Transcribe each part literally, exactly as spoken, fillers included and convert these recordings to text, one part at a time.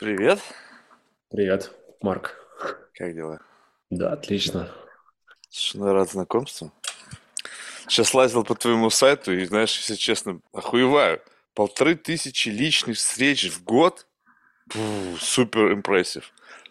Привет, Привет, Марк. как дела? Да, отлично. Слушай, ну, рад знакомству. Сейчас лазил по твоему сайту и, знаешь, если честно, охуеваю. Полторы тысячи личных встреч в год? Фу, супер импрессив.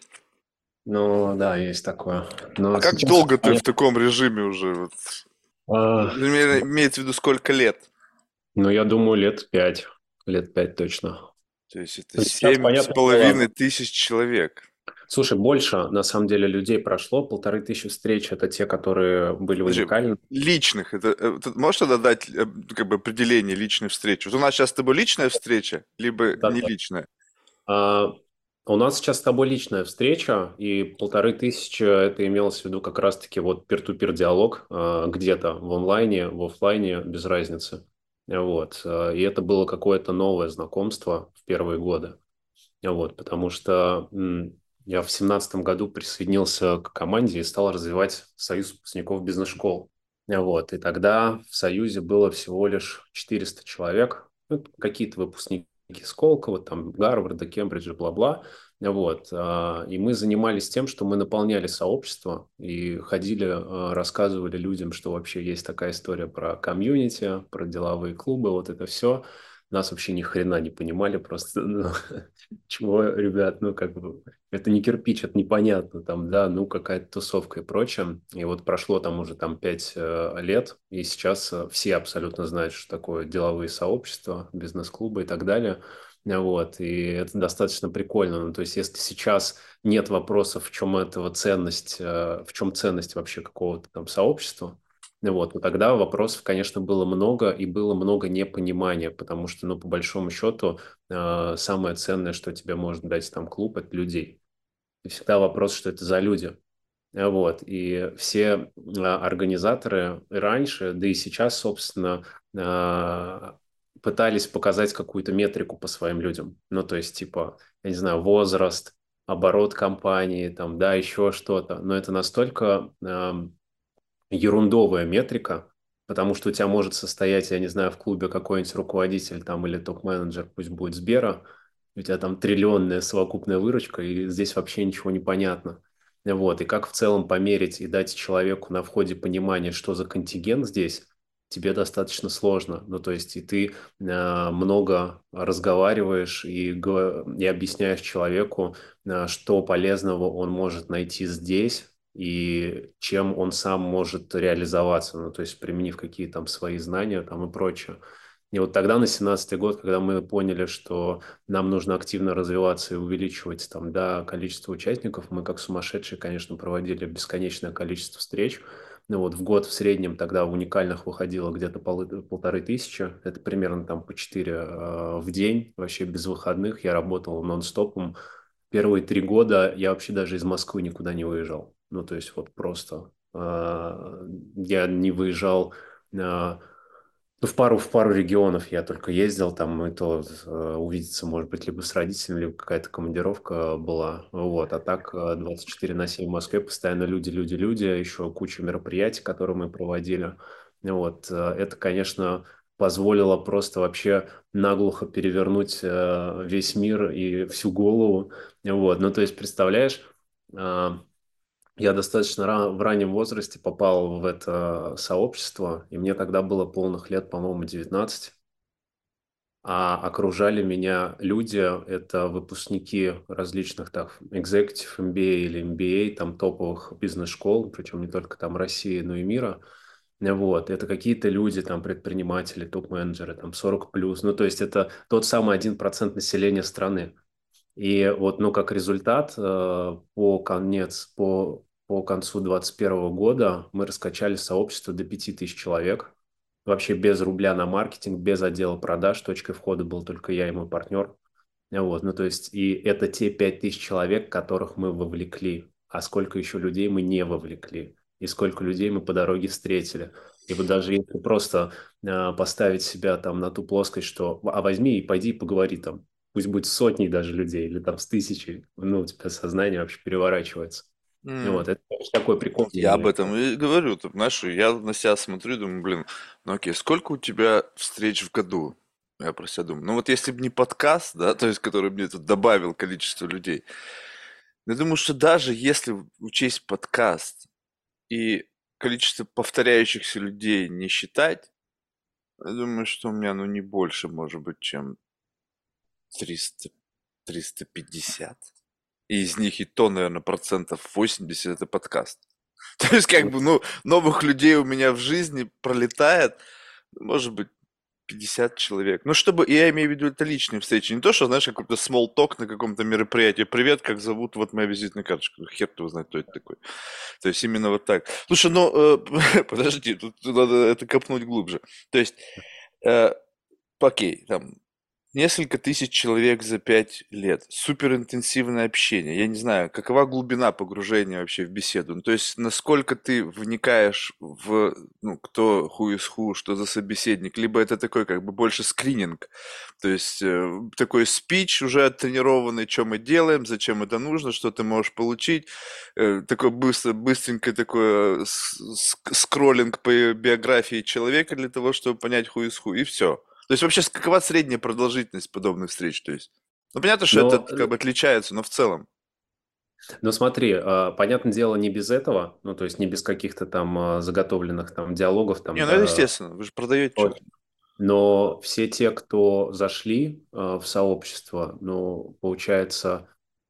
Ну, да, есть такое. А Но как сейчас, долго ты в понятно, таком режиме уже? Вот? Ну, а, имея- имеется в виду, сколько лет? ну, я думаю, лет пять. Лет пять точно. То есть это Ну, сейчас, семь с понятное половиной дело, тысяч человек. слушай, больше, на самом деле, людей прошло. Полторы тысячи встреч– это те, которые были Подожди, уникальны. личных, это, э, ты можешь тогда дать э, как бы определение личной встречи? Вот у нас сейчас с тобой личная встреча, либо Да, не да. личная? А, у нас сейчас с тобой личная встреча, и полторы тысячи– это имелось в виду как раз-таки вот пир-ту-пир диалог а, где-то в онлайне, в оффлайне, без разницы. Вот. а, И это было какое-то новое знакомство в первые годы. Вот, потому что м, я в семнадцатом году присоединился к команде и стал развивать союз выпускников бизнес-школ. Вот, и тогда в союзе было всего лишь четыреста человек, ну, какие-то выпускники Сколково, там, Гарварда, Кембриджа, бла-бла. Вот, а, и мы занимались тем, что мы наполняли сообщество и ходили, а, рассказывали людям, что вообще есть такая история про комьюнити, про деловые клубы, вот это все. Нас вообще ни хрена не понимали, просто ну, чего, ребят, ну, как бы, это не кирпич, это непонятно, там, да, ну, какая-то тусовка и прочее. И вот прошло там уже там пять э, лет, и сейчас э, все абсолютно знают, что такое деловые сообщества, бизнес-клубы и так далее. Вот, и это достаточно прикольно. Ну, то есть, если сейчас нет вопросов, в чем этого ценность, э, в чем ценность вообще какого-то там сообщества, вот, но тогда вопросов, конечно, было много, и было много непонимания, потому что, ну, по большому счету, э, самое ценное, что тебе может дать там клуб, это людей. И всегда вопрос, что это за люди. Э, Вот. И все э, организаторы и раньше, да и сейчас, собственно, э, пытались показать какую-то метрику по своим людям. Ну, то есть, типа, я не знаю, возраст, оборот компании, там, да, еще что-то. Но это настолько эм, ерундовая метрика, потому что у тебя может состоять, я не знаю, в клубе какой-нибудь руководитель там или топ-менеджер, пусть будет Сбера, у тебя там триллионная совокупная выручка, и здесь вообще ничего не понятно. Вот, и как в целом померить и дать человеку на входе понимание, что за контингент здесь, тебе достаточно сложно. Ну, то есть и ты э, много разговариваешь и, го- и объясняешь человеку, э, что полезного он может найти здесь, и чем он сам может реализоваться, ну, то есть применив какие там свои знания там и прочее. И вот тогда, на семнадцатый год, когда мы поняли, что нам нужно активно развиваться и увеличивать там, да, количество участников, мы как сумасшедшие, конечно, проводили бесконечное количество встреч. Ну вот в год в среднем тогда уникальных выходило где-то полы- полторы тысячи, это примерно там по четыре э, в день, вообще без выходных, я работал нон-стопом. Первые три года я вообще даже из Москвы никуда не выезжал. Ну, то есть вот просто э, я не выезжал, э, ну, в пару, в пару регионов я только ездил, там и то э, увидеться, может быть, либо с родителями, либо какая-то командировка была. Вот. А так э, двадцать четыре на семь в Москве постоянно люди, люди, люди, еще куча мероприятий, которые мы проводили. Вот. э, Это, конечно, позволило просто вообще наглухо перевернуть э, весь мир и всю голову. Вот. Ну, то есть, представляешь, а, я достаточно ра- в раннем возрасте попал в это сообщество, и мне тогда было полных лет, по-моему, девятнадцать. А окружали меня люди, это выпускники различных так, Executive эм би эй или эм би эй, там топовых бизнес-школ, причем не только там России, но и мира. Вот, это какие-то люди, там, предприниматели, топ-менеджеры, там, сорок плюс. Ну, то есть это тот самый один процент населения страны. И вот, ну, как результат, э, по конец, по, по концу двадцать первого года мы раскачали сообщество до пяти тысяч человек. Вообще без рубля на маркетинг, без отдела продаж. Точкой входа был только я и мой партнер. Вот, ну, то есть, и это те пять тысяч человек, которых мы вовлекли. А сколько еще людей мы не вовлекли? И сколько людей мы по дороге встретили? И вот даже если просто э, поставить себя там на ту плоскость, что а возьми и пойди и поговори там, пусть будет с сотней даже людей или там с тысячей, ну, у тебя сознание вообще переворачивается. Ну М, вот, это конечно, такой прикольный Я об момент. этом и говорю. Ты знаешь, я на себя смотрю, думаю, блин, ну окей, сколько у тебя встреч в году? Я про себя думаю. Ну вот если бы не подкаст, да, то есть который мне тут добавил количество людей, я думаю, что даже если учесть подкаст и количество повторяющихся людей не считать, я думаю, что у меня, ну, не больше, может быть, чем триста, триста пятьдесят. И из них и то, наверное, процентов восемьдесят это подкаст. То есть, как бы, ну, новых людей у меня в жизни пролетает, может быть, пятьдесят человек. Ну, чтобы, я имею в виду, это личные встречи. Не то, что, знаешь, какой-то small talk на каком-то мероприятии. Привет, как зовут? Вот моя визитная карточка. Ну, хер ты узнать, кто это такой. То есть, именно вот так. Слушай, ну, э, подожди, тут, тут надо это копнуть глубже. То есть, э, окей, там, несколько тысяч человек за пять лет. Суперинтенсивное общение. Я не знаю, какова глубина погружения вообще в беседу. Ну, то есть, насколько ты вникаешь в, ну, кто who is who, что за собеседник. Либо это такой, как бы, больше скрининг. То есть, э, такой спич уже оттренированный, что мы делаем, зачем это нужно, что ты можешь получить. Э, такой быстро, быстренько такой э, с- ск- скроллинг по биографии человека для того, чтобы понять who is who. И все. То есть вообще с- какова средняя продолжительность подобных встреч? То есть, ну понятно, что это Но, как бы отличается, но в целом. но смотри, а, понятное дело, не без этого, ну, то есть не без каких-то там а, заготовленных там диалогов, там, Не, ну это да, естественно, вы же продаете вот. что-то. Но все те, кто зашли а, в сообщество, ну, получается,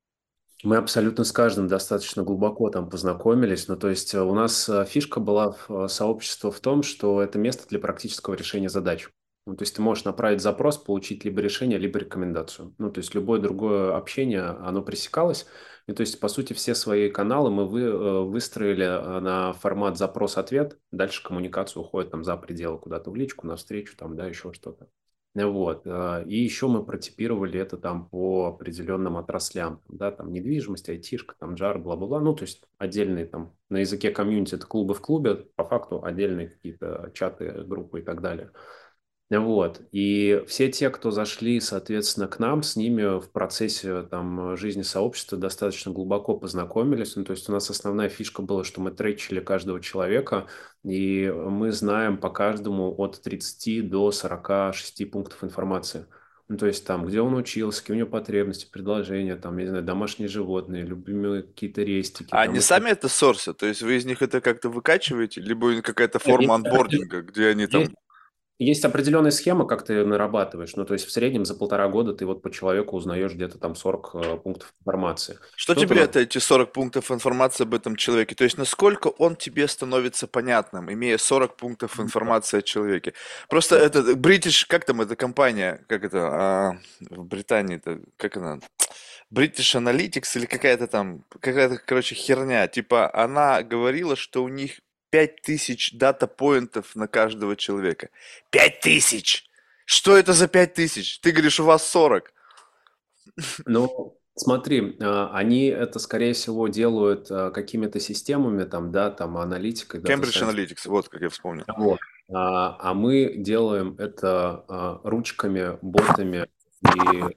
мы абсолютно с каждым достаточно глубоко там познакомились. Ну, то есть э, у нас э, фишка была в э, сообществе в том, что это место для практического решения задач. Ну, то есть ты можешь направить запрос, получить либо решение, либо рекомендацию. Ну, то есть любое другое общение, оно пресекалось. И то есть, по сути, все свои каналы мы вы, э, выстроили э, на формат запрос-ответ. Дальше коммуникация уходит там за пределы, куда-то в личку, навстречу, там, да, еще что-то. Вот. э, И еще мы протипировали это там по определенным отраслям, да, там недвижимость, айтишка, там джар, бла-бла-бла, ну, то есть отдельные там на языке комьюнити это клубы в клубе, по факту отдельные какие-то чаты, группы и так далее. Вот. И все те, кто зашли, соответственно, к нам, с ними в процессе там, жизни сообщества достаточно глубоко познакомились. Ну, то есть у нас основная фишка была, что мы тречили каждого человека, и мы знаем по каждому от тридцати до сорока шести пунктов информации. Ну, то есть там, где он учился, какие у него потребности, предложения, там, я не знаю, домашние животные, любимые какие-то рестики, А они там, и так сами это сорсят? То есть вы из них это как-то выкачиваете? Либо какая-то далее. форма анбординга, где они там... Есть Есть определенная схема, как ты нарабатываешь. Ну, то есть в среднем за полтора года ты вот по человеку узнаешь где-то там сорок э, пунктов информации. Что Кто-то тебе на... это, эти сорок пунктов информации об этом человеке? То есть насколько он тебе становится понятным, имея сорок пунктов информации о человеке? Просто Да. это British, как там эта компания, как это, а, в Британии, это, как она, British Analytics или какая-то там, какая-то, короче, херня. Типа, она говорила, что у них пять тысяч дата-поинтов на каждого человека. Пять тысяч! Что это за пять тысяч? Ты говоришь, у вас сорок. Ну, смотри, э, они это, скорее всего, делают э, какими-то системами, там, да, там, аналитикой, дата Cambridge сайенс. Analytics, вот как я вспомнил. Вот. А, а мы делаем это а, ручками, ботами и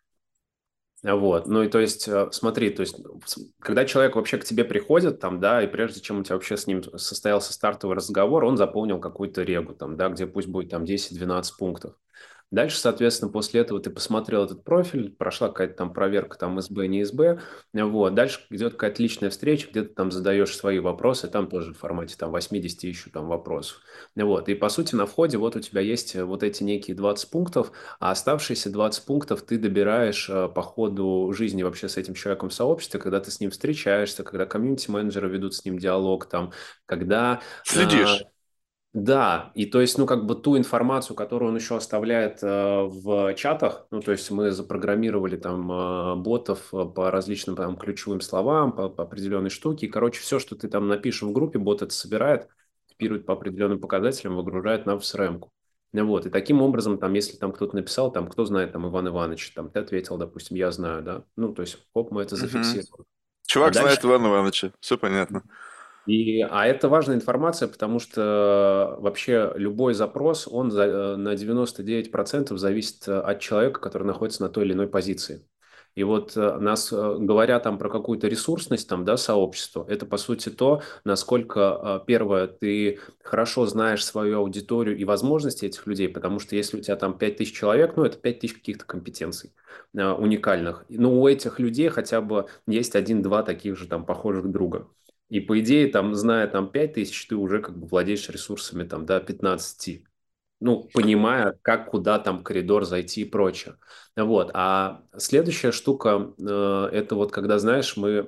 вот, ну и то есть, э, смотри, то есть, с- когда человек вообще к тебе приходит, там, да, и прежде чем у тебя вообще с ним состоялся стартовый разговор, он заполнил какую-то регу, там, да, где пусть будет там десять-двенадцать пунктов. Дальше, соответственно, после этого ты посмотрел этот профиль, прошла какая-то там проверка, там, СБ, не СБ, вот, дальше идет какая-то личная встреча, где ты там задаешь свои вопросы, там тоже в формате там восемьдесят еще там вопросов. Вот, и по сути на входе вот у тебя есть э, вот эти некие двадцать пунктов, а оставшиеся двадцать пунктов ты добираешь э, по ходу жизни вообще с этим человеком в сообществе, когда ты с ним встречаешься, когда комьюнити-менеджеры ведут с ним диалог, там, когда э, Следишь. да, и то есть, ну, как бы ту информацию, которую он еще оставляет э, в чатах, ну, то есть мы запрограммировали там э, ботов э, по различным там ключевым словам, по, по определенной штуке, и, короче, все, что ты там напишешь в группе, бот это собирает, копирует по определенным показателям, выгружает нам в срэмку. Ну, вот, и таким образом, там, если там кто-то написал, там, кто знает, там, Иван Иванович, там, ты ответил, допустим, я знаю, да, ну, то есть, хоп, мы это Мгм. зафиксировали. А Чувак дальше знает Ивана Ивановича. Все понятно. и, а это важная информация, потому что вообще любой запрос, он за- э, на девяносто девять процентов зависит э, от человека, который находится на той или иной позиции. И вот э, нас, э, говоря там про какую-то ресурсность там, да, сообщества, это по сути то, насколько, э, первое, ты хорошо знаешь свою аудиторию и возможности этих людей, потому что если у тебя там пять тысяч человек, ну, это пять тысяч каких-то компетенций э, уникальных. Но у этих людей хотя бы есть один-два таких же там похожих друга. И по идее, там, зная там пять тысяч, ты уже как бы владеешь ресурсами там, да, пятнадцать, ну, понимая, как, куда там коридор зайти и прочее. Вот. А следующая штука, э, это вот когда, знаешь, мы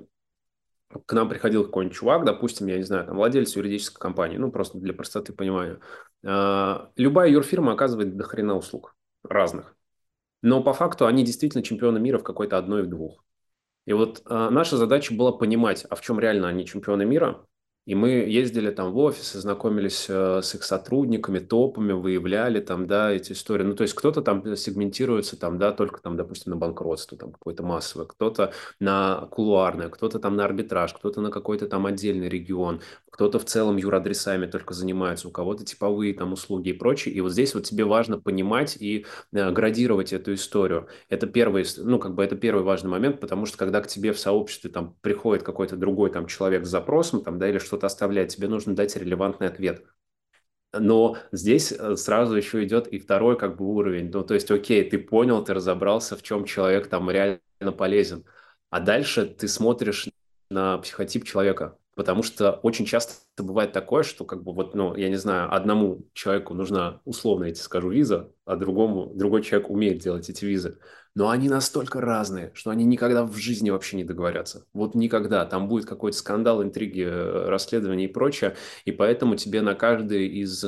к нам приходил какой-нибудь чувак, допустим, я не знаю, там, владелец юридической компании, ну, просто для простоты понимания. Э, любая юрфирма оказывает до хрена услуг разных. Но по факту они действительно чемпионы мира в какой-то одной и в двух. И вот э, наша задача была понимать, а в чем реально они чемпионы мира. И мы ездили там в офисы, знакомились э, с их сотрудниками, топами, выявляли там, да, эти истории. Ну, то есть кто-то там сегментируется там, да, только там, допустим, на банкротство там какое-то массовое, кто-то на кулуарное, кто-то там на арбитраж, кто-то на какой-то там отдельный регион, кто-то в целом юрадресами только занимается, у кого-то типовые там услуги и прочее. И вот здесь вот тебе важно понимать и э, градировать эту историю. Это первый, ну, как бы это первый важный момент, потому что когда к тебе в сообществе там приходит какой-то другой там человек с запросом, там, да, или что-то оставляет, тебе нужно дать релевантный ответ. Но здесь э, сразу еще идет и второй как бы уровень. Ну, то есть, окей, ты понял, ты разобрался, в чем человек там реально полезен. А дальше ты смотришь на психотип человека. Потому что очень часто бывает такое, что как бы вот, ну, я не знаю, одному человеку нужна, условно я тебе скажу, виза, а другому, другой человек умеет делать эти визы. Но они настолько разные, что они никогда в жизни вообще не договорятся. Вот никогда. Там будет какой-то скандал, интриги, э, расследования и прочее. И поэтому тебе на каждый из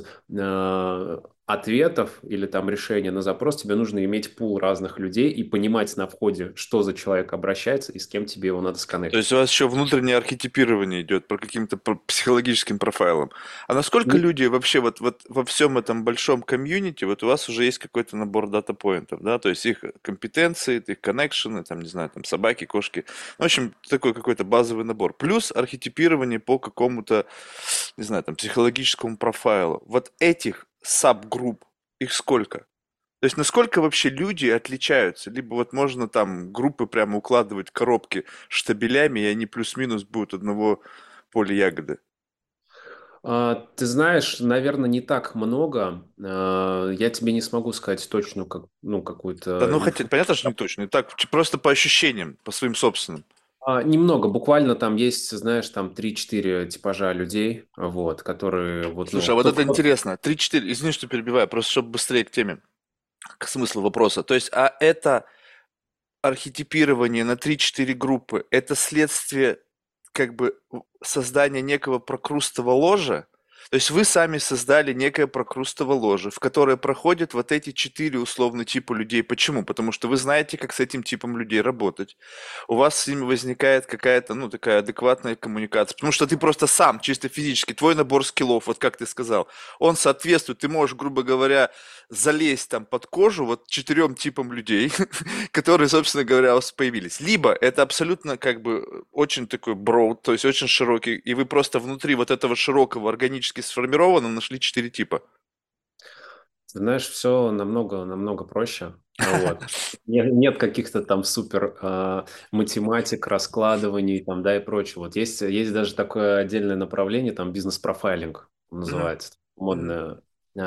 э, ответов или там решения на запрос тебе нужно иметь пул разных людей и понимать на входе, что за человек обращается и с кем тебе его надо То сконнектить. есть у вас еще внутреннее архетипирование идет по каким-то про- психологическим профайлам. А насколько Не- люди вообще вот, вот во всем этом большом комьюнити, вот у вас уже есть какой-то набор дата-поинтов, да, то есть их компетенции, их коннекшены, там, не знаю, там, собаки, кошки. В общем, такой какой-то базовый набор. Плюс архетипирование по какому-то, не знаю, там, психологическому профайлу. Вот этих саб-групп, их сколько? То есть насколько вообще люди отличаются? Либо вот можно там группы прямо укладывать в коробки штабелями, и они плюс-минус будут одного поля ягоды. А, ты знаешь, наверное, не так много. А, я тебе не смогу сказать точно как, ну, Да какую-то ну хотя инфу. понятно, что не точно. И так ч- просто по ощущениям, по своим собственным. А, немного, буквально там есть, знаешь, там три-четыре типажа людей, вот, которые вот, Слушай, ну, а вот кто, это кто- интересно. Три-четыре, извини, что перебиваю, просто чтобы быстрее к теме, к смыслу вопроса. То есть, а это архетипирование на три-четыре группы, это следствие как бы создания некого прокрустово ложа? То есть вы сами создали некое прокрустово ложе, в которое проходят вот эти четыре условно типа людей. Почему? Потому что вы знаете, как с этим типом людей работать. У вас с ними возникает какая-то, ну, такая адекватная коммуникация. Потому что ты просто сам, чисто физически, твой набор скиллов, вот как ты сказал, он соответствует, ты можешь, грубо говоря, залезть там под кожу вот четырем типам людей, которые, собственно говоря, у вас появились. Либо это абсолютно как бы очень такой broad, то есть очень широкий, и вы просто внутри вот этого широкого органически сформированного нашли четыре типа. знаешь, все намного, намного проще. Вот. Не- Нет каких-то там супер а, математик, раскладываний там, да, и прочего. Вот есть, есть даже такое отдельное направление, там бизнес-профайлинг Мгм, называется, мгм. модное,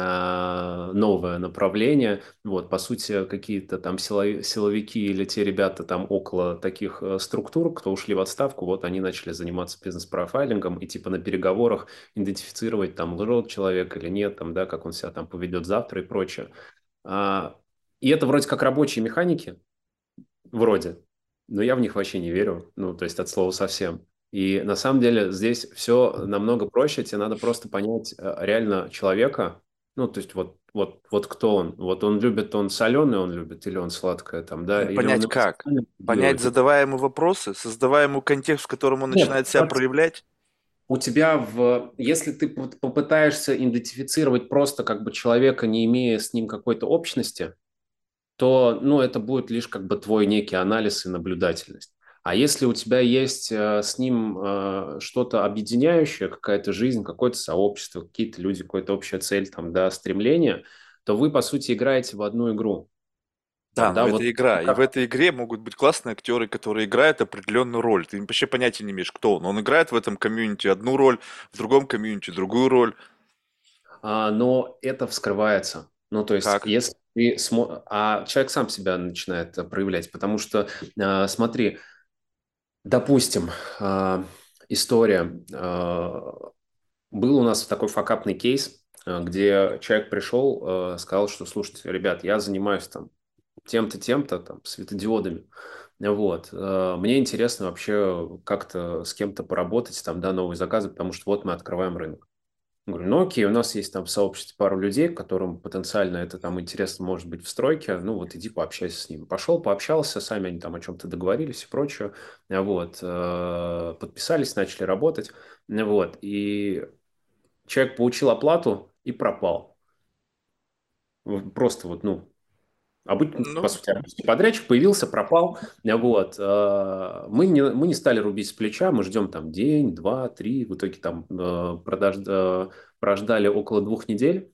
а, новое направление. Вот, по сути, какие-то там силови- силовики или те ребята там около таких э, структур, кто ушли в отставку, вот они начали заниматься бизнес-профайлингом и типа на переговорах идентифицировать, там, лжет человек или нет, там, да, как он себя там поведет завтра и прочее. А, и это вроде как рабочие механики, вроде, но я в них вообще не верю, ну, то есть от слова совсем. И на самом деле здесь все намного проще, тебе надо просто понять э, реально человека, ну, то есть вот, вот, вот кто он, вот он любит, он соленый, он любит, или он сладкое там, да, Ну, или он понять как? эмоционально Понять, реагирует. задавая ему вопросы, создавая ему контекст, в котором он Нет, начинает себя проявлять. у тебя в, если ты пот- попытаешься идентифицировать просто как бы человека, не имея с ним какой-то общности, то, ну, это будет лишь как бы твой некий анализ и наблюдательность. А если у тебя есть э, с ним э, что-то объединяющее, какая-то жизнь, какое-то сообщество, какие-то люди, какая-то общая цель, там, да, стремление, то вы, по сути, играете в одну игру. Да, Там, но да, это вот игра. И в как- этой игре могут быть классные актеры, которые играют определенную роль. Ты вообще понятия не имеешь, кто он. Он играет в этом комьюнити одну роль, в другом комьюнити другую роль. а, но это вскрывается. Ну, то есть, Как? если ты смо... А человек сам себя начинает э, проявлять, потому что, э, смотри, допустим, э, история. э, Был у нас такой факапный кейс, э, где человек пришел, э, сказал, что, слушайте, ребят, я занимаюсь там тем-то, тем-то, там, светодиодами. Вот. э, Мне интересно вообще как-то с кем-то поработать, там, да, новые заказы, потому что вот мы открываем рынок. Говорю, ну окей, у нас есть там в сообществе пару людей, которым потенциально это там интересно может быть в стройке, ну вот иди пообщайся с ними. Пошел, пообщался, сами они там о чем-то договорились и прочее, вот, э, подписались, начали работать, вот, и человек получил оплату и пропал. Вот просто вот, ну, обычно, по Ну, сути, обычный подрядчик появился, пропал, вот. э, Мы не, мы не стали рубить с плеча, мы ждем там день, два, три, в итоге там э, продаж, э, прождали около двух недель.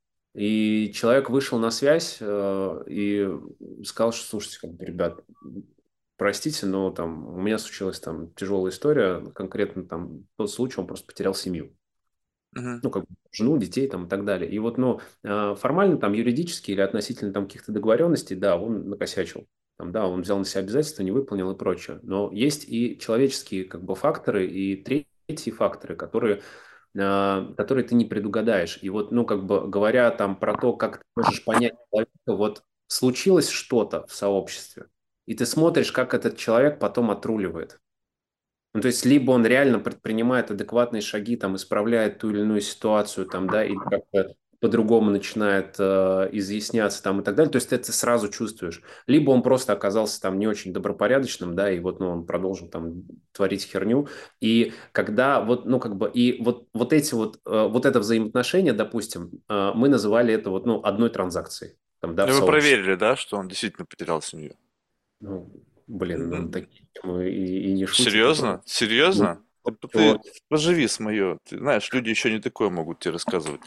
И человек вышел на связь э, и сказал, что, слушайте, как бы, ребят, простите, но там у меня случилась там тяжелая история, конкретно там тот случай, он просто потерял семью. мгм. Ну, как бы жену, детей там и так далее. И вот, ну, э, формально там юридически или относительно там каких-то договоренностей, да, он накосячил. Там, да, он взял на себя обязательства, не выполнил и прочее. Но есть и человеческие как бы факторы, и третьи факторы, которые э, которые ты не предугадаешь. И вот, ну, как бы говоря там про то, как ты можешь понять человека, вот случилось что-то в сообществе, и ты смотришь, как этот человек потом отруливает. Ну, то есть, либо он реально предпринимает адекватные шаги, там, исправляет ту или иную ситуацию, там, да, или как-то по-другому начинает э, изъясняться там и так далее. То есть, это сразу чувствуешь. Либо он просто оказался там не очень добропорядочным, да, и вот, ну, он продолжил там творить херню. И когда вот, ну, как бы, и вот, вот эти вот, э, вот это взаимоотношение, допустим, э, мы называли это вот, ну, одной транзакцией, там, да, в Ну вы сообществе. проверили, да, что он действительно потерял семью? Ну, блин, ну, М, такие темы и, и не шутят. Серьезно? Ну, Серьезно? Вот ты то, поживи с мое. Ты знаешь, люди еще не такое могут тебе рассказывать.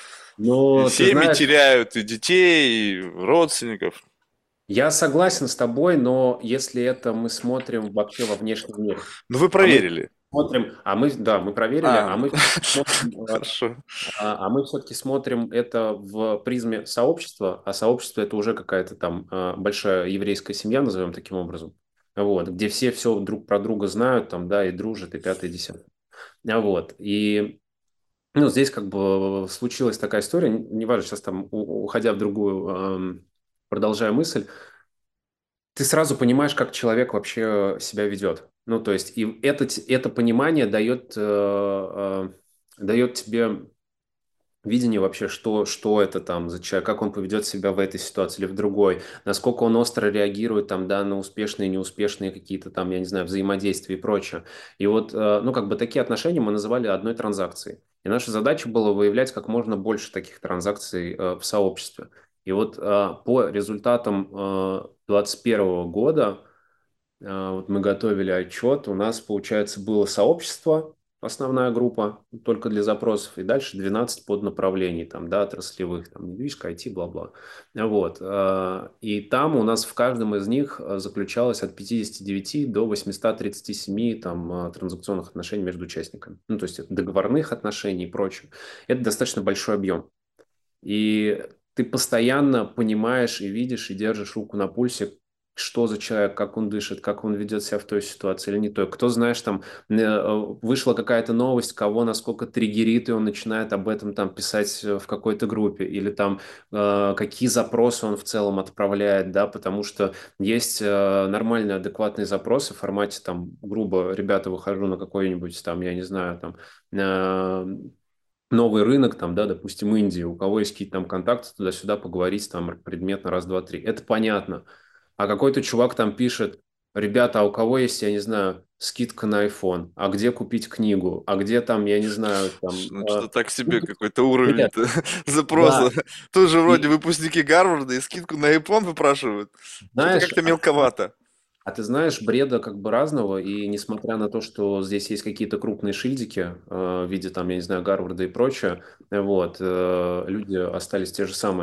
И но ты семьи знаешь, теряют, и детей, и родственников. я согласен с тобой, но если это мы смотрим вообще во внешнем мире, Ну вы а мы проверили. смотрим, а мы, да, мы проверили, А, а ну, мы смотрим, э, хорошо. а а мы все-таки смотрим это в призме сообщества, а сообщество это уже какая-то там э, большая еврейская семья, назовем таким образом, вот, где все все друг про друга знают, там, да, и дружат, и пятое, и десятое. А вот, и ну, здесь как бы случилась такая история, неважно, сейчас там, у- уходя в другую, эм, продолжая мысль, ты сразу понимаешь, как человек вообще себя ведет. Ну, то есть, и это, т- это понимание дает, э, э, дает тебе видение вообще, что, что это там за человек, как он поведет себя в этой ситуации или в другой, насколько он остро реагирует там, да, на успешные, неуспешные какие-то там, я не знаю, взаимодействия и прочее. И вот, э, ну, как бы такие отношения мы называли одной транзакцией. И наша задача была выявлять как можно больше таких транзакций э, в сообществе. И вот э, по результатам э, двадцать первого года а, вот мы готовили отчет, у нас, получается, было сообщество, основная группа, только для запросов, и дальше двенадцать поднаправлений, там, да, отраслевых, там, недвижка, ай ти, бла-бла. Вот. а, И там у нас в каждом из них а, заключалось от пятидесяти девяти до восьмисот тридцати семи там, а, транзакционных отношений между участниками. Ну, то есть это договорных отношений и прочее. Это достаточно большой объем. И ты постоянно понимаешь и видишь, и держишь руку на пульсе, что за человек, как он дышит, как он ведет себя в той ситуации или не той. Кто, знаешь, там э, э, вышла какая-то новость, кого насколько триггерит, и он начинает об этом там писать э, в какой-то группе, или там э, какие запросы он в целом отправляет, да, потому что есть э, нормальные, адекватные запросы в формате там, грубо, ребята, выхожу на какой-нибудь там, я не знаю, там, э, новый рынок, там, да, допустим, Индия, у кого есть какие-то там контакты, туда-сюда поговорить там предметно раз, два, три. Это понятно. А какой-то чувак там пишет, ребята, а у кого есть, я не знаю, скидка на iPhone, а где купить книгу, а где там, я не знаю, там... Ну, э, что-то так себе ну, какой-то бред. уровень-то запроса. Да, Тоже вроде и выпускники Гарварда и скидку на iPhone выпрашивают. Что-то знаешь, как-то а, мелковато. а ты знаешь, бреда как бы разного, и несмотря на то, что здесь есть какие-то крупные шильдики э, в виде там, я не знаю, Гарварда и прочее, вот, э, люди остались те же самые.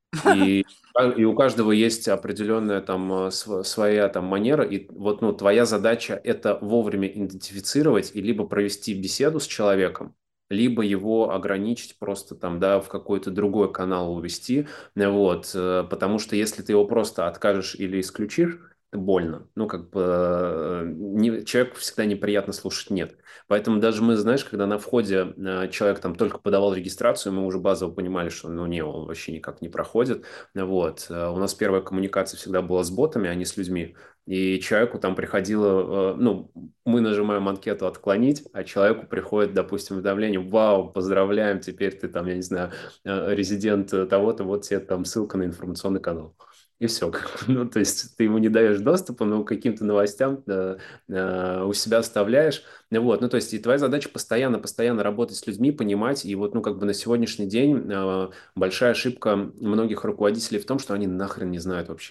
И, а, и у каждого есть определенная там э, св- своя там манера, и вот ну, твоя задача это вовремя идентифицировать и либо провести беседу с человеком, либо его ограничить просто там, да, в какой-то другой канал увести, вот, э, потому что если ты его просто откажешь или исключишь, это больно. Ну, как бы э, не- человеку всегда неприятно слушать «нет». Поэтому даже мы, знаешь, когда на входе э, человек там только подавал регистрацию, мы уже базово понимали, что ну не, он вообще никак не проходит. Вот. Э, У нас первая коммуникация всегда была с ботами, а не с людьми. И человеку там приходило, э, ну, мы нажимаем анкету «Отклонить», а человеку приходит, допустим, уведомление: «Вау, поздравляем, теперь ты там, я не знаю, э, резидент э, того-то, вот тебе там ссылка на информационный канал». И все. Ну, то есть ты ему не даешь доступа, но к каким-то новостям э, э, у себя оставляешь. Ну вот, ну то есть и твоя задача постоянно-постоянно работать с людьми, понимать, и вот, ну как бы на сегодняшний день э, большая ошибка многих руководителей в том, что они нахрен не знают вообще,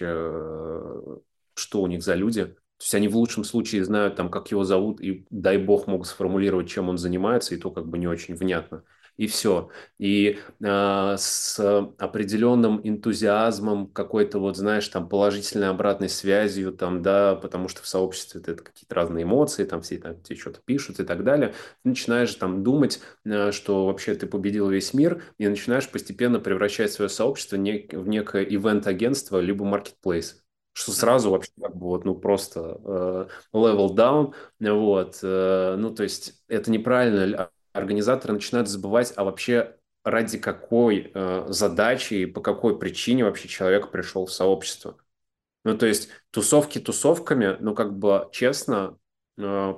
э, что у них за люди. То есть они в лучшем случае знают там, как его зовут, и дай бог могут сформулировать, чем он занимается, и то как бы не очень внятно. И все. И э, с определенным энтузиазмом, какой-то вот, знаешь, там положительной обратной связью, там, да, потому что в сообществе это какие-то разные эмоции, там все там, тебе что-то пишут и так далее. Ты начинаешь там думать, э, что вообще ты победил весь мир, и начинаешь постепенно превращать свое сообщество нек- в некое ивент-агентство, либо marketplace. Что Мгм. сразу вообще как бы вот, ну, просто э, level down, вот, э, ну, то есть это неправильно. Организаторы начинают забывать, а вообще ради какой э, задачи и по какой причине вообще человек пришел в сообщество. Ну, то есть тусовки тусовками, но как бы честно, э,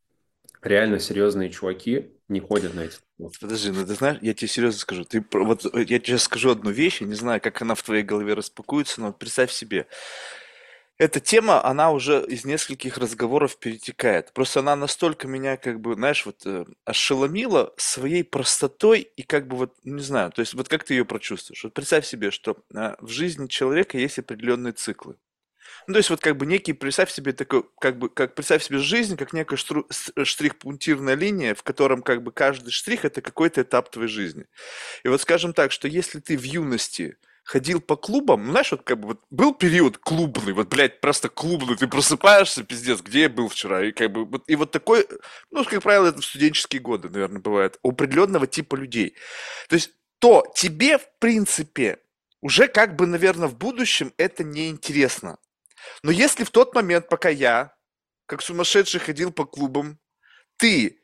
реально серьезные чуваки не ходят на эти тусовки. Подожди, ну ты знаешь, я тебе серьезно скажу, ты про- вот э, я тебе скажу одну вещь, я не знаю, как она в твоей голове распакуется, но вот представь себе, эта тема, она уже из нескольких разговоров перетекает. Просто она настолько меня, как бы, знаешь, вот э, ошеломила своей простотой и как бы вот, не знаю, то есть вот как ты ее прочувствуешь? Вот представь себе, что э, в жизни человека есть определенные циклы. Ну, то есть вот как бы некий, представь себе такой, как бы, как представь себе жизнь, как некая штру- с- штрих-пунктирная линия, в котором как бы каждый штрих это какой-то этап твоей жизни. И вот скажем так, что если ты в юности ходил по клубам, ну, знаешь, вот как бы вот был период клубный, вот, блядь, просто клубный, ты просыпаешься, пиздец, где я был вчера, и как бы, вот, и вот такой, ну, как правило, это в студенческие годы, наверное, бывает, у определенного типа людей. То есть, то тебе, в принципе, уже как бы, наверное, в будущем это неинтересно. Но если в тот момент, пока я, как сумасшедший, ходил по клубам, ты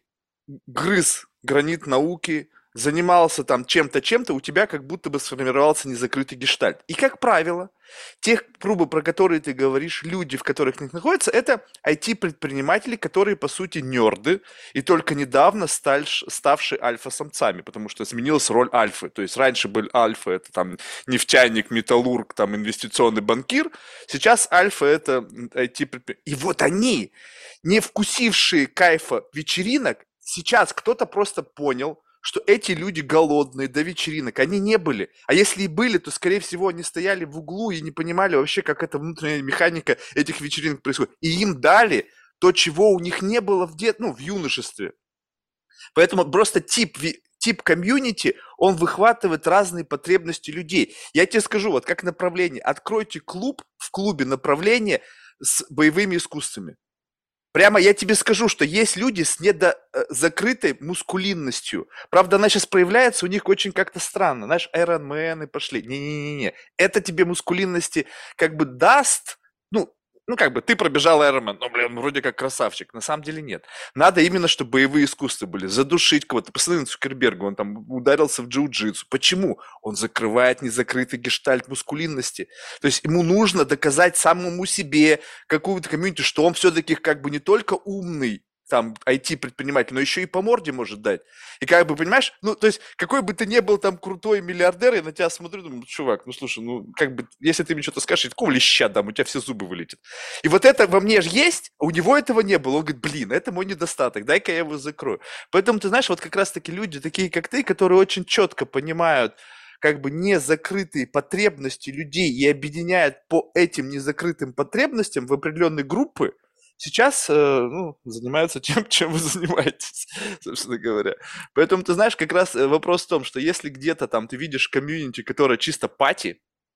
грыз гранит науки, занимался там чем-то, чем-то, у тебя как будто бы сформировался незакрытый гештальт. И, как правило, тех клубы, про которые ты говоришь, люди, в которых них находятся, это ай ти-предприниматели, которые, по сути, нерды, и только недавно сталь- ставшие альфа-самцами, потому что сменилась роль альфы. То есть раньше был альфа, это там нефтяник, металлург, там инвестиционный банкир, сейчас альфа это ай ти-предприниматели. И вот они, не вкусившие кайфа вечеринок, сейчас кто-то просто понял, что эти люди голодные до вечеринок. Они не были. А если и были, то, скорее всего, они стояли в углу и не понимали вообще, как эта внутренняя механика этих вечеринок происходит. И им дали то, чего у них не было в, дет... ну, в юношестве. Поэтому просто тип, тип комьюнити, он выхватывает разные потребности людей. Я тебе скажу, вот как направление. Откройте клуб, в клубе направление с боевыми искусствами. Прямо я тебе скажу, что есть люди с недозакрытой мускулинностью. Правда, она сейчас проявляется у них очень как-то странно. Знаешь, айронмены пошли. Не-не-не-не. Это тебе мускулинности как бы даст, ну, ну, как бы ты пробежал Ironman, ну, блин, вроде как красавчик. На самом деле нет. Надо именно, чтобы боевые искусства были. Задушить кого-то. Посмотри на Цукерберга, он там ударился в джиу-джитсу. Почему? Он закрывает незакрытый гештальт мускулинности. То есть ему нужно доказать самому себе, какую-то комьюнити, что он все-таки как бы не только умный, там, ай ти-предприниматель, но еще и по морде может дать. И как бы, понимаешь, ну, то есть, какой бы ты ни был там крутой миллиардер, я на тебя смотрю, думаю, чувак, ну, слушай, ну, как бы, если ты мне что-то скажешь, я такого леща дам, у тебя все зубы вылетят. И вот это во мне же есть, а у него этого не было. Он говорит, блин, это мой недостаток, дай-ка я его закрою. Поэтому, ты знаешь, вот как раз-таки люди, такие как ты, которые очень четко понимают, как бы незакрытые потребности людей и объединяет по этим незакрытым потребностям в определенные группы, сейчас э, ну, занимаются тем, чем вы занимаетесь, собственно говоря. Поэтому, ты знаешь, как раз э, вопрос в том, что если где-то там ты видишь комьюнити, которое чисто пати,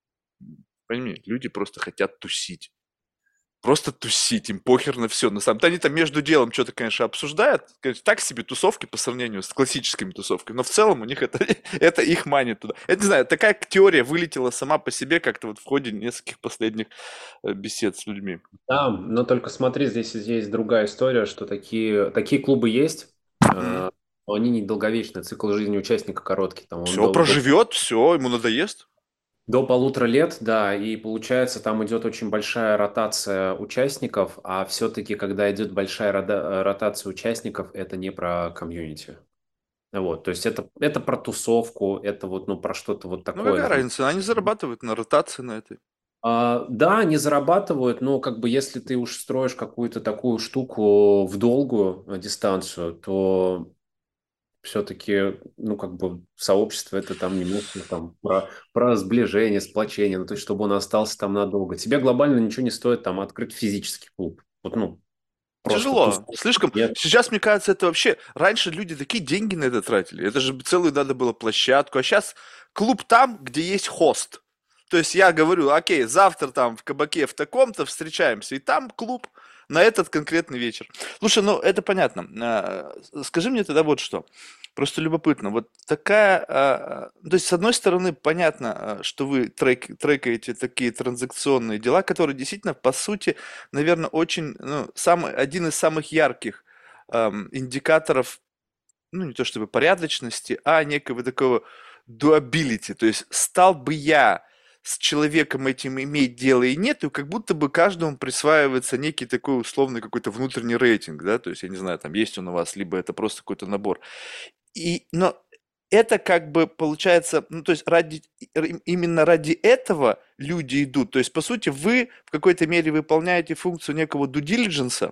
Пойми, люди просто хотят тусить. Просто тусить, им похер на все. На самом деле, они там между делом что-то, конечно, обсуждают. Конечно, так себе тусовки по сравнению с классическими тусовками. Но в целом у них это, это их манит туда. Я не знаю, такая теория вылетела сама по себе как-то вот в ходе нескольких последних э, бесед с людьми. Да, но только смотри, здесь есть другая история, что такие, такие клубы есть, э, но они недолговечны, цикл жизни участника короткий, там он Все до, до, проживет, все, ему надоест. до полутора лет, да, и получается, там идет очень большая ротация участников, а все-таки, когда идет большая рода- ротация участников, это не про комьюнити. Вот, то есть это, это про тусовку, это вот, ну, про что-то вот Ну такое. какая разница, они зарабатывают на ротации на этой. А, да, они зарабатывают, но как бы если ты уж строишь какую-то такую штуку в долгую э, дистанцию, то все-таки, ну, как бы сообщество это там немножко там про, про сближение, сплочение, ну, то есть чтобы он остался там надолго. Тебе глобально ничего не стоит там открыть физический клуб. Вот, ну, просто Тяжело, тусовка. слишком. Нет. Сейчас, мне кажется, это вообще... Раньше люди такие деньги на это тратили. Это же целую надо было площадку. А сейчас клуб там, где есть хост. То есть я говорю, окей, завтра там в кабаке в таком-то встречаемся. И там клуб на этот конкретный вечер. Слушай, ну это понятно. А, Скажи мне тогда вот что. Просто любопытно. Вот такая... а, То есть, с одной стороны, понятно, а, что вы трек, трекаете такие транзакционные дела, которые действительно, по сути, наверное, очень, ну, самый, один из самых ярких ам, индикаторов, ну, не то чтобы порядочности, а некого такого дуабилити. То есть, стал бы я с человеком этим иметь дело и нет, и как будто бы каждому присваивается некий такой условный какой-то внутренний рейтинг, да, то есть, я не знаю, там есть он у вас, либо это просто какой-то набор. И, но это как бы получается, ну, то есть ради, именно ради этого люди идут. То есть, по сути, вы в какой-то мере выполняете функцию некого due diligence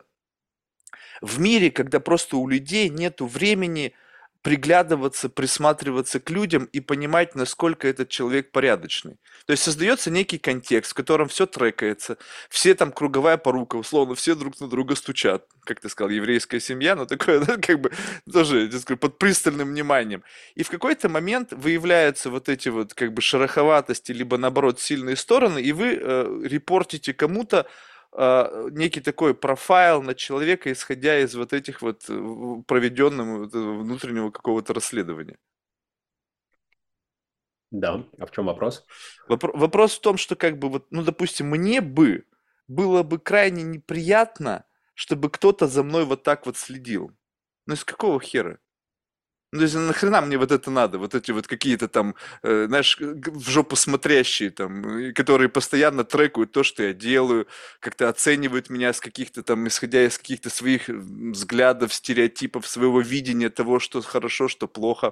в мире, когда просто у людей нет времени приглядываться, присматриваться к людям и понимать, насколько этот человек порядочный. То есть создается некий контекст, в котором все трекается, все там круговая порука, условно, все друг на друга стучат. Как ты сказал, еврейская семья, но такое, да, как бы тоже, я скажу, под пристальным вниманием. И в какой-то момент выявляются вот эти вот как бы шероховатости, либо наоборот сильные стороны, и вы э, репортите кому-то а, некий такой профайл на человека, исходя из вот этих вот э, проведенного вот этого внутреннего какого-то расследования. Да, а в чем вопрос? Вопро- Вопрос в том, что как бы вот, ну, допустим, мне бы было бы крайне неприятно, чтобы кто-то за мной вот так вот следил. Ну, из какого хера? Ну, то есть нахрена мне вот это надо? Вот эти вот какие-то там, э, знаешь, г- в жопу смотрящие там, и которые постоянно трекают то, что я делаю, как-то оценивают меня с каких-то там, исходя из каких-то своих м, взглядов, стереотипов, своего видения того, что хорошо, что плохо.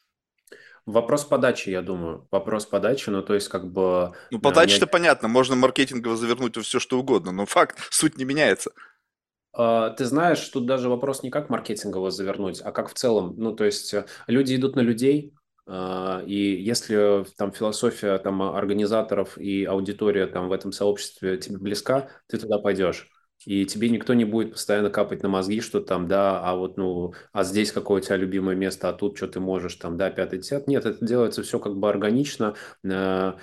Вопрос подачи, я думаю. Вопрос подачи, ну, то есть, как бы, Ну, э, не подача-то понятно, можно маркетингово завернуть во все, что угодно, но факт, суть не меняется. А, Ты знаешь, тут даже вопрос не как маркетингово завернуть, а как в целом. Ну, то есть э, люди идут на людей, а, и если там философия там организаторов и аудитория там в этом сообществе тебе близка, ты туда пойдешь. И тебе никто не будет постоянно капать на мозги, что там, да, а вот, ну, а здесь какое у тебя любимое место, а тут что ты можешь, там, да, пятый, десятый. Нет, это делается все как бы органично, э,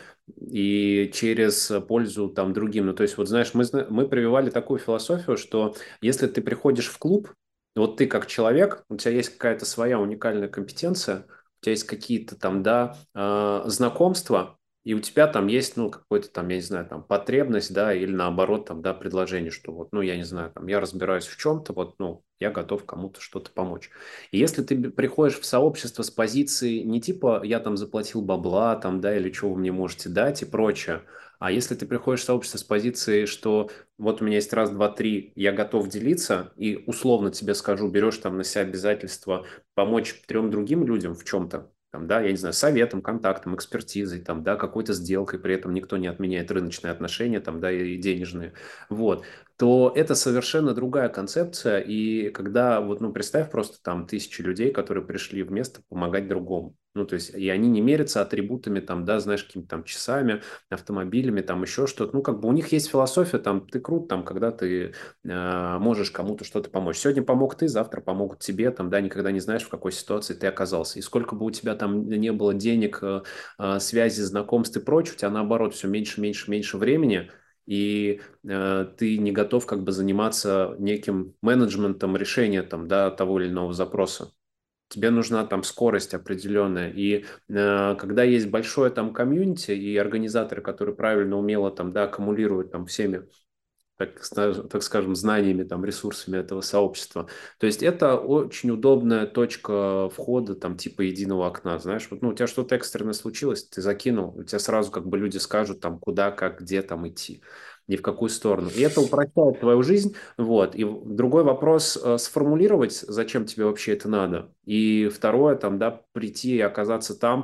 и через пользу там другим. Ну, то есть, вот знаешь, мы, зна- мы прививали такую философию, что если ты приходишь в клуб, вот ты как человек, у тебя есть какая-то своя уникальная компетенция, у тебя есть какие-то там, да, э, знакомства, и у тебя там есть, ну, какой-то там, я не знаю, там, потребность, да, или наоборот, там, да, предложение, что вот, ну, я не знаю, там, я разбираюсь в чем-то, вот, ну, я готов кому-то что-то помочь. И если ты приходишь в сообщество с позиции не типа «я там заплатил бабла», там, да, или «что вы мне можете дать» и прочее, а если ты приходишь в сообщество с позиции, что вот у меня есть раз, два, три, я готов делиться, и условно тебе скажу, берешь там на себя обязательство помочь трем другим людям в чем-то, там, да, я не знаю, советом, контактом, экспертизой, там, да, какой-то сделкой, при этом никто не отменяет рыночные отношения, там, да, и денежные, вот, то это совершенно другая концепция, и когда, вот, ну, представь просто там тысячи людей, которые пришли в место помогать другому, Ну, то есть, и они не мерятся атрибутами, там, да, знаешь, какими-то там часами, автомобилями, там, еще что-то. Ну, как бы у них есть философия, там, ты крут, там, когда ты э, можешь кому-то что-то помочь. Сегодня помог ты, завтра помогут тебе, там, да, никогда не знаешь, в какой ситуации ты оказался. И сколько бы у тебя там не было денег, э, э, связи, знакомств и прочего, у тебя, наоборот, все меньше, меньше, меньше времени, и э, ты не готов как бы заниматься неким менеджментом решения, там, да, того или иного запроса. Тебе нужна там скорость определенная. И э, когда есть большое там комьюнити и организаторы, которые правильно, умело там, да, аккумулируют там всеми так, ска- так скажем, знаниями, там, ресурсами этого сообщества. То есть это очень удобная точка входа, там, типа единого окна, знаешь, вот, ну, у тебя что-то экстренное случилось, ты закинул, у тебя сразу как бы люди скажут, там, куда, как, где там идти, ни в какую сторону. И это упрощает твою жизнь, вот. И другой вопрос, э, сформулировать, зачем тебе вообще это надо. И второе, там, да, прийти и оказаться там,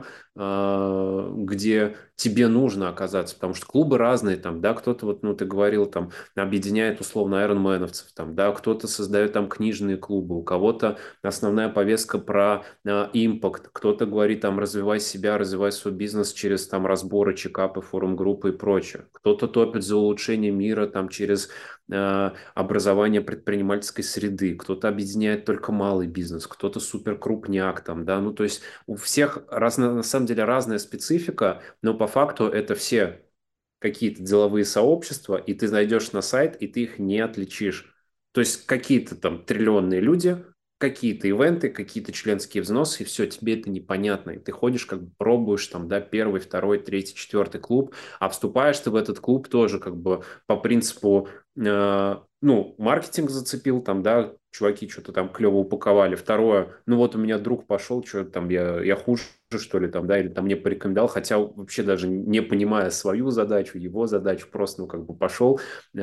э, где тебе нужно оказаться, потому что клубы разные, там, да, кто-то, вот, ну, ты говорил, там, объединяет условно айронменовцев, там, да, кто-то создает там книжные клубы, у кого-то основная повестка про э, импакт, кто-то говорит там развивай себя, развивай свой бизнес через там разборы, чекапы, форум-группы и прочее, кто-то топит за улучшение мира там через э, образование предпринимательской среды, кто-то объединяет только малый бизнес, кто-то супер крупняк там, да, ну то есть у всех разно, на самом деле разная специфика, но по факту это все какие-то деловые сообщества, и ты зайдешь на сайт, и ты их не отличишь. То есть какие-то там триллионные люди, какие-то ивенты, какие-то членские взносы, и все, тебе это непонятно. И ты ходишь, как бы пробуешь там, да, первый, второй, третий, четвертый клуб, а вступаешь ты в этот клуб тоже как бы по принципу, э, ну, маркетинг зацепил, там, да, чуваки что-то там клево упаковали. Второе, ну вот у меня друг пошел, что там, я, я хуже, что ли, там, да, или там мне порекомендовал, хотя вообще даже не понимая свою задачу, его задачу, просто, ну, как бы пошел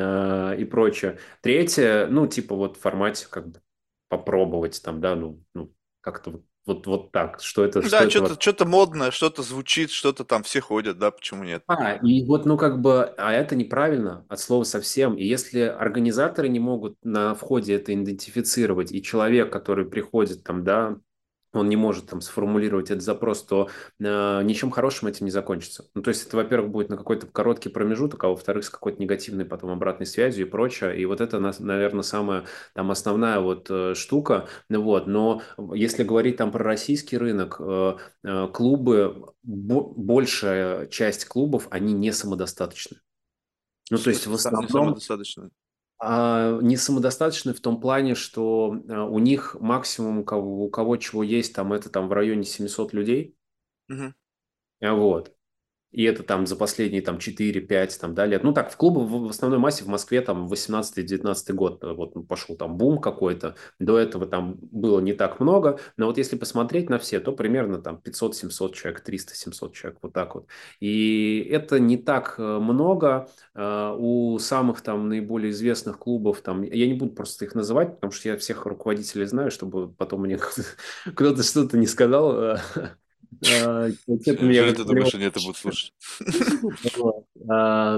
э, и прочее. Третье, ну, типа вот в формате как бы попробовать там, да, ну, ну как-то вот, вот, вот так, что это, что Да, это что-то вообще. что-то модное, что-то звучит, что-то там все ходят, да, почему нет? А, и вот, ну, как бы, а это неправильно от слова совсем. И если организаторы не могут на входе это идентифицировать, и человек, который приходит там, да, он не может там сформулировать этот запрос, то э, ничем хорошим этим не закончится. Ну, то есть это, во-первых, будет на какой-то короткий промежуток, а во-вторых, с какой-то негативной потом обратной связью и прочее. И вот это, наверное, самая там основная вот э, штука. Ну вот. Но если говорить там про российский рынок, э, э, клубы, бо- большая часть клубов, они не самодостаточны. Ну, В то есть смысле, в са- не основном самодостаточно. а, не самодостаточны в том плане, что а, у них максимум, у кого, у кого чего есть, там это там в районе семьсот людей. Мгм. А, Вот. И это там за последние там четыре-пять там, да, лет. Ну так, в клубы в в основной массе в Москве там восемнадцатый-девятнадцатый год э, вот ну, пошел там бум какой-то. До этого там было не так много. Но вот если посмотреть на все, то примерно там пятьсот-семьсот человек, триста-семьсот человек, вот так вот. И это не так э, много. Э, У самых там наиболее известных клубов, там, я не буду просто их называть, потому что я всех руководителей знаю, чтобы потом мне кто-то что-то не сказал. э, э, Это меня Неужели как ты думаешь, болевой. они это будут слушать? Вот. А,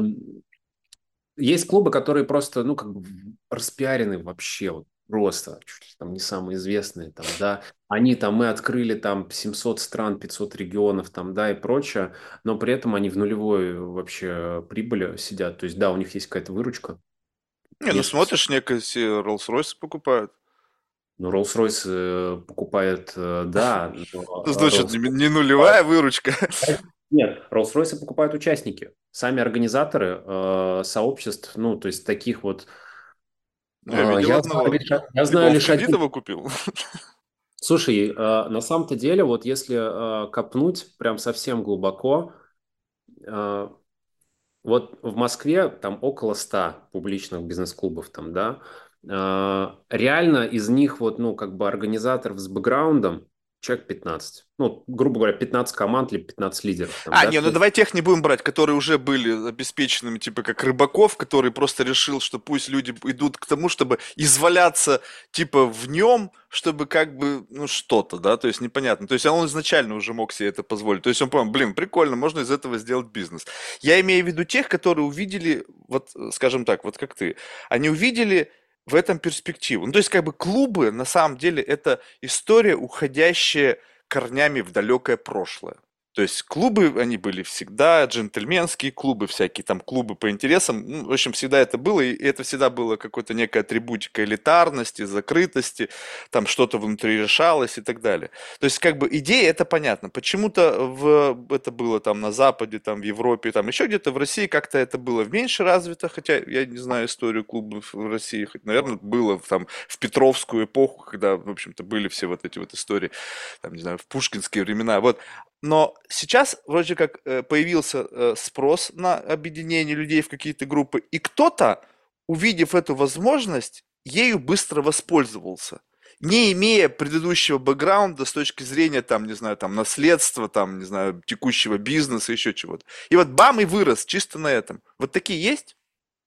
Есть клубы, которые просто, ну, как бы распиарены вообще, вот просто, чуть ли там не самые известные, там, да. Они там, мы открыли там семьсот стран, пятьсот регионов, там, да, и прочее, но при этом они в нулевой вообще прибыли сидят. То есть, да, у них есть какая-то выручка, Не, ну несколько сот. смотришь, некие все Rolls-Royce покупают. Ну, Rolls-Royce э, покупает, э, да, но Ну, значит, не, Rolls-Royce не нулевая выручка. Нет, Rolls-Royce покупают участники. Сами организаторы э, сообществ, ну, то есть таких вот. Я э, видел я знаю одного. лишь, я Либо знаю он в лишь кредит один. его купил. Слушай, э, на самом-то деле, вот если э, копнуть прям совсем глубоко, э, вот в Москве там около ста публичных бизнес-клубов там, да. А, реально из них вот, ну, как бы организаторов с бэкграундом человек пятнадцать. Ну, грубо говоря, пятнадцать команд или пятнадцать лидеров там, А, да. не, ну давай тех не будем брать, которые уже были обеспеченными, типа как Рыбаков, который просто решил, что пусть люди идут к тому, чтобы изваляться, типа, в нем, чтобы как бы, ну, что-то, да, то есть непонятно. То есть он изначально уже мог себе это позволить. То есть он понял, блин, прикольно, можно из этого сделать бизнес. Я имею в виду тех, которые увидели, вот, э, скажем так, вот как ты, они увидели в этом перспективу. Ну, то есть как бы клубы, на самом деле, это история, уходящая корнями в далекое прошлое. То есть клубы, они были всегда, джентльменские клубы, всякие там клубы по интересам. Ну, в общем, всегда это было, и это всегда было какой-то некая атрибутика элитарности, закрытости, там что-то внутри решалось и так далее. То есть, как бы идея, это понятно. Почему-то в, это было там на Западе, там в Европе, там еще где-то в России как-то это было меньше развито, хотя я не знаю историю клубов в России, хоть, наверное, было там в Петровскую эпоху, когда, в общем-то, были все вот эти вот истории, там, не знаю, в пушкинские времена. Вот. Но сейчас вроде как э, появился э, спрос на объединение людей в какие-то группы, и кто-то, увидев эту возможность, ею быстро воспользовался, не имея предыдущего бэкграунда с точки зрения, там, не знаю, там, наследства, там, не знаю, текущего бизнеса, еще чего-то. И вот бам, и вырос чисто на этом. Вот такие есть?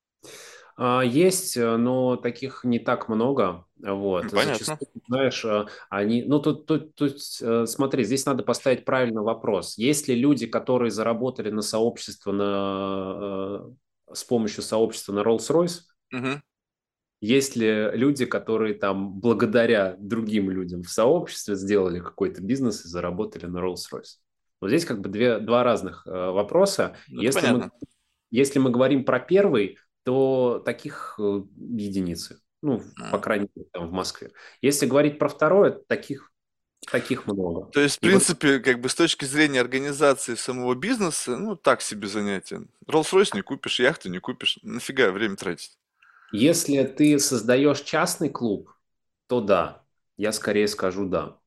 А, Есть, э, но таких не так много. М, Вот. понятно. Зачастую, знаешь, э, они... Ну, тут, тут, тут, э, смотри, здесь надо поставить правильный вопрос. Есть ли люди, которые заработали на сообщество на, э, с помощью сообщества на Rolls-Royce? Мгм. Есть ли люди, которые там благодаря другим людям в сообществе сделали какой-то бизнес и заработали на Rolls-Royce? Вот здесь как бы две, два разных э, вопроса. Ну, это Если мы понятно. если мы говорим про первый, то таких э, единицы. Ну, по М. крайней мере, там в Москве. Если говорить про второе, таких, таких много. То есть, в И вот принципе, как бы с точки зрения организации самого бизнеса, ну, так себе занятие. Rolls-Royce не купишь, яхту не купишь. Нафига время тратить? если ты создаешь частный клуб, то да, я скорее скажу да.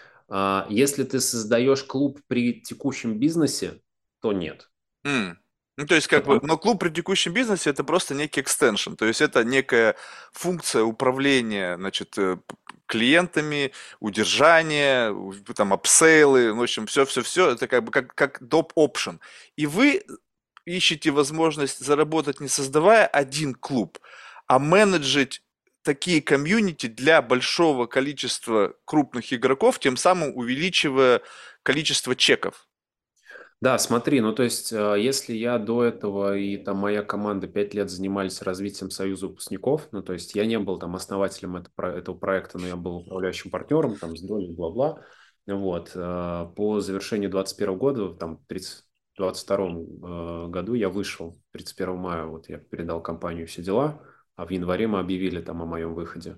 А если ты создаешь клуб при текущем бизнесе, то нет. М. Ну, то есть, как бы, Потому но клуб при текущем бизнесе это просто некий экстеншн, то есть это некая функция управления, значит, э, п- клиентами, удержания, у- там, апсейлы, в общем, все-все-все, это как бы как, как доп. Option. И вы ищете возможность заработать, не создавая один клуб, а менеджить такие комьюнити для большого количества крупных игроков, тем самым увеличивая количество чеков. Да, смотри, ну то есть, э, если я до этого и там моя команда пять лет занимались развитием союза выпускников, ну то есть я не был там основателем это- про- этого проекта, но я был управляющим партнером, там с долей, бла-бла, вот, э, по завершению двадцать первого года, там, в тридцать двадцать втором э, году я вышел, тридцать первого мая, вот я передал компанию все дела, а в январе мы объявили там о моем выходе,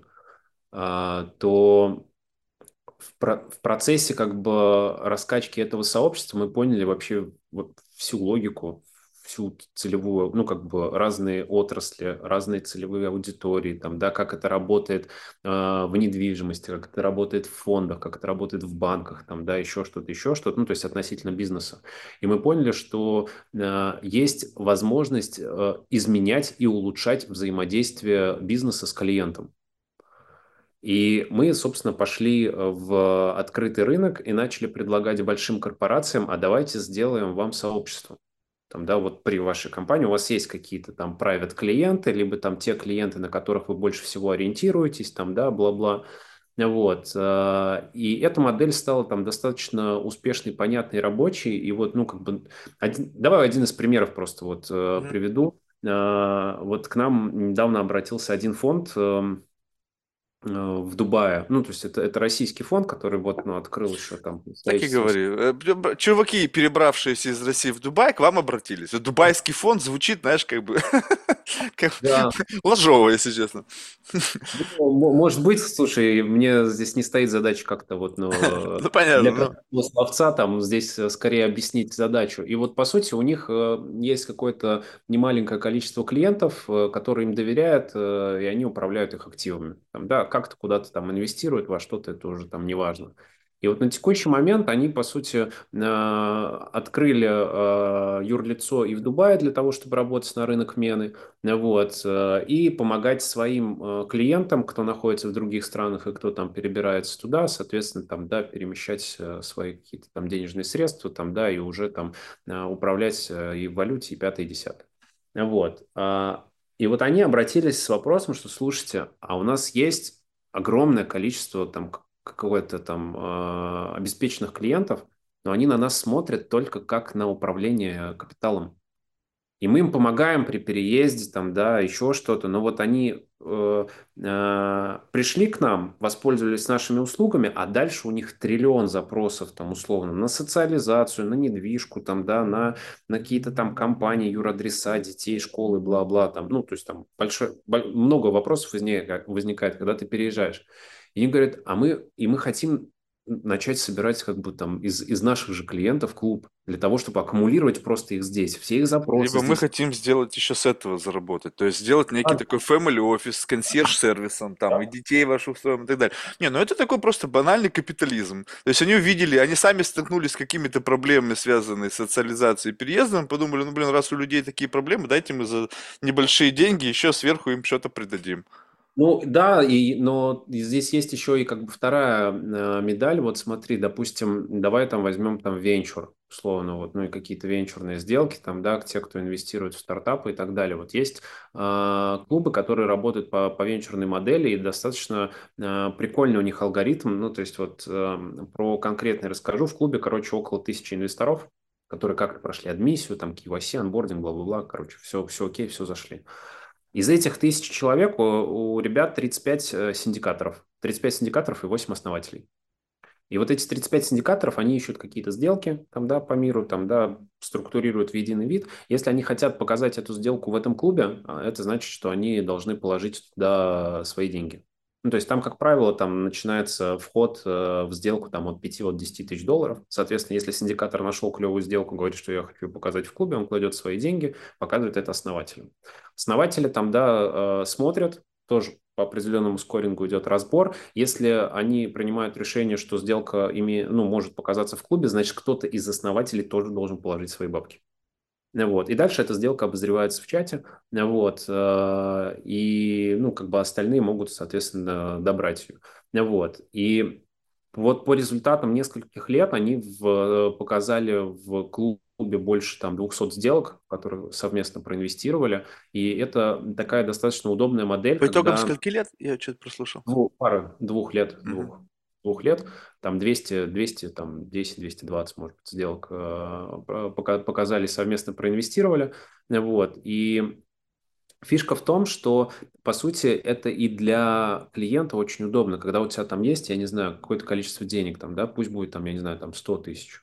А, то в, про- в процессе как бы раскачки этого сообщества мы поняли вообще вот всю логику, всю целевую, ну, как бы разные отрасли, разные целевые аудитории, там, да, как это работает э, в недвижимости, как это работает в фондах, как это работает в банках, там, да, еще что-то, еще что-то, ну, то есть относительно бизнеса. И мы поняли, что э, есть возможность э, изменять и улучшать взаимодействие бизнеса с клиентом. И мы, собственно, пошли э, в открытый рынок и начали предлагать большим корпорациям, а давайте сделаем вам сообщество. Там, да, вот при вашей компании у вас есть какие-то там private клиенты, либо там те клиенты, на которых вы больше всего ориентируетесь, там, да, бла-бла. Вот. э, И эта модель стала там достаточно успешной, понятной, рабочей. И вот, ну, как бы, один- давай один из примеров просто вот э, Мгм. приведу. Э, Вот к нам недавно обратился один фонд, эм, э, в Дубае. Ну, то есть это, это российский фонд, который вот, ну, открыл еще там Так и представительство. говори. Э, б- б- Чуваки, перебравшиеся из России в Дубай, к вам обратились. Вот Дубайский фонд звучит, знаешь, как бы как Да, ложово, если честно. ну, м- может быть, слушай, мне здесь не стоит задача как-то вот, ну, Ну, понятно, для ну. простого словца там здесь э, скорее объяснить задачу. И вот, по сути, у них э, есть какое-то немаленькое количество клиентов, э, которые им доверяют, э, и они управляют их активами. Там, да, как-то куда-то там инвестируют во что-то, это уже там неважно. И вот на текущий момент они, по сути, э, открыли э, юрлицо и в Дубае для того, чтобы работать на рынок Мены, вот, э, и помогать своим э, клиентам, кто находится в других странах и кто там перебирается туда, соответственно, там, да, перемещать э, свои какие-то там денежные средства, там, да, и уже там э, управлять э, и в валюте, и пятое, и десятое. Вот. А, И вот они обратились с вопросом, что, слушайте, а у нас есть огромное количество там к- какого-то там э, обеспеченных клиентов, но они на нас смотрят только как на управление капиталом. И мы им помогаем при переезде, там, да, еще что-то. Но вот они э, э, пришли к нам, воспользовались нашими услугами, а дальше у них триллион запросов, там, условно, на социализацию, на недвижку, там, да, на, на какие-то там компании, юрадреса, детей, школы, бла-бла, там, ну, то есть там большое, бо- много вопросов возникает, возникает, когда ты переезжаешь. И они говорят, а мы, и мы хотим начать собирать как бы там из, из наших же клиентов клуб для того, чтобы аккумулировать просто их здесь, все их запросы Либо мы здесь. хотим сделать еще с этого заработать. То есть сделать некий такой family офис с консьерж-сервисом, там, и детей ваших устроим и так далее. Не, ну это такой просто банальный капитализм. То есть они увидели, они сами столкнулись с какими-то проблемами, связанными с социализацией и переездом, подумали, ну, блин, раз у людей такие проблемы, дайте мы за небольшие деньги еще сверху им что-то придадим. Ну да, и, но и здесь есть еще и как бы вторая э, медаль. Вот смотри, допустим, давай там возьмем там венчур, условно, вот, ну и какие-то венчурные сделки, там, да, те, кто инвестирует в стартапы и так далее. Вот есть э, клубы, которые работают по, по венчурной модели, и достаточно э, прикольный у них алгоритм. Ну, то есть вот э, про конкретный расскажу. В клубе, короче, около тысячи инвесторов, которые как-то прошли адмиссию, там, кей вай си, анбординг, бла-бла-бла, короче, все, все окей, все зашли. Из этих тысяч человек у, у ребят тридцать пять э, синдикаторов. тридцать пять синдикаторов и восемь основателей. И вот эти тридцать пять синдикаторов, они ищут какие-то сделки там, да, по миру, там, да, структурируют в единый вид. Если они хотят показать эту сделку в этом клубе, а, это значит, что они должны положить туда свои деньги. Ну, то есть там, как правило, там начинается вход э, в сделку там, от пяти от десяти тысяч долларов. Соответственно, если синдикатор нашел клевую сделку, говорит, что я хочу показать в клубе, он кладет свои деньги, показывает это основателям. Основатели там, да, э, смотрят, тоже по определенному скорингу идет разбор. Если они принимают решение, что сделка ими, ну, может показаться в клубе, значит, кто-то из основателей тоже должен положить свои бабки. Вот. И дальше эта сделка обозревается в чате, вот, э, и, ну, как бы остальные могут, соответственно, добрать ее. Вот. И вот по результатам нескольких лет они в, показали в клубе больше там двухсот сделок, в которые совместно проинвестировали, и это такая достаточно удобная модель, По итогам когда скольки лет? Я что-то прослушал. двух, пара двух лет, Мгм. двух, двух лет, там двести, двести, там десять, двести двадцать, может быть, сделок э, пока- показали, совместно проинвестировали, вот, и фишка в том, что, по сути, это и для клиента очень удобно, когда у тебя там есть, я не знаю, какое-то количество денег, там, да, пусть будет, там, я не знаю, там, сто тысяч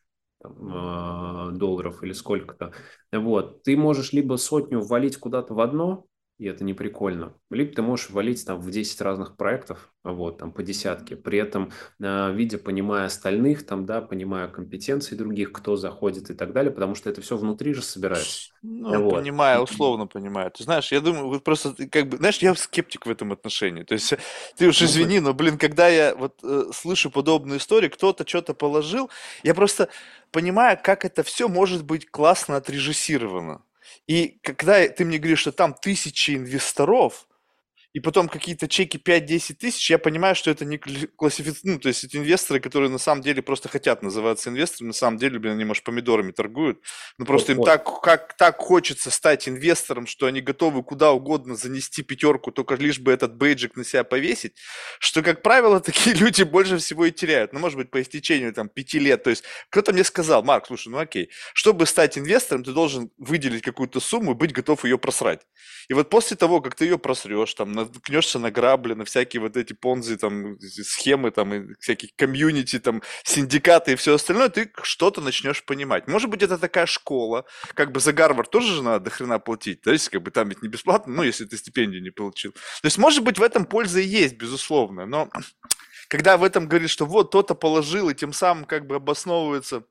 там, э, долларов или сколько-то, вот, ты можешь либо сотню ввалить куда-то в одно, и это не прикольно, либо ты можешь ввалить там в десять разных проектов, вот, там, по десятке, при этом, э, видя, понимая остальных, там, да, понимая компетенции других, кто заходит и так далее, потому что это все внутри же собирается. Ну, Вот. понимаю, условно понимаю. Ты знаешь, я думаю, вот просто ты как бы, знаешь, я скептик в этом отношении. То есть, э, ты уж Ну, извини, но, блин, когда я вот э, слышу подобные истории, кто-то что-то положил, я просто понимаю, как это все может быть классно отрежиссировано. И когда ты мне говоришь, что там тысячи инвесторов, и потом какие-то чеки пять-десять тысяч, я понимаю, что это не классифицировано, ну, то есть это инвесторы, которые на самом деле просто хотят называться инвесторами, на самом деле, блин, они, может, помидорами торгуют, но просто вот, им вот. так, как, так хочется стать инвестором, что они готовы куда угодно занести пятерку, только лишь бы этот бейджик на себя повесить, что, как правило, такие люди больше всего и теряют. Ну, может быть, по истечению там пяти лет. То есть кто-то мне сказал: Марк, слушай, ну окей, чтобы стать инвестором, ты должен выделить какую-то сумму и быть готов ее просрать. И вот после того, как ты ее просрешь, там, наткнешься на грабли, на всякие вот эти понзи, там, схемы, там, и всякие комьюнити, там, синдикаты и все остальное, ты что-то начнешь понимать. Может быть, это такая школа, как бы за Гарвард тоже же надо до хрена платить, то есть, как бы там ведь не бесплатно, ну, если ты стипендию не получил. То есть, может быть, в этом польза и есть, безусловно, но когда в этом говорит, что вот кто-то положил, и тем самым как бы обосновывается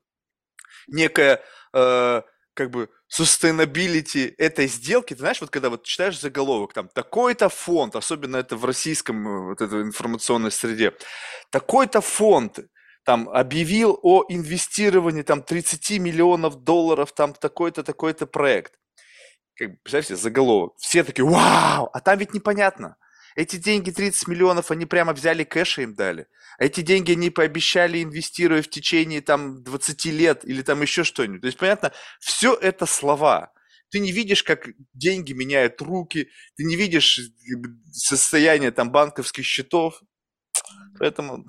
некая э, как бы sustainability этой сделки, ты знаешь, вот когда вот читаешь заголовок, там, такой-то фонд, особенно это в российском э, вот этой информационной среде, такой-то фонд там объявил о инвестировании там тридцать миллионов долларов там в такой-то, такой-то проект. Как бы, представьте, заголовок. Все такие, вау, а там ведь непонятно. Эти деньги, тридцать миллионов, они прямо взяли кэша им дали. А эти деньги они пообещали, инвестируя в течение там двадцати лет или там еще что-нибудь. То есть, понятно, все это слова. Ты не видишь, как деньги меняют руки, ты не видишь состояние там банковских счетов. Поэтому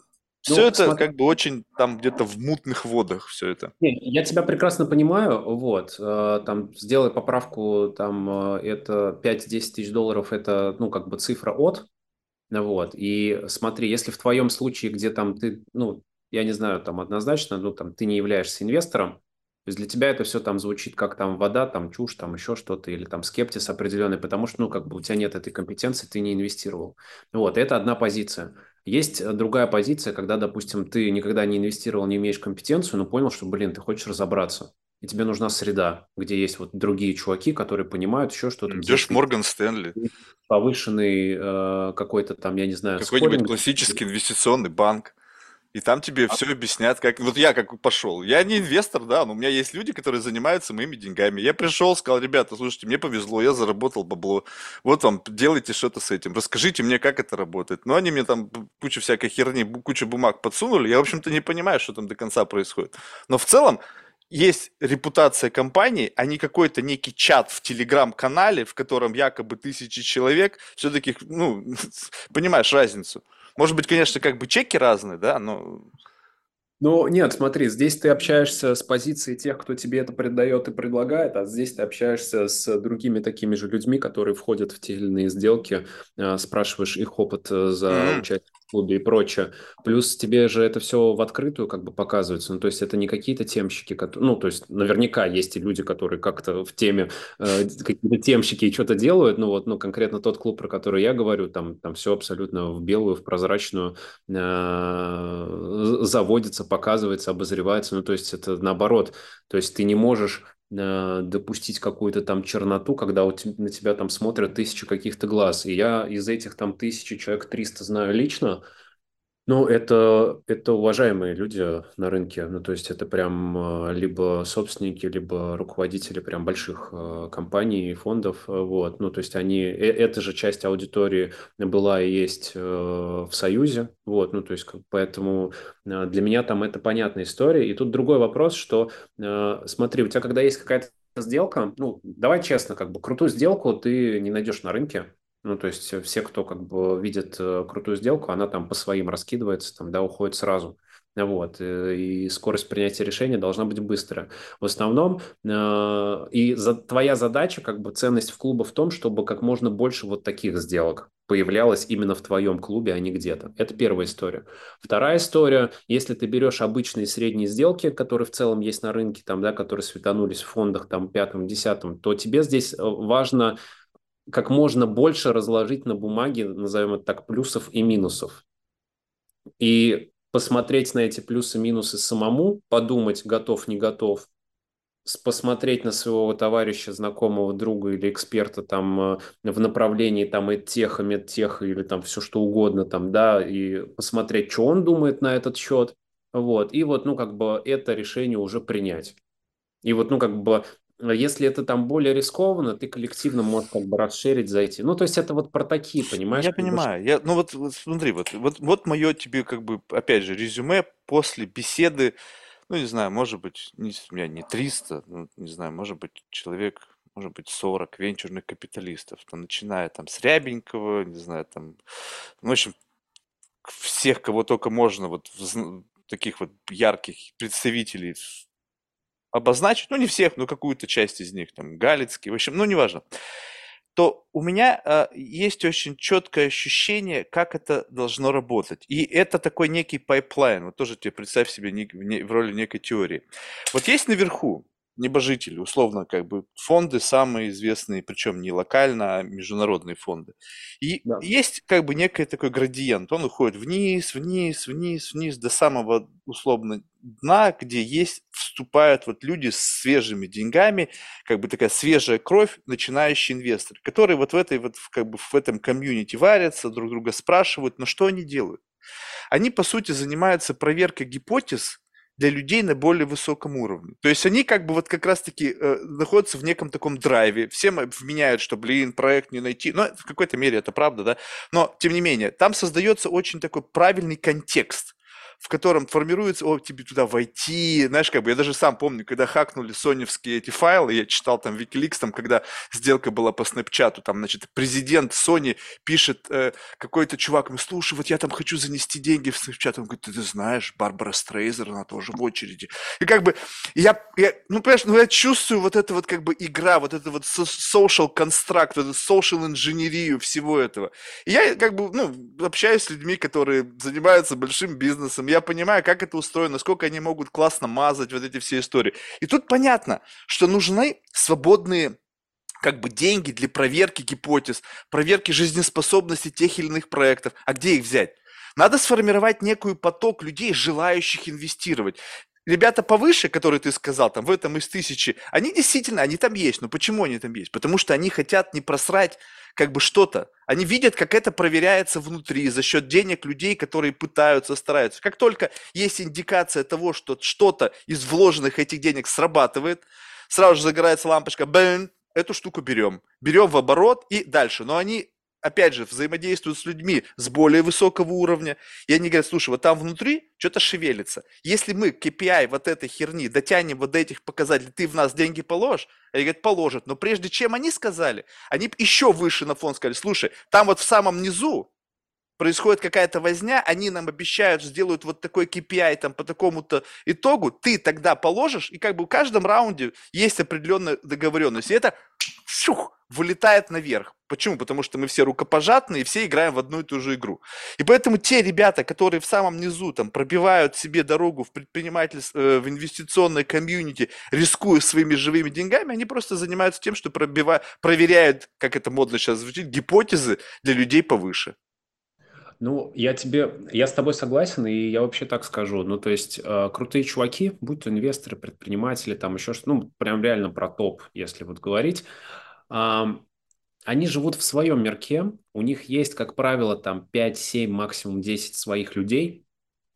все Ну, это смотри, как бы очень там где-то в мутных водах все это. не, я тебя прекрасно понимаю, вот, э, там, сделай поправку, там, э, это пять-десять тысяч долларов, это, ну, как бы цифра от, вот, и смотри, если в твоем случае, где там ты, ну, я не знаю, там, однозначно, ну, там, ты не являешься инвестором, то есть для тебя это все там звучит как там вода, там, чушь, там, еще что-то, или там скептиз определенный, потому что, ну, как бы у тебя нет этой компетенции, ты не инвестировал. Вот, это одна позиция. Есть э, другая позиция, когда, допустим, ты никогда не инвестировал, не имеешь компетенцию, но понял, что, блин, ты хочешь разобраться. И тебе нужна среда, где есть вот другие чуваки, которые понимают еще что-то, где Идешь в ты Морган Стэнли, повышенный э, какой-то там, я не знаю, какой-нибудь скоринг. классический инвестиционный банк, и там тебе все объяснят, как... Вот я как пошел. Я не инвестор, да, но у меня есть люди, которые занимаются моими деньгами. Я пришел, сказал, ребята, слушайте, мне повезло, я заработал бабло. Вот вам, делайте что-то с этим. Расскажите мне, как это работает. Но они мне там кучу всякой херни, бу- кучу бумаг подсунули. Я, в общем-то, не понимаю, что там до конца происходит. Но в целом, есть репутация компании, а не какой-то некий чат в телеграм-канале, в котором якобы тысячи человек, все-таки, ну, понимаешь разницу. Может быть, конечно, как бы чеки разные, да, но... Ну, нет, смотри, здесь ты общаешься с позиции тех, кто тебе это предает и предлагает, а здесь ты общаешься с другими такими же людьми, которые входят в те или иные сделки, э, спрашиваешь их опыт э, за М, участие в клубе и прочее. Плюс тебе же это все в открытую как бы показывается, ну, то есть это не какие-то темщики, кото- ну, то есть наверняка есть и люди, которые как-то в теме, э, какие-то темщики и что-то делают, ну, вот, ну, конкретно тот клуб, про который я говорю, там, там все абсолютно в белую, в прозрачную, э, заводится, показывается, обозревается. Ну, то есть это наоборот. То есть ты не можешь э, допустить какую-то там черноту, когда у те- на тебя там смотрят тысячи каких-то глаз. И я из этих там тысячи человек триста знаю лично, ну, это, это уважаемые люди на рынке. Ну, то есть это прям э, либо собственники, либо руководители прям больших э, компаний и фондов. э, Вот. Ну, то есть они, э- эта же часть аудитории была и есть э, в Союзе. Вот. Ну, то есть как- поэтому э, для меня там это понятная история. И тут другой вопрос, что э, смотри, у тебя когда есть какая-то сделка, ну, давай честно, как бы крутую сделку ты не найдешь на рынке. Ну, то есть э, все, кто как бы видит э, крутую сделку, она там по своим раскидывается, там, да, уходит сразу. Вот. э, И скорость принятия решения должна быть быстрая. В основном, э, и за, твоя задача, как бы ценность в клубе в том, чтобы как можно больше вот таких сделок появлялось именно в твоем клубе, а не где-то. Это первая история. Вторая история, если ты берешь обычные средние сделки, которые в целом есть на рынке, там, да, которые светанулись в фондах там пятом, десятом, то тебе здесь э, важно как можно больше разложить на бумаге, назовем это так, плюсов и минусов. И посмотреть на эти плюсы-минусы самому, подумать, готов, не готов, с- посмотреть на своего товарища, знакомого, друга или эксперта там э, в направлении там и теха, медтеха или там все что угодно там, да, и посмотреть, что он думает на этот счет, вот, и вот, ну, как бы это решение уже принять. И вот, ну, как бы, э, если это там более рискованно, ты коллективно можешь как бы расширить, зайти. Ну, то есть это вот про такие, понимаешь, Я как бы... ш- понимаю. Я, ну вот, вот смотри, вот, вот, вот мое тебе как бы, опять же, резюме после беседы, ну не знаю, может быть, не, с- у меня не триста, ну, не знаю, может быть, человек, может быть, сорок венчурных капиталистов, там, начиная там с Рябенького, не знаю, там, ну, в общем, всех, кого только можно, вот вз- таких вот ярких представителей с- обозначить, ну не всех, но какую-то часть из них, там, Галицкий, в общем, ну неважно, то у меня а, есть очень четкое ощущение, как это должно работать. И это такой некий пайплайн. Вот тоже тебе представь себе нек- в не- в роли некой теории. Вот есть наверху небожители, условно, как бы фонды самые известные, причем не локально, а международные фонды. И Да. есть как бы некий такой градиент. Он уходит вниз, вниз, вниз, вниз до самого условно дна, где есть, вступают вот люди с свежими деньгами, как бы такая свежая кровь, начинающий инвестор, которые вот в этой вот в- как бы в этом комьюнити варятся, друг друга спрашивают, но что они делают? Они, по сути, занимаются проверкой гипотез для людей на более высоком уровне. То есть они как бы вот как раз-таки э, находятся в неком таком драйве. Всем вменяют, что, блин, проект не найти. Но в какой-то мере это правда, да. Но, тем не менее, там создается очень такой правильный контекст, в котором формируется, о, тебе туда войти, знаешь, как бы, я даже сам помню, когда хакнули соневские эти файлы, я читал там Wikileaks, там, когда сделка была по Снэпчату, там, значит, президент Sony пишет, э, какой-то чувак, ему, слушай, вот я там хочу занести деньги в Снэпчат, он говорит, ты, ты знаешь, Барбара Стрейзер, она тоже в очереди. И как бы, я, я, ну, понимаешь, ну, я чувствую вот это вот как бы игра, вот это вот social construct, вот эту social инженерию всего этого. И я как бы, ну, общаюсь с людьми, которые занимаются большим бизнесом, я понимаю, как это устроено, насколько они могут классно мазать вот эти все истории. И тут понятно, что нужны свободные как бы деньги для проверки гипотез, проверки жизнеспособности тех или иных проектов. А где их взять? Надо сформировать некую поток людей, желающих инвестировать. Ребята повыше, которые ты сказал, там в этом из тысячи, они действительно, они там есть. Но почему они там есть? Потому что они хотят не просрать как бы что-то. Они видят, как это проверяется внутри за счет денег людей, которые пытаются, стараются. Как только есть индикация того, что что-то из вложенных этих денег срабатывает, сразу же загорается лампочка, бэн, эту штуку берем. Берем в оборот и дальше. Но они, опять же, взаимодействуют с людьми с более высокого уровня. И они говорят, слушай, вот там внутри что-то шевелится. Если мы кей пи ай вот этой херни дотянем вот до этих показателей, ты в нас деньги положишь? Они говорят, положат. Но прежде чем они сказали, они еще выше на фон сказали, слушай, там вот в самом низу происходит какая-то возня, они нам обещают, сделают вот такой кей пи ай там по такому-то итогу, ты тогда положишь, и как бы в каждом раунде есть определенная договоренность. И это шух, вылетает наверх. Почему? Потому что мы все рукопожатные, и все играем в одну и ту же игру. И поэтому те ребята, которые в самом низу там пробивают себе дорогу в предпринимательство, в инвестиционной комьюнити, рискуя своими живыми деньгами, они просто занимаются тем, что пробивают, проверяют, как это модно сейчас звучит, гипотезы для людей повыше. Ну, я тебе, я с тобой согласен, и я вообще так скажу. Ну, то есть, э, крутые чуваки, будь то инвесторы, предприниматели, там еще что, ну, прям реально про топ, если вот говорить, ам, они живут в своем мирке, у них есть, как правило, там пять, семь, максимум десять своих людей,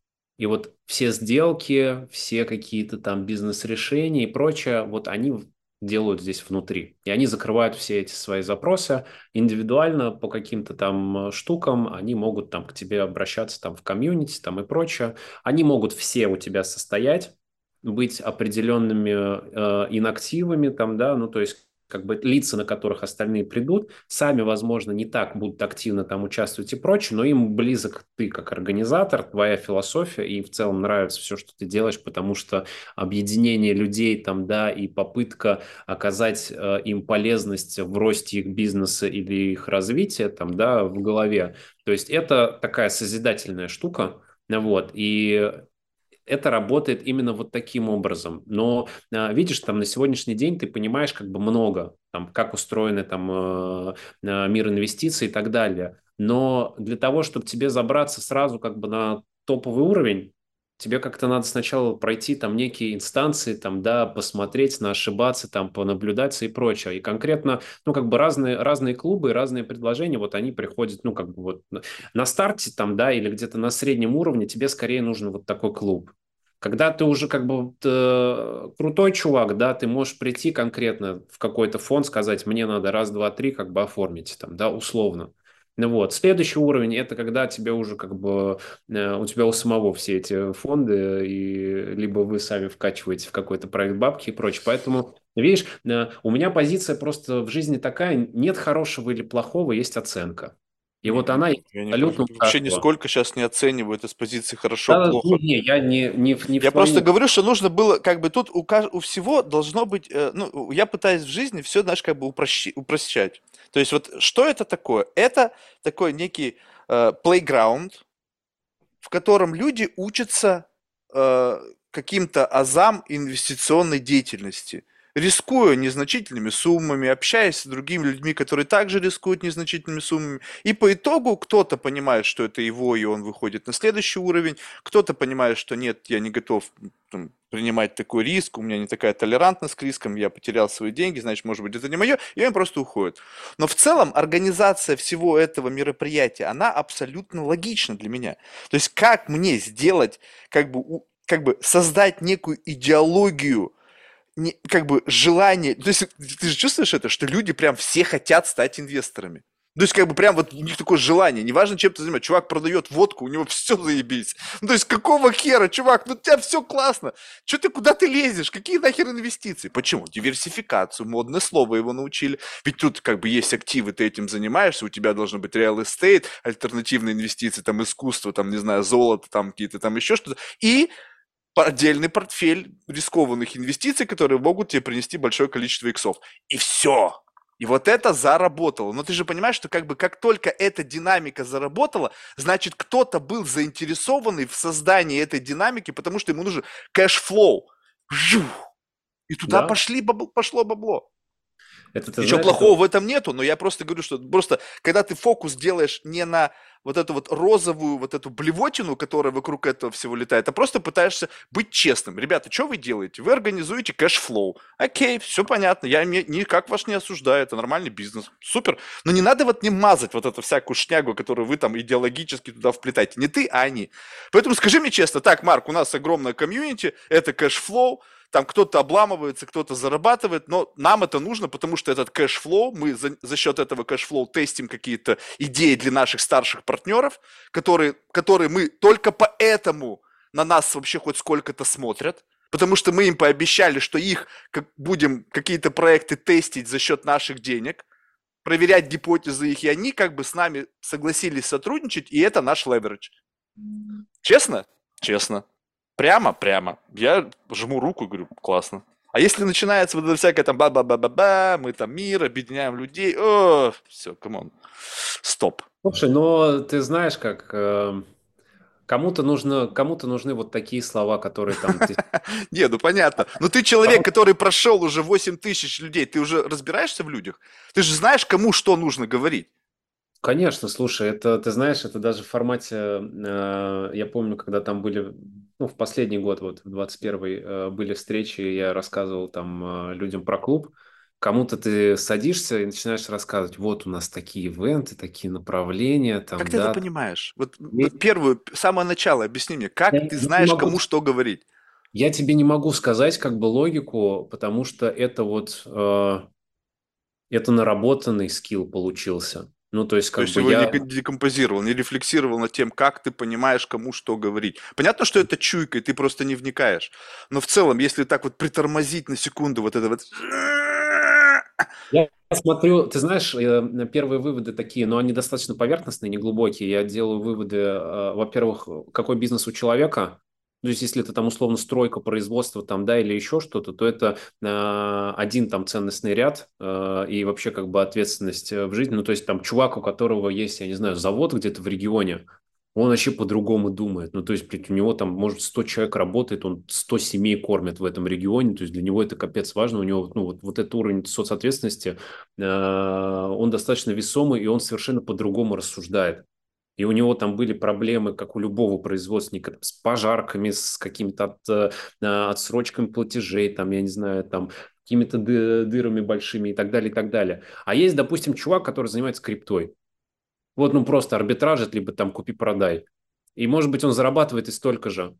и вот все сделки, все какие-то там бизнес-решения и прочее, вот они делают здесь внутри. И они закрывают все эти свои запросы индивидуально по каким-то там э, штукам. Они могут там к тебе обращаться там в комьюнити там и прочее. Они могут все у тебя состоять, быть определенными э, инактивами там, да, ну то есть как бы лица, на которых остальные придут, сами, возможно, не так будут активно там участвовать и прочее, но им близок ты как организатор, твоя философия, и в целом нравится все, что ты делаешь, потому что объединение людей там, да, и попытка оказать э, им полезность в росте их бизнеса или их развития там, да, в голове. То есть это такая созидательная штука, вот, и это работает именно вот таким образом. Но а, видишь, там на сегодняшний день ты понимаешь как бы много, там, как устроены там э, э, мир инвестиций и так далее. Но для того, чтобы тебе забраться сразу как бы на топовый уровень, тебе как-то надо сначала пройти там некие инстанции, там, да, посмотреть, на ошибаться, там, понаблюдаться и прочее. И конкретно, ну, как бы разные, разные клубы, разные предложения, вот они приходят, ну, как бы вот на, на старте там, да, или где-то на среднем уровне тебе скорее нужен вот такой клуб. Когда ты уже как бы вот, э, крутой чувак, да, ты можешь прийти конкретно в какой-то фонд, сказать, мне надо раз, два, три, как бы оформить там, да, условно. Ну вот. Следующий уровень – это когда тебе уже как бы э, у тебя у самого все эти фонды, и либо вы сами вкачиваете в какой-то проект бабки и прочее. Поэтому, видишь, э, у меня позиция просто в жизни такая, нет хорошего или плохого, есть оценка. И вот Мгм. она Я не, абсолютно у вообще каждого. нисколько сейчас не оцениваю это с позиции Да, хорошо-плохо. не, не, я не, не, в- не в Я просто твоем. говорю, что нужно было, как бы тут у, каж- у всего должно быть, э, ну, я пытаюсь в жизни все, знаешь, как бы упрощи- упрощать. То есть вот что это такое? Это такой некий э, playground, в котором люди учатся э, каким-то азам инвестиционной деятельности, рискуя незначительными суммами, общаясь с другими людьми, которые также рискуют незначительными суммами. И по итогу кто-то понимает, что это его, и он выходит на следующий уровень, кто-то понимает, что нет, я не готов там, принимать такой риск, у меня не такая толерантность к рискам, я потерял свои деньги, значит, может быть, это не мое, и он просто уходит. Но в целом организация всего этого мероприятия, она абсолютно логична для меня. То есть как мне сделать, как бы, как бы создать некую идеологию, не, как бы желание, то есть ты же чувствуешь это, что люди прям все хотят стать инвесторами. То есть, как бы прям вот у них такое желание, неважно, чем ты занимаешься. Чувак продает водку, у него все заебись. Ну, то есть, какого хера, чувак, ну у тебя все классно. Че ты, куда ты лезешь? Какие нахер инвестиции? Почему? Диверсификацию, модное слово его научили. Ведь тут как бы есть активы, ты этим занимаешься, у тебя должно быть real estate, альтернативные инвестиции, там искусство, там, не знаю, золото, там какие-то там еще что-то. И отдельный портфель рискованных инвестиций, которые могут тебе принести большое количество иксов. И все. И вот это заработало. Но ты же понимаешь, что как бы как только эта динамика заработала, значит кто-то был заинтересованный в создании этой динамики, потому что ему нужен кэшфлоу. И туда Да, пошли, бабл- пошло бабло. это ты Ничего знаешь, это плохого в этом нету, но я просто говорю, что просто когда ты фокус делаешь не на вот эту вот розовую, вот эту блевотину, которая вокруг этого всего летает, а просто пытаешься быть честным. Ребята, что вы делаете? Вы организуете кэшфлоу. Окей, все понятно, я не- никак вас не осуждаю, это нормальный бизнес. Супер. Но не надо вот не мазать вот эту всякую шнягу, которую вы там идеологически туда вплетаете. Не ты, а они. Поэтому скажи мне честно, так, Марк, у нас огромная комьюнити, это кэшфлоу, там кто-то обламывается, кто-то зарабатывает, но нам это нужно, потому что этот кэшфлоу, мы за, за счет этого кэшфлоу тестим какие-то идеи для наших старших партнеров, которые, которые мы только поэтому на нас вообще хоть сколько-то смотрят, потому что мы им пообещали, что их как, будем какие-то проекты тестить за счет наших денег, проверять гипотезы их, и они как бы с нами согласились сотрудничать, и это наш леверидж. Честно? Честно. Прямо? Прямо. Я жму руку и говорю, классно. А если начинается вот это всякое там ба-ба-ба-ба-ба, мы там мир, объединяем людей, о, все, камон, стоп. Слушай, но ты знаешь, как э, кому-то нужно, кому-то нужны вот такие слова, которые там ты... Не, ну понятно. Но ты человек, который прошел уже восемь тысяч людей, ты уже разбираешься в людях? Ты же знаешь, кому что нужно говорить. Конечно, слушай, это, ты знаешь, это даже в формате, э, я помню, когда там были, ну, в последний год, вот, в двадцать первый, э, были встречи, я рассказывал там э, людям про клуб, кому-то ты садишься и начинаешь рассказывать, вот у нас такие ивенты, такие направления, Как там, ты это да. понимаешь? Вот, И вот первую, самое начало объясни мне, Я как ты не знаешь, могу, кому что говорить? я тебе не могу сказать как бы логику, потому что это вот, э, это наработанный скилл получился. Ну, то есть, То как есть бы его не я, г- декомпозировал, не рефлексировал над тем, как ты понимаешь, кому что говорить. Понятно, что это чуйка, и ты просто не вникаешь. Но в целом, если так вот притормозить на секунду, вот это вот... Я смотрю, ты знаешь, э, первые выводы такие, но они достаточно поверхностные, неглубокие. Я делаю выводы, э, во-первых, какой бизнес у человека. То есть, если это там условно стройка, производство там, да, или еще что-то, то это э, один там ценностный ряд э, и вообще как бы ответственность э, в жизни. Ну, то есть там чувак, у которого есть, я не знаю, завод где-то в регионе, он вообще по-другому думает. Ну, то есть, блядь, у него там, может, сто человек работает, он сто семей кормит в этом регионе, то есть для него это капец важно, у него, ну, вот, вот этот уровень соцответственности, э, он достаточно весомый, и он совершенно по-другому рассуждает. И у него там были проблемы, как у любого производственника, там, с пожарками, с какими-то от, э, отсрочками платежей, там, я не знаю, там, какими-то ды- дырами большими и так далее, и так далее. А есть, допустим, чувак, который занимается криптой. Вот, ну, просто арбитражит, либо там купи-продай. И, может быть, он зарабатывает и столько же,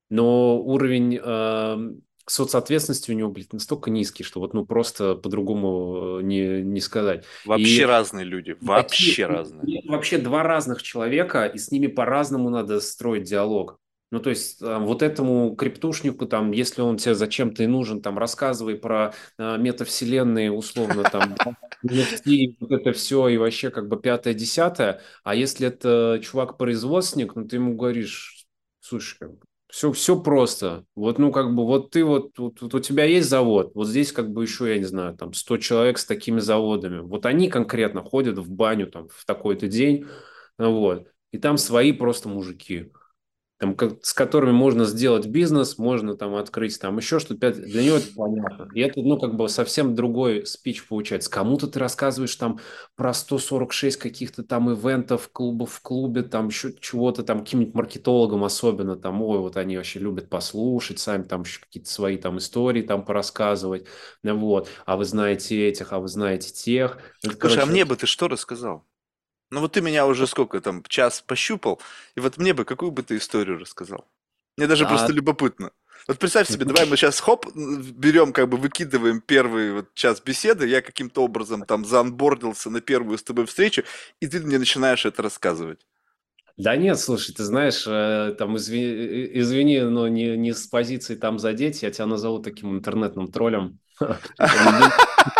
но уровень э, соцответственности у него, блядь, настолько низкий, что вот, ну, просто по-другому э, не, не сказать. Вообще И разные люди, такие, вообще разные. это вообще два разных человека, и с ними по-разному надо строить диалог. Ну, то есть, э, вот этому криптушнику, там, если он тебе зачем-то и нужен, там, рассказывай про э, метавселенные, условно, там, да, эн эф ти, вот это все, и вообще, как бы, пятое-десятое. А если это чувак-производственник, ну, ты ему говоришь, слушай, как бы, все, все просто. Вот, ну, как бы, вот ты вот, вот, вот у тебя есть завод, вот здесь, как бы, еще, я не знаю, там, сто человек с такими заводами. Вот они конкретно ходят в баню, там, в такой-то день, вот, и там свои просто мужики там, как- с которыми можно сделать бизнес, можно там открыть там еще что-то. Для него это понятно. И это, ну, как бы совсем другой спич получается. Кому-то ты рассказываешь там про сто сорок шесть каких-то там ивентов, клубов в клубе, там еще чего-то там, каким-нибудь маркетологам особенно, там, ой, вот они вообще любят послушать, сами там еще какие-то свои там истории там порассказывать, ну, вот. А вы знаете этих, а вы знаете тех. Это, Слушай, а короче, мне бы ты что рассказал? Ну вот ты меня уже сколько там, час пощупал, и вот мне бы какую бы ты историю рассказал? Мне даже А, просто любопытно. Вот представь себе, давай мы сейчас хоп, берем, как бы выкидываем первый вот час беседы, я каким-то образом там заанбордился на первую с тобой встречу, и ты мне начинаешь это рассказывать. да нет, слушай, ты знаешь, э, там, извини, э, извини, но не, не с позиции там задеть, я тебя назову таким интернетным троллем. Не-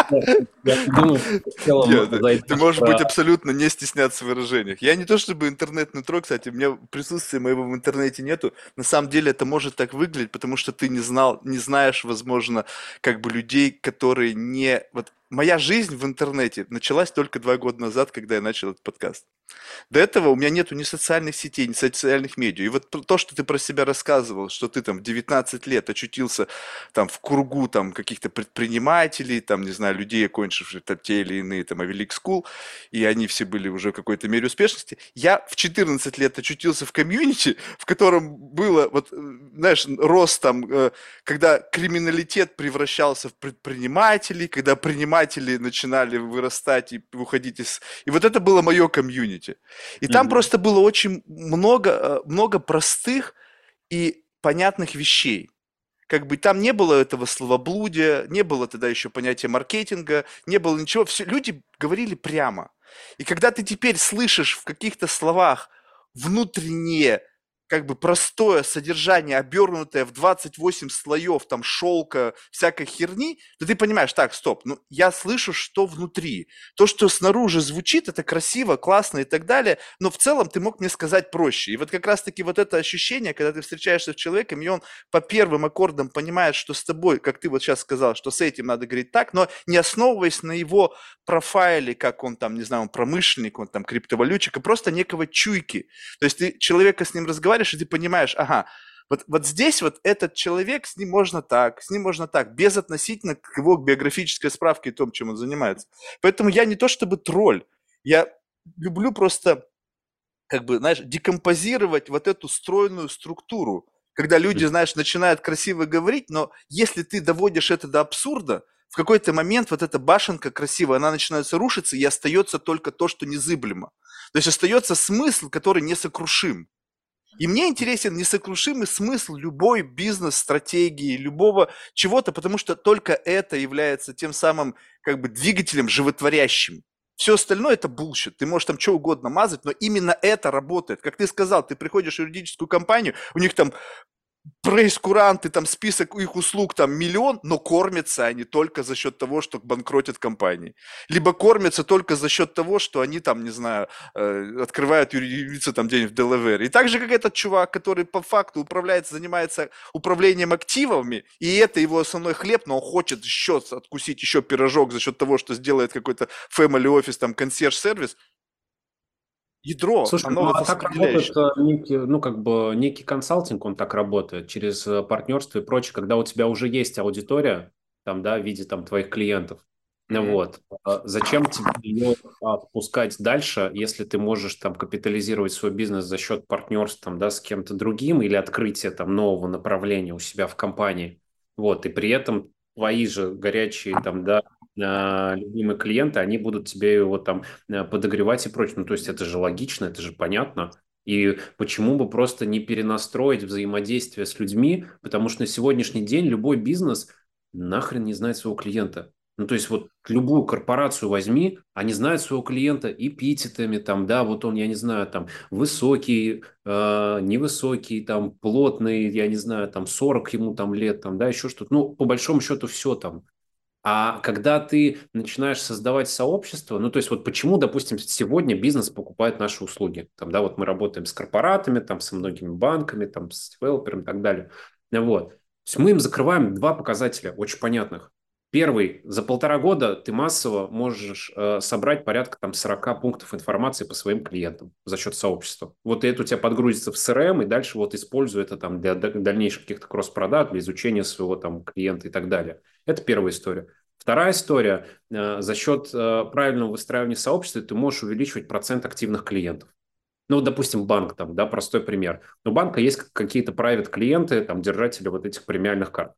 Я не думаю, что ты в целом Нет, ты ты зайдешь можешь быть про... абсолютно не стесняться в выражениях. Я не то чтобы интернетный тролль, кстати, у меня присутствия моего в интернете нету. На самом деле это может так выглядеть, потому что ты не знал, не знаешь, возможно, как бы людей, которые не... Вот моя жизнь в интернете началась только два года назад, когда я начал этот подкаст. До этого у меня нету ни социальных сетей, ни социальных медиа. И вот то, что ты про себя рассказывал, что ты там в девятнадцать лет очутился там в кругу там каких-то предпринимателей, там, не знаю, людей, окончивших там те или иные там Ivy League School, и они все были уже в какой-то мере успешности. Я в четырнадцать лет очутился в комьюнити, в котором было, вот, э, знаешь, рост там, э, когда криминалитет превращался в предпринимателей, когда предприниматели начинали вырастать и уходить из... И вот это было мое комьюнити. И там Мгм. просто было очень много, э, много простых и понятных вещей. Как бы там не было этого словоблудия, не было тогда еще понятия маркетинга, не было ничего. Все, люди говорили прямо. И когда ты теперь слышишь в каких-то словах внутреннее, как бы простое содержание, обернутое в двадцать восемь слоев там шелка, всякой херни, то ты понимаешь, так, стоп, ну я слышу, что внутри. То, что снаружи звучит, это красиво, классно и так далее, но в целом ты мог мне сказать проще. И вот как раз-таки вот это ощущение, когда ты встречаешься с человеком, и он по первым аккордам понимает, что с тобой, как ты вот сейчас сказал, что с этим надо говорить так, но не основываясь на его профайле, как он там, не знаю, он промышленник, он там криптовалютчик, а просто некого чуйки. То есть ты человека с ним разговариваешь, и ты понимаешь, ага, вот, вот здесь вот этот человек, с ним можно так, с ним можно так, без относительно к его биографической справке и том, чем он занимается. Поэтому я не то чтобы тролль, я люблю просто, как бы, знаешь, декомпозировать вот эту стройную структуру, когда люди, Мгм. знаешь, начинают красиво говорить, но если ты доводишь это до абсурда, в какой-то момент вот эта башенка красивая, она начинает рушиться, и остается только то, что незыблемо. То есть остается смысл, который несокрушим. И мне интересен несокрушимый смысл любой бизнес-стратегии, любого чего-то, потому что только это является тем самым как бы двигателем животворящим. Все остальное это булщит. Ты можешь там что угодно мазать, но именно это работает. Как ты сказал, ты приходишь в юридическую компанию, у них там прейскуранты, там список их услуг там миллион, но кормятся они только за счет того, что банкротят компании. Либо кормятся только за счет того, что они там, не знаю, э, открывают юридицу там день в Делавере. И так же, как этот чувак, который по факту управляется, занимается управлением активами, и это его основной хлеб, но он хочет еще откусить еще пирожок за счет того, что сделает какой-то family office, там, консьерж-сервис, ядро, Слушай, оно ну вот а так работает распределяющее. э, некий, ну как бы некий консалтинг, он так работает через э, партнерство и прочее, когда у тебя уже есть аудитория, там, да, в виде там твоих клиентов. Ну Мгм. вот. А зачем тебе ее отпускать дальше, если ты можешь там капитализировать свой бизнес за счет партнерств там, да, с кем-то другим или открытия там нового направления у себя в компании. Вот, и при этом твои же горячие там, да, а, любимые клиенты, они будут тебе его там э, подогревать и прочее. Ну, то есть это же логично, это же понятно. И почему бы просто не перенастроить взаимодействие с людьми, потому что на сегодняшний день любой бизнес нахрен не знает своего клиента. Ну, то есть вот любую корпорацию возьми, они знают своего клиента эпитетами, там, да, вот он, я не знаю, там, высокий, э, невысокий, там, плотный, я не знаю, там, сорок ему там лет, там, да, еще что-то. Ну, по большому счету все там. А когда ты начинаешь создавать сообщество, ну, то есть вот почему, допустим, сегодня бизнес покупает наши услуги. Там, да, вот мы работаем с корпоратами, там, со многими банками, там, с девелоперами и так далее. Вот. То есть мы им закрываем два показателя очень понятных. Первый, за полтора года ты массово можешь э, собрать порядка там сорок пунктов информации по своим клиентам за счет сообщества. Вот и это у тебя подгрузится в C R M, и дальше вот используй это там для дальнейших каких-то кросс-продаж, для изучения своего там клиента и так далее. Это первая история. Вторая история. э, За счет э, правильного выстраивания сообщества ты можешь увеличивать процент активных клиентов. Ну, вот, допустим, банк, там, да, простой пример. У банка есть какие-то private клиенты, там, держатели вот этих премиальных карт.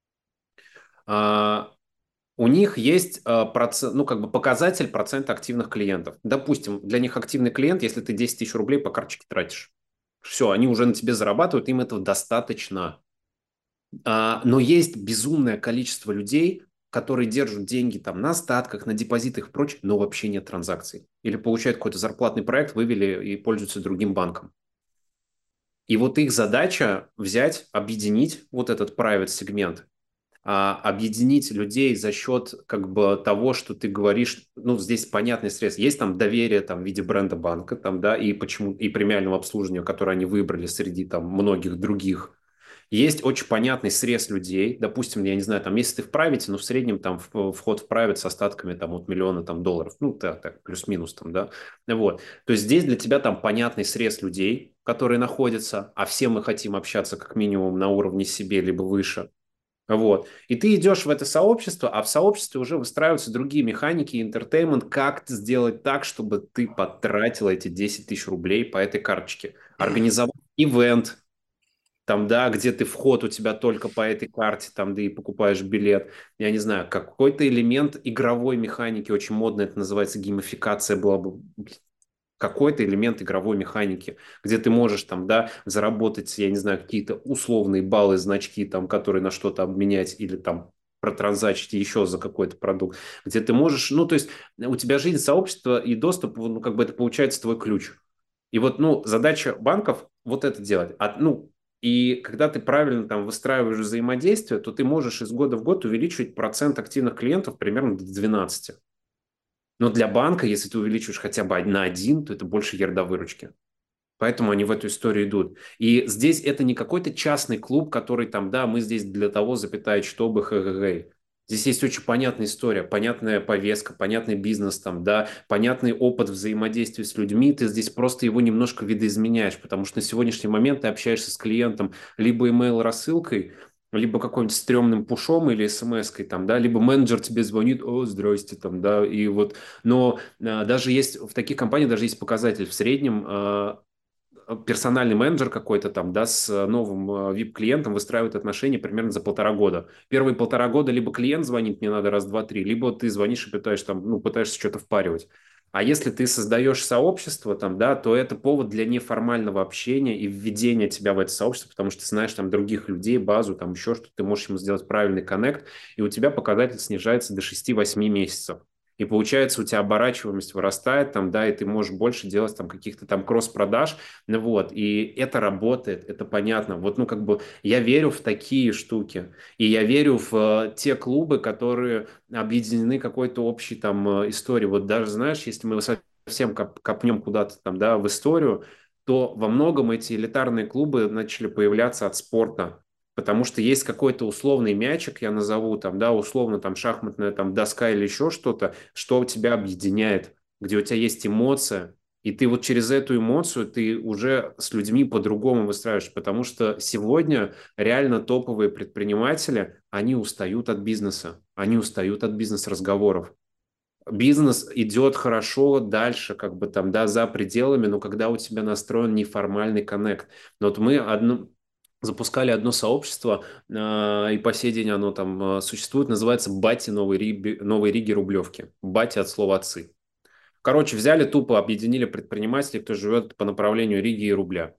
А, у них есть э, процент, ну, как бы показатель процента активных клиентов. Допустим, для них активный клиент, если ты десять тысяч рублей по карточке тратишь. Все, они уже на тебе зарабатывают, им этого достаточно. А, но есть безумное количество людей, которые держат деньги там на остатках, на депозитах и прочее, но вообще нет транзакций. Или получают какой-то зарплатный проект, вывели и пользуются другим банком. И вот их задача взять, объединить вот этот private сегмент, а, объединить людей за счет как бы того, что ты говоришь, ну, здесь понятный средств. Есть там доверие там, в виде бренда банка, там, да, и почему, и премиального обслуживания, которое они выбрали среди там многих других. Есть очень понятный срез людей. Допустим, я не знаю, там, если ты в правите, ну, в среднем там в- вход в правит с остатками там от миллиона там долларов. Ну, так, так, плюс-минус там, да. Вот. То есть здесь для тебя там понятный срез людей, которые находятся, а все мы хотим общаться как минимум на уровне себе, либо выше. Вот. И ты идешь в это сообщество, а в сообществе уже выстраиваются другие механики, интертеймент, как сделать так, чтобы ты потратил эти десять тысяч рублей по этой карточке. Организовать ивент, там, да, где ты вход у тебя только по этой карте, там, да и покупаешь билет. Я не знаю, какой-то элемент игровой механики, очень модно это называется, геймификация была бы, какой-то элемент игровой механики, где ты можешь там, да, заработать, я не знаю, какие-то условные баллы, значки, там, которые на что-то обменять или там протранзачить еще за какой-то продукт, где ты можешь, ну, то есть у тебя жизнь сообщества и доступ, ну, как бы это получается твой ключ. И вот, ну, задача банков вот это делать. А, ну, и когда ты правильно там выстраиваешь взаимодействие, то ты можешь из года в год увеличивать процент активных клиентов примерно до двенадцати. Но для банка, если ты увеличиваешь хотя бы на один, то это больше ярда выручки. Поэтому они в эту историю идут. И здесь это не какой-то частный клуб, который там, да, мы здесь для того, запятая, чтобы, хэ-хэ-хэ. Здесь есть очень понятная история, понятная повестка, понятный бизнес там, да, понятный опыт взаимодействия с людьми. Ты здесь просто его немножко видоизменяешь, потому что на сегодняшний момент ты общаешься с клиентом либо email-рассылкой, либо какой-нибудь стрёмным пушом или смс-кой там, да, либо менеджер тебе звонит, о, здрасте, там, да, и вот, но а, даже есть, в таких компаниях даже есть показатель в среднем, а, персональный менеджер какой-то там, да, с новым ви ай пи-клиентом выстраивает отношения примерно за полтора года. Первые полтора года либо клиент звонит, мне надо раз, два, три, либо ты звонишь и пытаешься там, ну, пытаешься что-то впаривать. А если ты создаешь сообщество там, да, то это повод для неформального общения и введения тебя в это сообщество, потому что ты знаешь там других людей, базу, там еще что-то, ты можешь ему сделать правильный коннект, и у тебя показатель снижается до шести-восьми месяцев. И получается, у тебя оборачиваемость вырастает, там, да, и ты можешь больше делать там каких-то там кросс-продаж, ну вот, и это работает, это понятно. Вот, ну, как бы я верю в такие штуки. И я верю в э, те клубы, которые объединены какой-то общей там э, историей. Вот даже, знаешь, если мы совсем коп- копнем куда-то там, да, в историю, то во многом эти элитарные клубы начали появляться от спорта. Потому что есть какой-то условный мячик, я назову там, да, условно там шахматная там доска или еще что-то, что тебя объединяет, где у тебя есть эмоция, и ты вот через эту эмоцию ты уже с людьми по-другому выстраиваешь, потому что сегодня реально топовые предприниматели, они устают от бизнеса, они устают от бизнес-разговоров. Бизнес идет хорошо дальше, как бы там, да, за пределами, но когда у тебя настроен неформальный коннект. Но вот мы одно, запускали одно сообщество, э, и по сей день оно там э, существует, называется «Бати Новой Риги, Новой Риги Рублевки». «Бати» от слова «отцы». Короче, взяли тупо, объединили предпринимателей, кто живет по направлению Риги и рубля.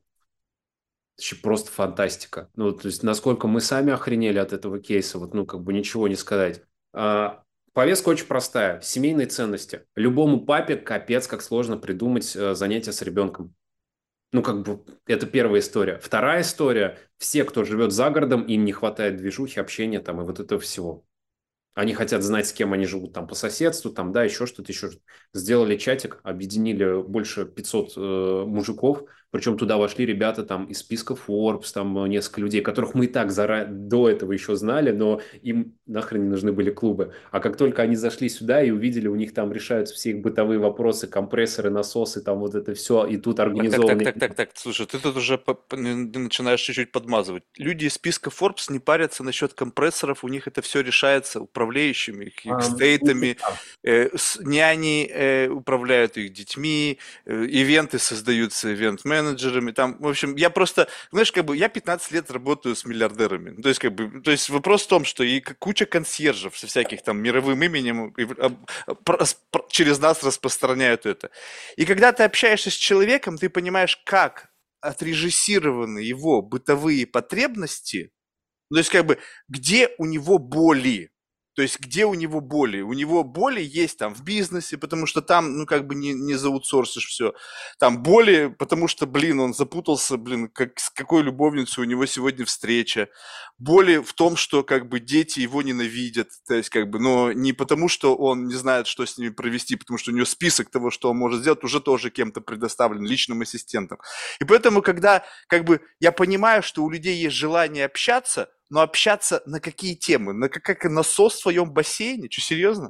Вообще просто фантастика. Ну, то есть, насколько мы сами охренели от этого кейса, вот, ну, как бы ничего не сказать. А, повестка очень простая. Семейные ценности. Любому папе капец, как сложно придумать э, занятия с ребенком. Ну, как бы, это первая история. Вторая история. Все, кто живет за городом, им не хватает движухи, общения там и вот этого всего. Они хотят знать, с кем они живут там по соседству, там, да, еще что-то, еще что-то. Сделали чатик, объединили больше пятисот э, мужиков, причем туда вошли ребята там из списка Forbes, там э, несколько людей, которых мы и так зара... до этого еще знали, но им нахрен не нужны были клубы. А как только они зашли сюда и увидели, у них там решаются все их бытовые вопросы, компрессоры, насосы, там вот это все, и тут Так, так, так, организованы... так, так, так. Слушай, ты тут уже по- по- н- начинаешь чуть-чуть подмазывать. Люди из списка Forbes не парятся насчет компрессоров, у них это все решается управляющими, их их Ам, стейтами, э, с- няни э, управляют их детьми, э, ивенты создаются ивент-менеджерами. Там, в общем, я просто, знаешь, как бы я пятнадцать лет работаю с миллиардерами. Ну, То есть, как бы, то есть вопрос в том, что и к- куча консьержев со всяких там мировым именем и, а, а, про- с- про- через нас распространяют это. И когда ты общаешься с человеком, ты понимаешь, как отрежиссированы его бытовые потребности, ну, то есть, как бы, где у него боли? То есть, где у него боли? У него боли есть там в бизнесе, потому что там, ну, как бы не, не заутсорсишь все. Там боли, потому что, блин, он запутался, блин, как, с какой любовницей у него сегодня встреча. Боли в том, что, как бы, дети его ненавидят. То есть, как бы, но не потому, что он не знает, что с ними провести, потому что у него список того, что он может сделать, уже тоже кем-то предоставлен, личным ассистентом. И поэтому, когда, как бы, я понимаю, что у людей есть желание общаться, но общаться на какие темы? На как, как насос в своем бассейне? Что, серьезно?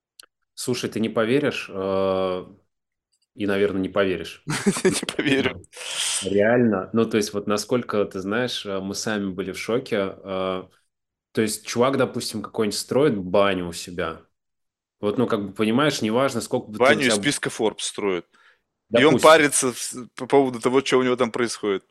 Слушай, ты не поверишь, э, и, наверное, не поверишь. Не поверю. Да. Реально. Ну, то есть, вот насколько, ты знаешь, э, мы сами были в шоке. э, То есть, чувак, допустим, какой-нибудь строит баню у себя. Вот, ну, как бы, понимаешь, неважно, сколько бы ты у Баню из тебя... списка Forbes строит. И он Допустим, парится в- по поводу того, что у него там происходит.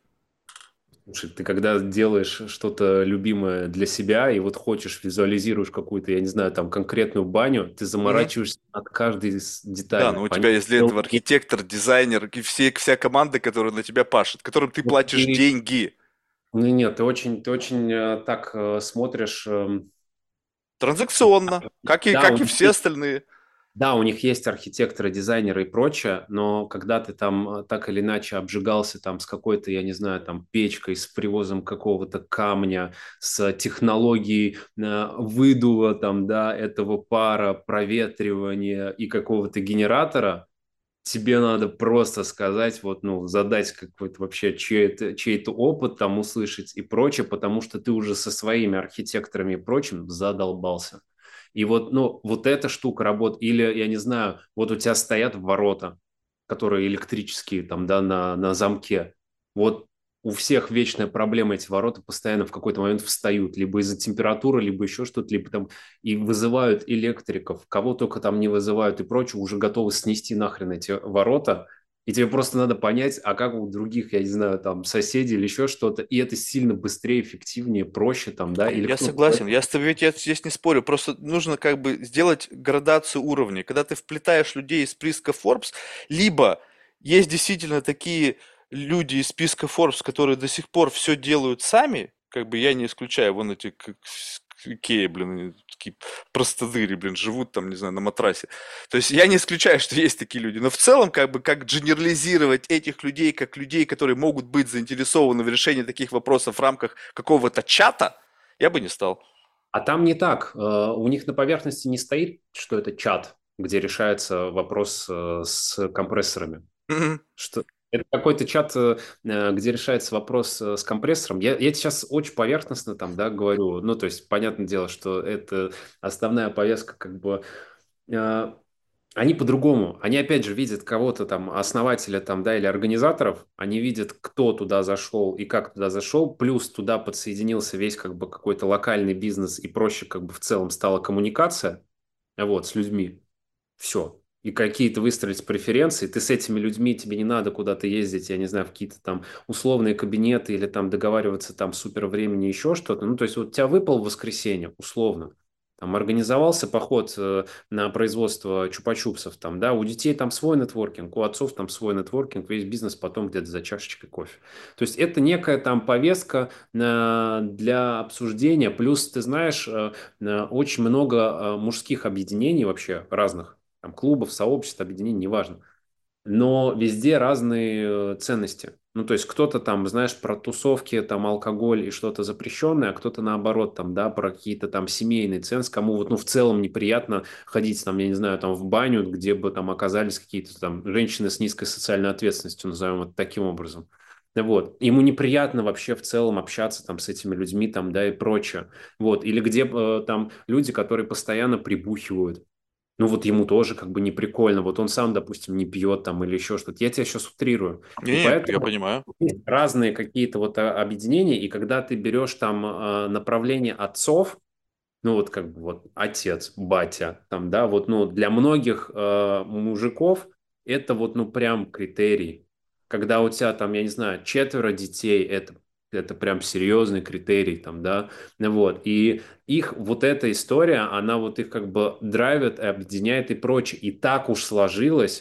слушай, ты когда делаешь что-то любимое для себя и вот хочешь, визуализируешь какую-то, я не знаю, там, конкретную баню, ты Мгм. заморачиваешься над каждой из Да, деталей. но у тебя Понятно? есть для этого архитектор, дизайнер и все, вся команда, которая на тебя пашет, которым ты Вот платишь ты... деньги. Ну, нет, ты очень, ты очень э, так э, смотришь... эм, Транзакционно, как и, Да, у как и них все есть остальные. Да, у них есть архитекторы, дизайнеры и прочее, но когда ты там э, так или иначе обжигался там с какой-то, я не знаю, там печкой, с привозом какого-то камня, с технологией э, выдува там, да, этого пара, проветривания и какого-то генератора, тебе надо просто сказать, вот, ну, задать какой-то вообще чей-то, чей-то опыт там услышать и прочее, потому что ты уже со своими архитекторами и прочим задолбался. И вот, ну, вот эта штука работает. Или, я не знаю, вот у тебя стоят ворота, которые электрические, там, да, на, на замке. Вот у всех вечная проблема, эти ворота постоянно в какой-то момент встают, либо из-за температуры, либо еще что-то, либо там и вызывают электриков, кого только там не вызывают и прочее, уже готовы снести нахрен эти ворота, и тебе просто надо понять, а как у других, я не знаю, там, соседей или еще что-то, и это сильно быстрее, эффективнее, проще там, да, или Я кто-то... согласен, я с тобой я здесь не спорю, просто нужно как бы сделать градацию уровней. Когда ты вплетаешь людей из списка Forbes, либо есть действительно такие люди из списка Forbes, которые до сих пор все делают сами, как бы я не исключаю, вон эти как с- Икеи, блин, они такие простодыри, блин, живут там, не знаю, на матрасе. То есть я не исключаю, что есть такие люди, но в целом, как бы, как дженерализировать этих людей, как людей, которые могут быть заинтересованы в решении таких вопросов в рамках какого-то чата, я бы не стал. А там не так. Э, У них на поверхности не стоит, что это чат, где решается вопрос э, с компрессорами. Мгм. Что это какой-то чат, э, э, где решается вопрос э, с компрессором. Я, я сейчас очень поверхностно там, да, говорю. Ну, то есть, понятное дело, что это основная повестка, как бы э, они по-другому. Они, опять же, видят кого-то там, основателя там, да, или организаторов. Они видят, кто туда зашел и как туда зашел. Плюс туда подсоединился весь как бы какой-то локальный бизнес и проще как бы в целом стала коммуникация вот, с людьми. Все. И какие-то выстроить преференции. Ты с этими людьми, тебе не надо куда-то ездить, я не знаю, в какие-то там условные кабинеты или там договариваться там супер времени, еще что-то. Ну, то есть вот у тебя выпал в воскресенье, условно. Там организовался поход э, на производство чупа-чупсов, там, да, у детей там свой нетворкинг, у отцов там свой нетворкинг, весь бизнес потом где-то за чашечкой кофе. То есть это некая там повестка э, для обсуждения, плюс, ты знаешь, э, э, очень много э, мужских объединений вообще разных, там, клубов, сообществ, объединений, неважно. Но везде разные э, ценности. Ну, то есть кто-то там, знаешь, про тусовки, там, алкоголь и что-то запрещенное, а кто-то наоборот, там, да, про какие-то там семейные ценности, кому вот, ну, в целом неприятно ходить, там, я не знаю, там, в баню, где бы там оказались какие-то там женщины с низкой социальной ответственностью, назовем это таким образом. Вот. Ему неприятно вообще в целом общаться там с этими людьми там, да, и прочее. Вот. Или где э, там люди, которые постоянно прибухивают, ну вот ему тоже как бы не прикольно. Вот он сам, допустим, не пьет там или еще что-то. Я тебя сейчас утрирую. И Не-не, я поэтому понимаю. есть разные какие-то вот а, объединения, и когда ты берешь там а, направление отцов, ну вот как бы вот отец, батя, там, да, вот, ну, для многих э, мужиков это вот, ну, прям критерий. Когда у тебя там, я не знаю, четверо детей, это, это прям серьезный критерий, там, да, ну вот, и их вот эта история, она вот их как бы драйвит, объединяет и прочее. И так уж сложилось,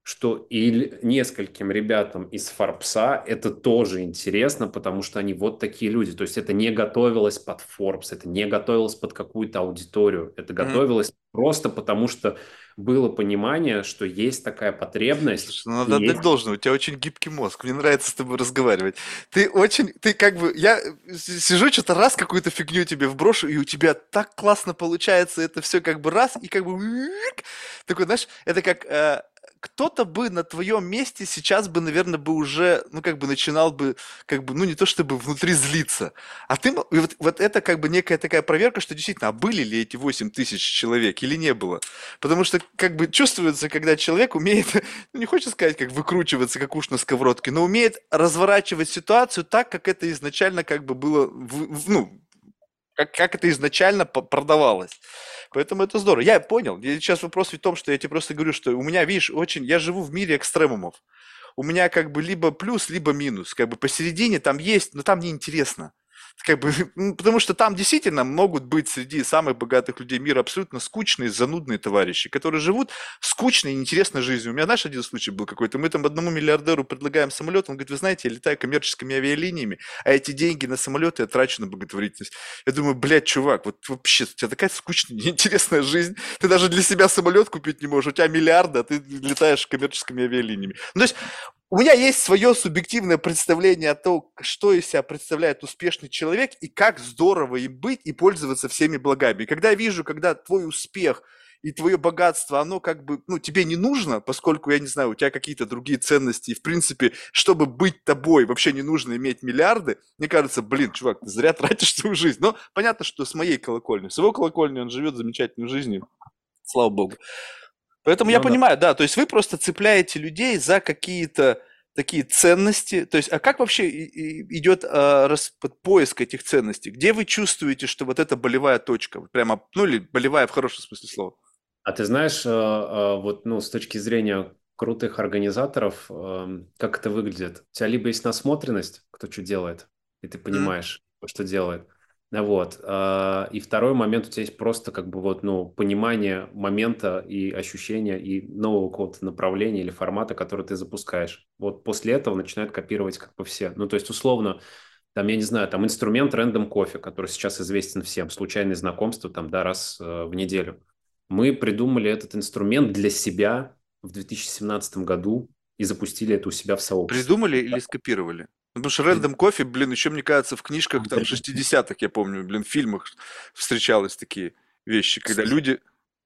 что и нескольким ребятам из Форбса это тоже интересно, потому что они вот такие люди. То есть это не готовилось под Forbes, это не готовилось под какую-то аудиторию, это Мгм. готовилось просто потому, что было понимание, что есть такая потребность, Слушай, ну надо и отдать есть. должное, у тебя очень гибкий мозг, мне нравится с тобой разговаривать. Ты очень, ты как бы, я с- сижу, что-то раз какую-то фигню тебе вброшу, и у тебя так классно получается это все как бы раз, и как бы уик. Такой, знаешь, это как э, кто-то бы на твоем месте сейчас бы, наверное, бы уже, ну как бы начинал бы, как бы, ну не то чтобы внутри злиться, а ты, м- и вот, вот это как бы некая такая проверка, что действительно, а были ли эти восемь тысяч человек или не было? Потому что как бы чувствуется, когда человек умеет, ну, не хочется сказать, как выкручиваться, как уж на сковородке, но умеет разворачивать ситуацию так, как это изначально как бы было, в- в- ну, как, как это изначально по- продавалось. Поэтому это здорово. Я понял. И сейчас вопрос в том, что я тебе просто говорю, что у меня, видишь, очень... Я живу в мире экстремумов. У меня как бы либо плюс, либо минус. Как бы посередине там есть, но там неинтересно. Как бы, ну, потому что там действительно могут быть среди самых богатых людей мира абсолютно скучные, занудные товарищи, которые живут скучной и неинтересной жизнью. У меня, знаешь, один случай был какой-то. Мы там одному миллиардеру предлагаем самолет, он говорит, вы знаете, я летаю коммерческими авиалиниями, а эти деньги на самолеты я трачу на благотворительность. Я думаю, блядь, чувак, вот вообще, у тебя такая скучная, неинтересная жизнь. Ты даже для себя самолет купить не можешь. У тебя миллиарды, а ты летаешь коммерческими авиалиниями. Ну, то есть у меня есть свое субъективное представление о том, что из себя представляет успешный человек и как здорово им быть и пользоваться всеми благами. И когда я вижу, когда твой успех и твое богатство, оно как бы, ну, тебе не нужно, поскольку, я не знаю, у тебя какие-то другие ценности, и, в принципе, чтобы быть тобой, вообще не нужно иметь миллиарды, мне кажется, блин, чувак, ты зря тратишь свою жизнь. Но понятно, что с моей колокольни, с его колокольни он живет замечательной жизнью, слава богу. Поэтому я Ну да. понимаю, да, то есть вы просто цепляете людей за какие-то такие ценности. То есть, а как вообще и- и- идет а, рас- под- поиск этих ценностей? Где вы чувствуете, что вот это болевая точка? Вот прямо, ну или болевая в хорошем смысле слова. А ты знаешь, э, э, вот, ну, с точки зрения крутых организаторов, эм, как это выглядит? У тебя либо есть насмотренность, кто что делает, и ты Мгм. понимаешь, кто что делает. Ну вот. а, И второй момент, у тебя есть просто как бы вот, ну, понимание момента и ощущения и нового какого-то направления или формата, который ты запускаешь. Вот после этого начинают копировать как бы все. Ну, то есть, условно, там, я не знаю, там инструмент Random Coffee, который сейчас известен всем, случайные знакомства там, да, раз э, в неделю. Мы придумали этот инструмент для себя в две тысячи семнадцатом году и запустили это у себя в сообществе. Придумали или скопировали? Ну, потому что Рэндом Кофе, блин, еще, мне кажется, в книжках там шестидесятых, я помню, блин, в фильмах встречалось такие вещи, когда люди...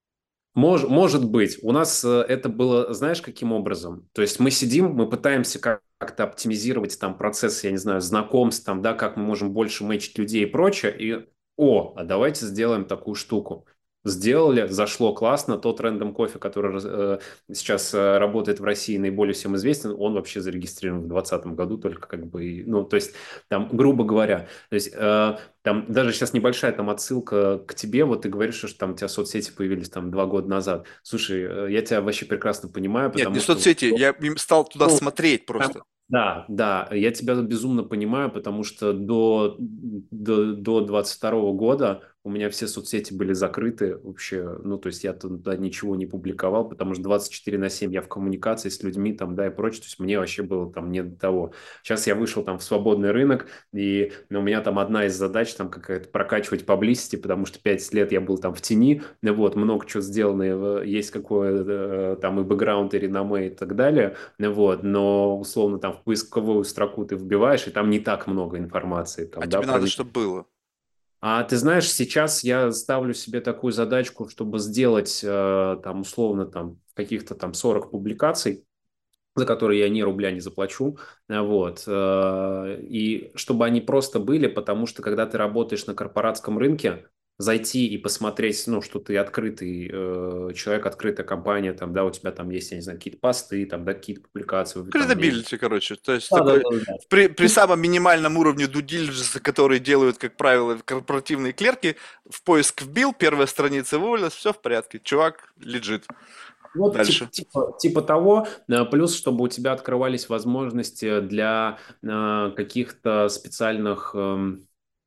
Мож, может быть. У нас э, это было, знаешь, каким образом? То есть мы сидим, мы пытаемся как- как-то оптимизировать там процесс, я не знаю, знакомств, там, да, как мы можем больше мэчить людей и прочее. И, о, а давайте сделаем такую штуку. Сделали, зашло классно. Тот рандом кофе, который раз- э, сейчас э, работает в России, наиболее всем известен, он вообще зарегистрирован в двадцатом году, только как бы, и, ну, то есть, там, грубо говоря, то есть э, там даже сейчас небольшая там отсылка к тебе, вот ты говоришь, что там у тебя соцсети появились там два года назад. Слушай, э, я тебя вообще прекрасно понимаю, Нет, не потому что... соцсети, я им стал туда Ну, смотреть там- просто. да, да, я тебя безумно понимаю, потому что до, до, до двадцать второго года у меня все соцсети были закрыты вообще, ну, то есть я туда ничего не публиковал, потому что двадцать четыре на семь я в коммуникации с людьми там, да, и прочее, то есть мне вообще было там не до того. Сейчас я вышел там в свободный рынок, и ну, у меня там одна из задач там какая-то прокачивать паблисити, потому что пять лет я был там в тени, ну, вот, много чего сделано, э, есть какое-то э, там и бэкграунд, и реноме и так далее, ну вот, но условно там в поисковую строку ты вбиваешь, и там не так много информации А там, да, тебе про надо, меня. чтобы было. А ты знаешь, сейчас я ставлю себе такую задачку, чтобы сделать э, там условно там каких-то там сорок публикаций, за которые я ни рубля не заплачу, э, вот, э, и чтобы они просто были, потому что когда ты работаешь на корпоратском рынке, зайти и посмотреть, ну, что ты открытый э, человек, открытая компания, там, да, у тебя там есть, я не знаю, какие-то посты, там, да, какие-то публикации, там, я не знаю. Кредабилити, короче. То есть Да, да, такой да, да. при, при самом минимальном уровне due diligence, который делают, как правило, корпоративные клерки, в поиск вбил, первая страница вывалилась, все в порядке. Чувак лежит. Вот типа, Дальше. типа, типа того, э, плюс, чтобы у тебя открывались возможности для э, каких-то специальных эм,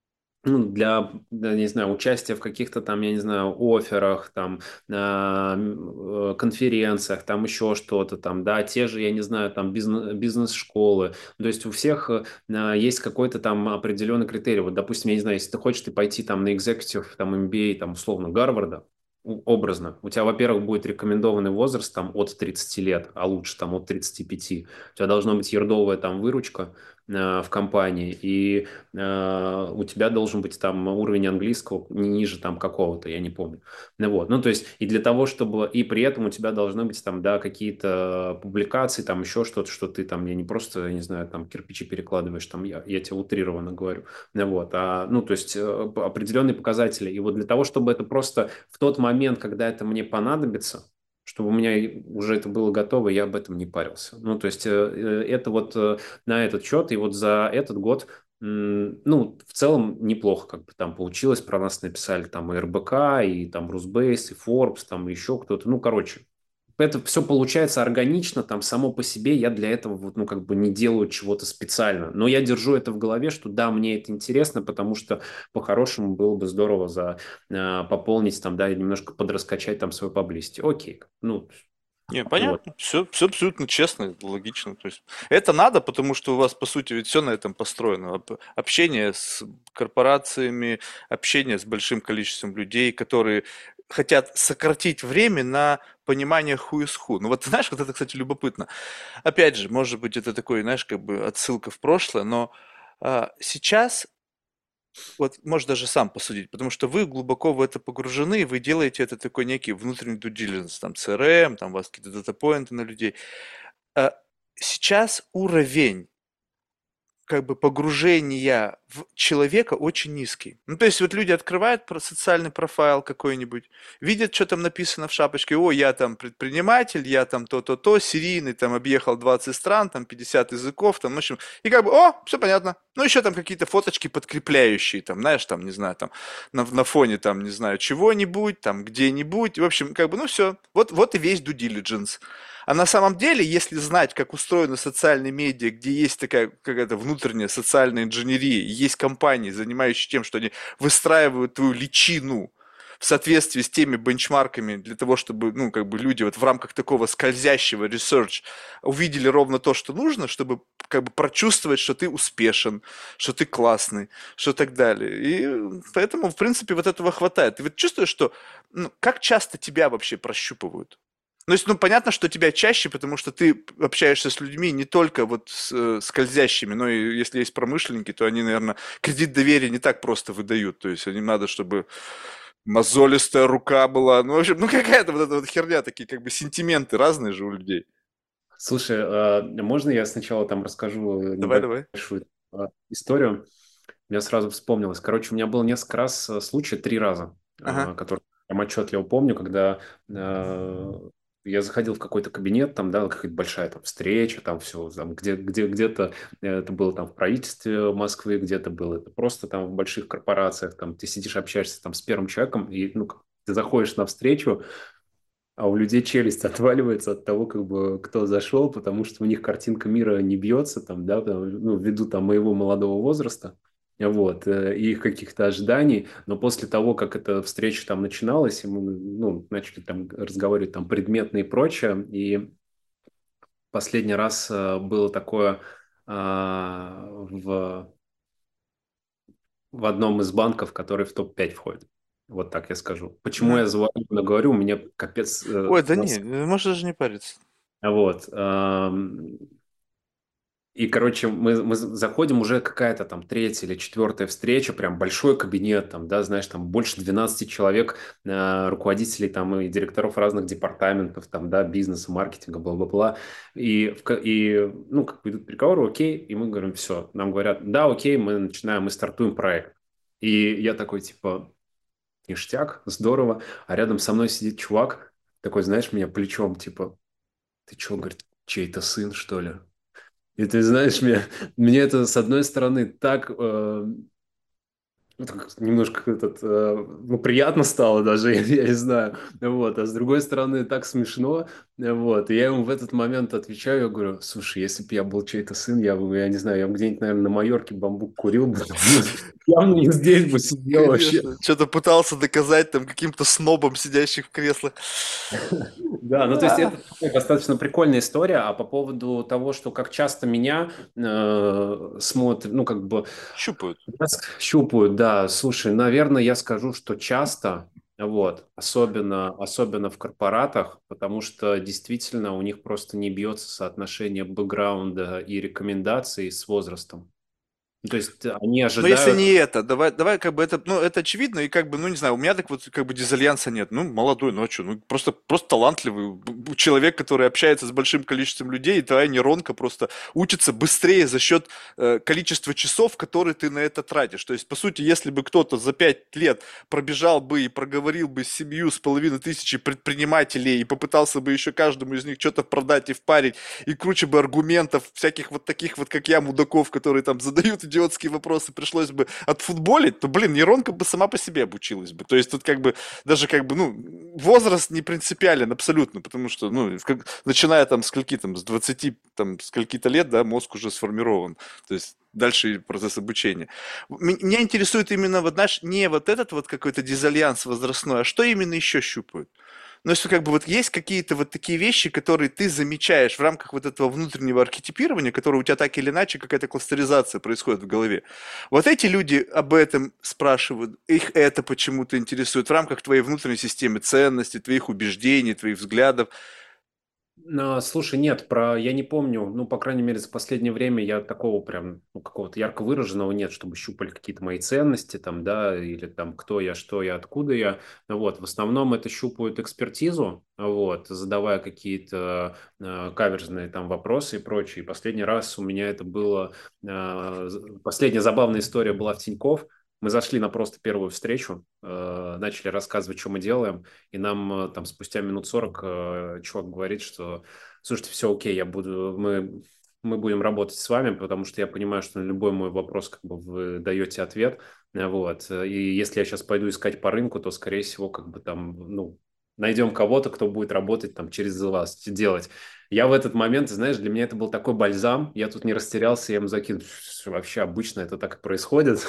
ну, для, да, не знаю, участия в каких-то там, я не знаю, офферах, там, а, м, э, конференциях, там еще что-то там, да, те же, я не знаю, там, бизнес, бизнес-школы. То есть у всех э, а, есть какой-то там определенный критерий. Вот, допустим, я не знаю, если ты хочешь ты пойти там на экзекутив, там, эм би эй, там, условно, Гарварда, у- образно, у тебя, во-первых, будет рекомендованный возраст там от тридцати лет, а лучше там от тридцати пяти. У тебя должна быть ердовая там выручка э, в компании, и э, у тебя должен быть там уровень английского не ниже там какого-то, я не помню. Ну вот, ну то есть и для того, чтобы, и при этом у тебя должны быть там, да, какие-то публикации, там еще что-то, что ты там, я не просто, я не знаю, там кирпичи перекладываешь, там я, я тебе утрированно говорю, ну вот, а, ну то есть э, определенные показатели. И вот для того, чтобы это просто в тот момент, когда это мне понадобится, чтобы у меня уже это было готово, я об этом не парился. Ну, то есть э, э, это вот э, на этот счет, и вот за этот год, м, ну, в целом неплохо как бы там получилось, про нас написали там и эр бэ ка, и там Русбейс, и Forbes, там еще кто-то, ну, короче, это все получается органично, там само по себе, я для этого вот, ну, как бы не делаю чего-то специально, но я держу это в голове, что да, мне это интересно, потому что по-хорошему было бы здорово за э, пополнить там, да, и немножко подраскачать там свой поблизости. Окей, ну, Не, вот. понятно, все, все абсолютно честно, логично. То есть это надо, потому что у вас, по сути, ведь все на этом построено. Об- Общение с корпорациями, общение с большим количеством людей, которые хотят сократить время на понимание who is who. Ну вот знаешь, вот это, кстати, любопытно. Опять же, может быть, это такой, знаешь, как бы отсылка в прошлое, но а, сейчас вот можешь даже сам посудить, потому что вы глубоко в это погружены, и вы делаете это такой некий внутренний due diligence, там си эр эм, там у вас какие-то дата-поинты на людей. А, Сейчас уровень как бы погружения в человека очень низкий. Ну, то есть вот люди открывают про социальный профайл какой-нибудь, видят, что там написано в шапочке, о, я там предприниматель, я там то-то-то, серийный, там объехал двадцать стран, там пятьдесят языков, там, в общем, и как бы, о, все понятно. Ну, еще там какие-то фоточки подкрепляющие, там, знаешь, там, не знаю, там, на, на фоне, там, не знаю, чего-нибудь, там, где-нибудь, в общем, как бы, ну, все, вот, вот и весь due diligence. А на самом деле, если знать, как устроены социальные медиа, где есть такая какая-то внутренняя социальная инженерия, есть компании, занимающиеся тем, что они выстраивают твою личину в соответствии с теми бенчмарками для того, чтобы, ну, как бы люди вот в рамках такого скользящего research увидели ровно то, что нужно, чтобы как бы прочувствовать, что ты успешен, что ты классный, что так далее. И поэтому, в принципе, вот этого хватает. Ты вот чувствуешь, что, ну, как часто тебя вообще прощупывают? Ну, есть, ну, понятно, что тебя чаще, потому что ты общаешься с людьми не только вот с, э, скользящими, но и если есть промышленники, то они, наверное, кредит доверия не так просто выдают. То есть им надо, чтобы мозолистая рука была. Ну, в общем, ну какая-то вот эта вот херня, такие как бы сентименты разные же у людей. Слушай, а можно я сначала там расскажу Давай, давай. небольшую а, историю? Мне сразу вспомнилось. Короче, у меня было несколько раз э, случай, три раза, Ага. а, которые я прям отчетливо помню, когда э, я заходил в какой-то кабинет, там, да, какая-то большая там встреча, там все, там, где, где, где-то это было там в правительстве Москвы, где-то было это просто там в больших корпорациях, там ты сидишь, общаешься там с первым человеком, и, ну, как ты заходишь на встречу, а у людей челюсть отваливается от того, как бы, кто зашел, потому что у них картинка мира не бьется, там, да, потому- ну, ввиду там моего молодого возраста, вот, э, и их каких-то ожиданий, но после того, как эта встреча там начиналась, и мы, ну, начали там разговаривать там предметно и прочее, и последний раз э, было такое а, в, в одном из банков, который в топ пять входит. Вот так я скажу. Почему Мгм. я завуалированно говорю, у меня капец э, Ой, да не, нос. э, можешь даже не париться. Вот. ам, И, короче, мы, мы заходим, уже какая-то там третья или четвертая встреча, прям большой кабинет, там, да, знаешь, там больше двенадцати человек, э, руководителей там и директоров разных департаментов, там, да, бизнеса, маркетинга, бла-бла-бла. И, в ка- и, ну, как бы идут переговоры, окей, и мы говорим, все. Нам говорят, да, окей, мы начинаем, мы стартуем проект. И я такой, типа, ништяк, здорово. А рядом со мной сидит чувак, такой, знаешь, меня плечом, типа, ты чё, говорит, чей-то сын, что ли? И ты знаешь, мне, мне это, с одной стороны, так э, ну, так немножко этот, э, ну, приятно стало даже, я, я не знаю. Вот. А с другой стороны, так смешно. Вот. И я ему в этот момент отвечаю, я говорю, слушай, если бы я был чей-то сын, я бы, я не знаю, я бы где-нибудь, наверное, на Майорке бамбук курил бы. явно не здесь бы сидел вообще. Конечно. Что-то пытался доказать там каким-то снобам, сидящих в креслах. Да, ну то есть Да. это такая достаточно прикольная история, а по поводу того, что как часто меня э, смотрят, ну как бы Щупают. нас щупают, да, слушай, наверное, я скажу, что часто, вот, особенно, особенно в корпоратах, потому что действительно у них просто не бьется соотношение бэкграунда и рекомендаций с возрастом. Ну, то есть они Но если ожидают. не это, давай, давай как бы это, ну, это очевидно, и как бы, ну, не знаю, у меня так вот как бы дизальянса нет. Ну, молодой, ну, а чё, ну, просто, просто талантливый б- б- человек, который общается с большим количеством людей, и твоя нейронка просто учится быстрее за счет э, количества часов, которые ты на это тратишь. То есть, по сути, если бы кто-то за пять лет пробежал бы и проговорил бы с семью с половиной тысячи предпринимателей и попытался бы еще каждому из них что-то продать и впарить, и круче бы аргументов всяких вот таких вот, как я, мудаков, которые там задают идиотские вопросы, пришлось бы отфутболить, то, блин, нейронка бы сама по себе обучилась бы. То есть тут как бы даже как бы, ну, возраст не принципиален абсолютно, потому что, ну, как, начиная там с скольки там, с двадцати там, скольки-то лет, да, мозг уже сформирован. То есть дальше процесс обучения. Меня интересует именно, вот, знаешь, не вот этот вот какой-то дизальянс возрастной, а что именно еще щупают? Ну, если как бы вот есть какие-то вот такие вещи, которые ты замечаешь в рамках вот этого внутреннего архетипирования, которое у тебя так или иначе какая-то кластеризация происходит в голове. Вот эти люди об этом спрашивают, их это почему-то интересует в рамках твоей внутренней системы ценностей, твоих убеждений, твоих взглядов. А, слушай, нет, про я не помню, ну, по крайней мере, за последнее время я такого прям, ну, какого-то ярко выраженного нет, чтобы щупали какие-то мои ценности, там, да, или там, кто я, что я, откуда я, вот, в основном это щупают экспертизу, вот, задавая какие-то э, каверзные там вопросы и прочее. И последний раз у меня это было, э, з- последняя забавная история была в Тинькофф. Мы зашли на просто первую встречу, э, начали рассказывать, что мы делаем, и нам э, там спустя минут сорок э, чувак говорит, что, слушайте, все окей, я буду, мы, мы будем работать с вами, потому что я понимаю, что на любой мой вопрос как бы вы даете ответ, э, вот, и если я сейчас пойду искать по рынку, то, скорее всего, как бы там, ну, найдем кого-то, кто будет работать там через вас, делать. Я в этот момент, знаешь, для меня это был такой бальзам, я тут не растерялся, я ему закинул, вообще обычно это так и происходит,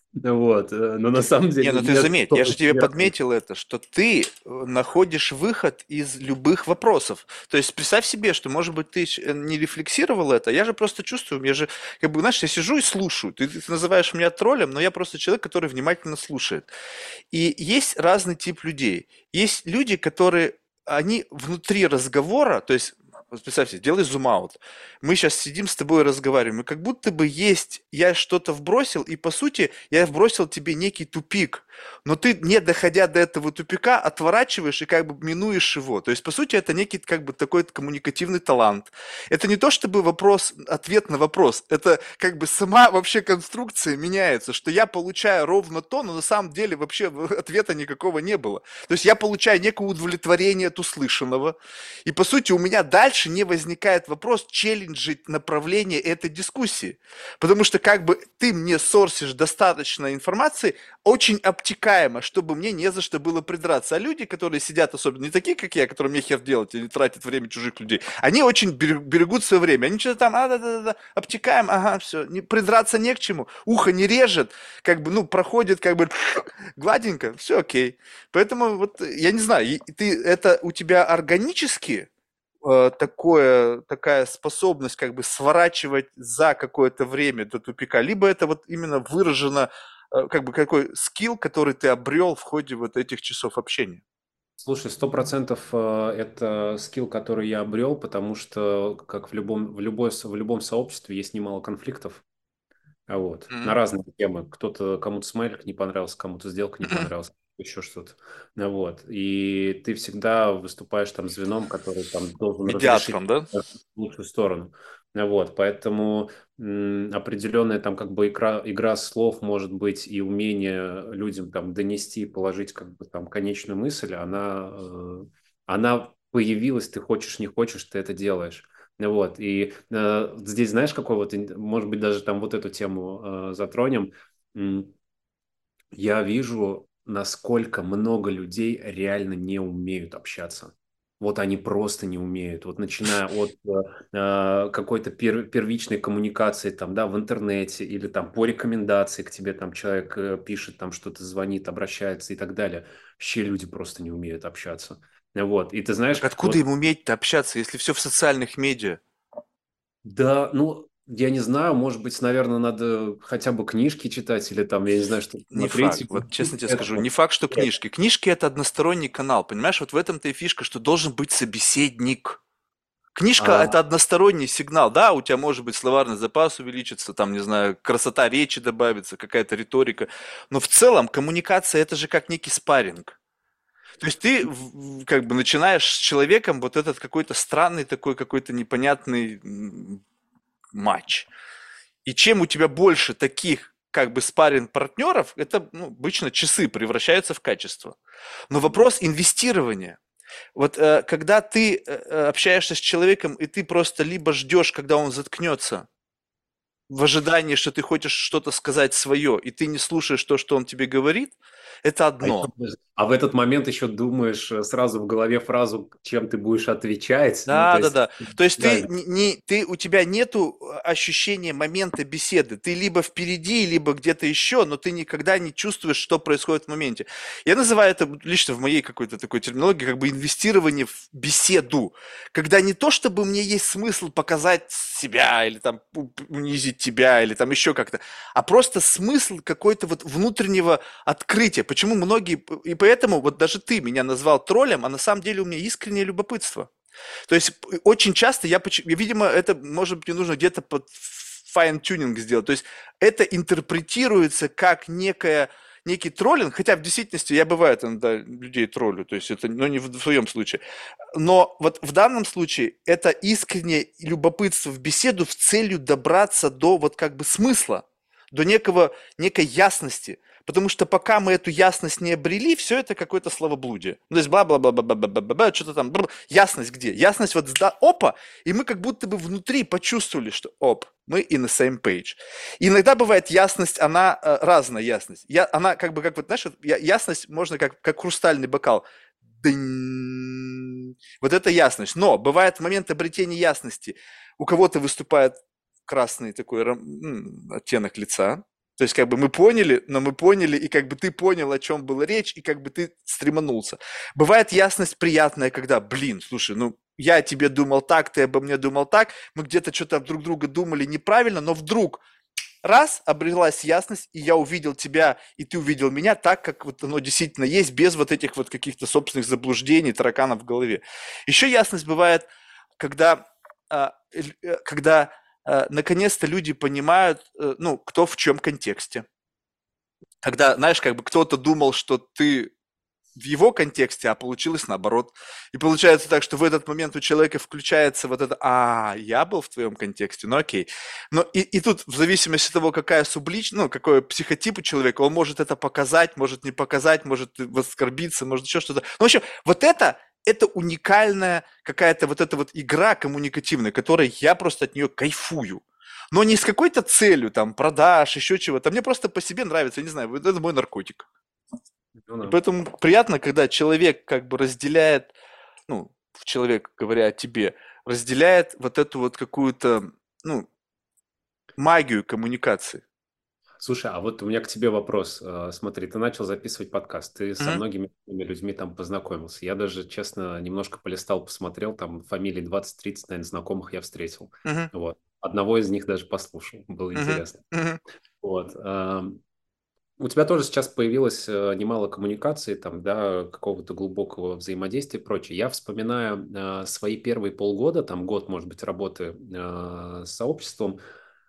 вот, э, но на самом Не, деле ну ты мне заметь, я столько же тебе сверху. подметил это, что ты э, находишь выход из любых вопросов. То есть представь себе, что, может быть, ты щ- э, не рефлексировал это, я же просто чувствую, я же, как бы, знаешь, я сижу и слушаю. Ты, ты называешь меня троллем, но я просто человек, который внимательно слушает. И есть разный тип людей. Есть люди, которые, они внутри разговора, то есть, вот представь себе, делай зум-аут. Мы сейчас сидим с тобой и разговариваем, и как будто бы есть, я что-то вбросил, и по сути я вбросил тебе некий тупик, но ты, не доходя до этого тупика, отворачиваешь и как бы минуешь его. То есть, по сути, это некий как бы такой коммуникативный талант. Это не то чтобы вопрос, ответ на вопрос, это как бы сама вообще конструкция меняется, что я получаю ровно то, но на самом деле вообще ответа никакого не было. То есть я получаю некое удовлетворение от услышанного, и по сути у меня дальше не возникает вопрос челленджить направление этой дискуссии, потому что как бы ты мне сорсишь достаточно информации, очень обтекаемо, чтобы мне не за что было придраться. А люди, которые сидят, особенно не такие, как я, которым нехер делать или тратят время чужих людей, они очень берегут свое время. Они что-то там, а, да, да, да, обтекаем, ага, все, не, придраться не к чему, ухо не режет, как бы, ну, проходит как бы гладенько, все окей. Поэтому вот, я не знаю, и ты, это у тебя органически э, такое, такая способность как бы сворачивать за какое-то время до тупика, либо это вот именно выражено э, как бы какой скилл, который ты обрел в ходе вот этих часов общения. Слушай, сто процентов э, это скилл, который я обрел, потому что, как в любом, в любой, в любом сообществе, есть немало конфликтов. А вот, на Мгм. разные темы. Кто-то, кому-то смайлик не понравился, кому-то сделка не понравилась, еще что-то. Ну вот. И ты всегда выступаешь там звеном, который там должен разрешить Медиатором, да? в лучшую сторону. Ну вот. Поэтому м, определенная там как бы игра, игра слов может быть и умение людям там донести, положить как бы там конечную мысль, она, э, она появилась, ты хочешь, не хочешь, ты это делаешь. Вот, и э, здесь знаешь, какой вот, ин- может быть, даже там вот эту тему э, затронем. М, Я вижу, насколько много людей реально не умеют общаться. Вот они просто не умеют. Вот начиная от э, э, какой-то пер- первичной коммуникации там, да, в интернете или там по рекомендации к тебе там человек э, пишет, там что-то звонит, обращается и так далее. Вообще люди просто не умеют общаться. Вот. И ты знаешь, Так откуда вот им уметь-то общаться, если все в социальных медиа? да, ну, я не знаю, может быть, наверное, надо хотя бы книжки читать или там, я не знаю, что Не смотреть. факт. И Вот честно тебе скажу, не это. факт, что Нет. книжки. Книжки — это односторонний канал, понимаешь? Вот в этом-то и фишка, что должен быть собеседник. Книжка — А, это односторонний сигнал. Да, у тебя может быть словарный запас увеличится, там, не знаю, красота речи добавится, какая-то риторика. Но в целом коммуникация — это же как некий спарринг. То есть ты в- в- как бы начинаешь с человеком вот этот какой-то странный такой какой-то непонятный м, матч. И чем у тебя больше таких как бы спарринг партнеров, это ну, обычно часы превращаются в качество. Но вопрос инвестирования. Вот э, когда ты э, э, общаешься с человеком, и ты просто либо ждешь, когда он заткнется, в ожидании, что ты хочешь что-то сказать свое, и ты не слушаешь то, что он тебе говорит, это а, еще, одно. а в этот момент еще думаешь э, сразу в голове фразу, чем ты будешь отвечать. Ну, то Да, да, есть, да. То есть ты да, не, не- ты, у тебя нету э, ощущения момента беседы. Ты либо впереди, либо где-то еще, но ты никогда не чувствуешь, что происходит в моменте. Я называю это лично в моей какой-то такой терминологии как бы инвестирование в беседу. Когда не то, чтобы мне есть смысл показать себя или там у- унизить тебя или там еще как-то, а просто смысл какой-то вот внутреннего открытия. Почему многие, и поэтому вот даже ты меня назвал троллем, а на самом деле у меня искреннее любопытство. То есть очень часто я, поч- я, видимо, это, может быть, мне нужно где-то под файн-тюнинг сделать. То есть это интерпретируется как некая, некий троллинг, хотя в действительности я бывает иногда людей троллю, то есть это, ну, не в, в своем случае. Но вот в данном случае это искреннее любопытство в беседу в целью добраться до вот как бы смысла, до некого, некой ясности. Потому что пока мы эту ясность не обрели, все это какое-то словоблудие. Ну, то есть бла-бла-бла-бла-бла-бла-бла, что-то там. бла. Ясность где? Ясность вот сда- опа, и мы как будто бы внутри почувствовали, что оп, мы in the same page. И иногда бывает ясность, она э, разная ясность. Я, она как бы, как вот, знаешь, вот я- ясность можно как, как хрустальный бокал. Дынь. Вот это ясность. Но бывает момент обретения ясности. У кого-то выступает красный такой рам- м, оттенок лица, то есть, как бы мы поняли, но мы поняли, и как бы ты понял, о чем была речь, и как бы ты стреманулся. Бывает ясность приятная, когда, блин, слушай, ну, я о тебе думал так, ты обо мне думал так, мы где-то что-то друг друга думали неправильно, но вдруг раз, обрелась ясность, и я увидел тебя, и ты увидел меня так, как вот оно действительно есть, без вот этих вот каких-то собственных заблуждений, тараканов в голове. Еще ясность бывает, когда, а, э, когда а, наконец-то люди понимают, э, ну, кто в чем контексте. Когда, знаешь, как бы кто-то думал, что ты в его контексте, а получилось наоборот. И получается так, что в этот момент у человека включается вот это, а, я был в твоем контексте, ну окей. Но и, и тут в зависимости от того, какая сублич, ну, какой психотип у человека, он может это показать, может не показать, может оскорбиться, может еще что-то. Ну, в общем, вот это, это уникальная какая-то вот эта вот игра коммуникативная, которой я просто от нее кайфую. Но не с какой-то целью, там, продаж, еще чего-то. Мне просто по себе нравится, я не знаю, вот это мой наркотик. ну И да. поэтому приятно, когда человек как бы разделяет, ну, человек, говоря о тебе, разделяет вот эту вот какую-то, ну, магию коммуникации. Слушай, а вот у меня к тебе вопрос. Э, Смотри, ты начал записывать подкаст, ты со Мгм, многими такими людьми там познакомился. Я даже, честно, немножко полистал, посмотрел, там фамилий двадцать-тридцать, наверное, знакомых я встретил. мгм, Вот. Одного из них даже послушал, было мгм, интересно. мгм. Вот. эм, У тебя тоже сейчас появилось э, немало коммуникаций, там, да, какого-то глубокого взаимодействия и прочее. Я вспоминаю э, свои первые полгода, там год, может быть, работы э, с сообществом.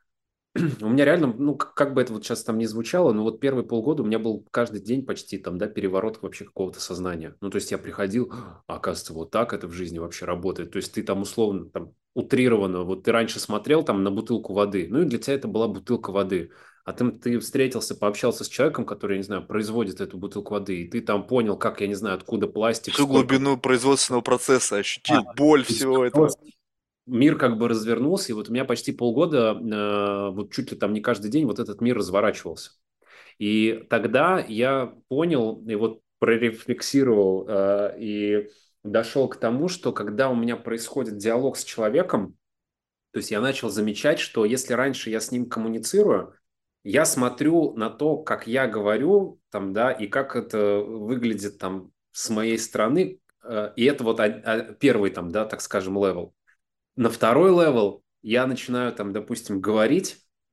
У меня реально, ну, к- как бы это вот сейчас там не звучало, но вот первые полгода у меня был каждый день почти там, да, переворот вообще какого-то сознания. Ну, то есть я приходил, а оказывается, вот так это в жизни вообще работает. То есть ты там условно, там, утрированно, вот ты раньше смотрел там на бутылку воды, ну, и для тебя это была бутылка воды. А ты, ты встретился, пообщался с человеком, который, я не знаю, производит эту бутылку воды, и ты там понял, как, я не знаю, откуда пластик, Всю сколько... глубину производственного процесса А, ощутил боль и всего этого. всё мир как бы развернулся, и вот у меня почти полгода, э, вот чуть ли там не каждый день вот этот мир разворачивался. И тогда я понял и вот прорефлексировал, э, и дошел к тому, что когда у меня происходит диалог с человеком, то есть я начал замечать, что если раньше я с ним коммуницирую, я смотрю на то, как я говорю, там, да, и как это выглядит там с моей стороны, э, и это вот а- а- первый там, да, так скажем, левел. На второй левел я начинаю там, допустим, говорить,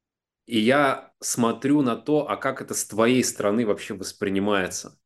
и я смотрю на то, а как это с твоей стороны вообще воспринимается.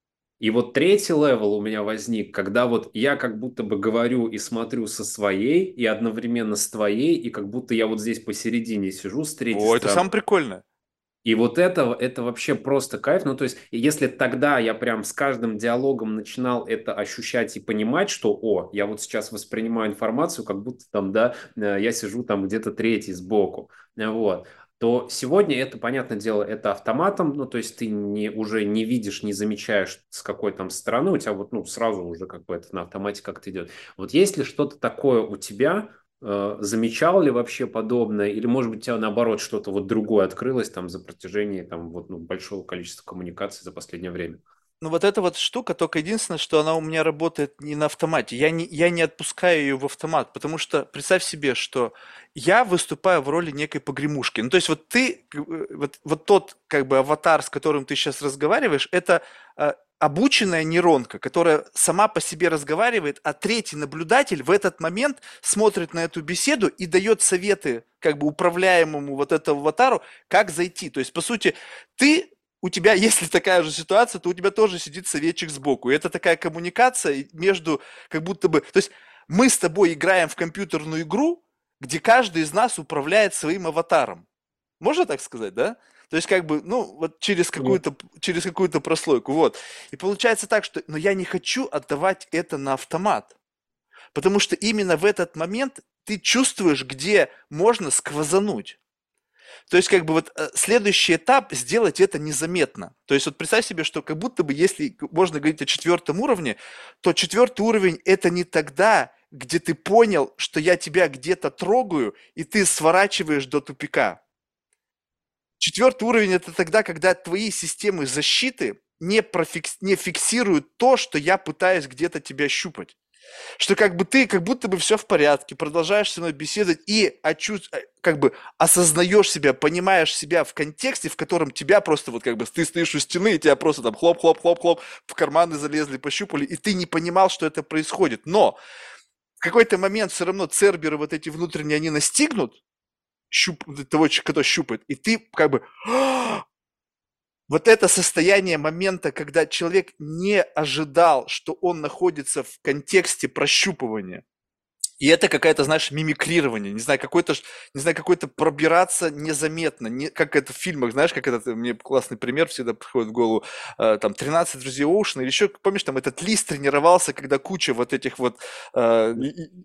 И вот третий левел у меня возник, когда вот я как будто бы говорю и смотрю со своей, и одновременно с твоей, и как будто я вот здесь посередине сижу с третьей О, это стороны. самое прикольное. И вот это, это вообще просто кайф. Ну, то есть, если тогда я прям с каждым диалогом начинал это ощущать и понимать, что, о, я вот сейчас воспринимаю информацию, как будто там, да, э, я сижу там где-то третий сбоку, э, вот, то сегодня это, понятное дело, это автоматом, ну, то есть ты не, уже не видишь, не замечаешь, с какой там стороны, у тебя вот, ну, сразу уже как бы это на автомате как-то идет. Вот есть ли что-то такое у тебя, Э, замечал ли вообще подобное, или, может быть, у тебя наоборот что-то вот другое открылось там за протяжении там вот ну, большого количества коммуникаций за последнее время? Ну, вот эта вот штука, только единственное, что она у меня работает не на автомате. Я не, я не отпускаю ее в автомат, потому что представь себе, что я выступаю в роли некой погремушки. Ну, то есть вот ты, э, вот, вот тот как бы аватар, с которым ты сейчас разговариваешь, это э, обученная нейронка, которая сама по себе разговаривает, а третий наблюдатель в этот момент смотрит на эту беседу и дает советы как бы управляемому вот этому аватару, как зайти. То есть, по сути, ты у тебя, если такая же ситуация, то у тебя тоже сидит советчик сбоку. И это такая коммуникация между, как будто бы... То есть мы с тобой играем в компьютерную игру, где каждый из нас управляет своим аватаром. Можно так сказать, да? То есть как бы, ну, вот через Ну, какую-то, через какую-то прослойку, вот. И получается так, что, но я не хочу отдавать это на автомат, потому что именно в этот момент ты чувствуешь, где можно сквозануть. То есть, как бы вот э, следующий этап сделать это незаметно. То есть, вот представь себе, что как будто бы, если можно говорить о четвертом уровне, то четвертый уровень это не тогда, где ты понял, что я тебя где-то трогаю, и ты сворачиваешь до тупика. Четвертый уровень это тогда, когда твои системы защиты не, профикс... не фиксируют то, что я пытаюсь где-то тебя щупать. Что как бы ты, как будто бы все в порядке, продолжаешь со мной беседовать и очу- э, как бы осознаешь себя, понимаешь себя в контексте, в котором тебя просто вот как бы ты стоишь у стены, и тебя просто там хлоп-хлоп-хлоп-хлоп, в карманы залезли, пощупали, и ты не понимал, что это происходит. Но в какой-то момент все равно церберы вот эти внутренние, они настигнут щуп, того, кто щупает, и ты как бы вот это состояние момента, когда человек не ожидал, что он находится в контексте прощупывания, и это какая-то, знаешь, мимикрирование, не знаю, какой-то, не знаю, какой-то пробираться незаметно, не, как это в фильмах, знаешь, как это, мне классный пример всегда приходит в голову, э, там, тринадцать друзей Оушена, или еще, помнишь, там, этот лис тренировался, когда куча вот этих вот э,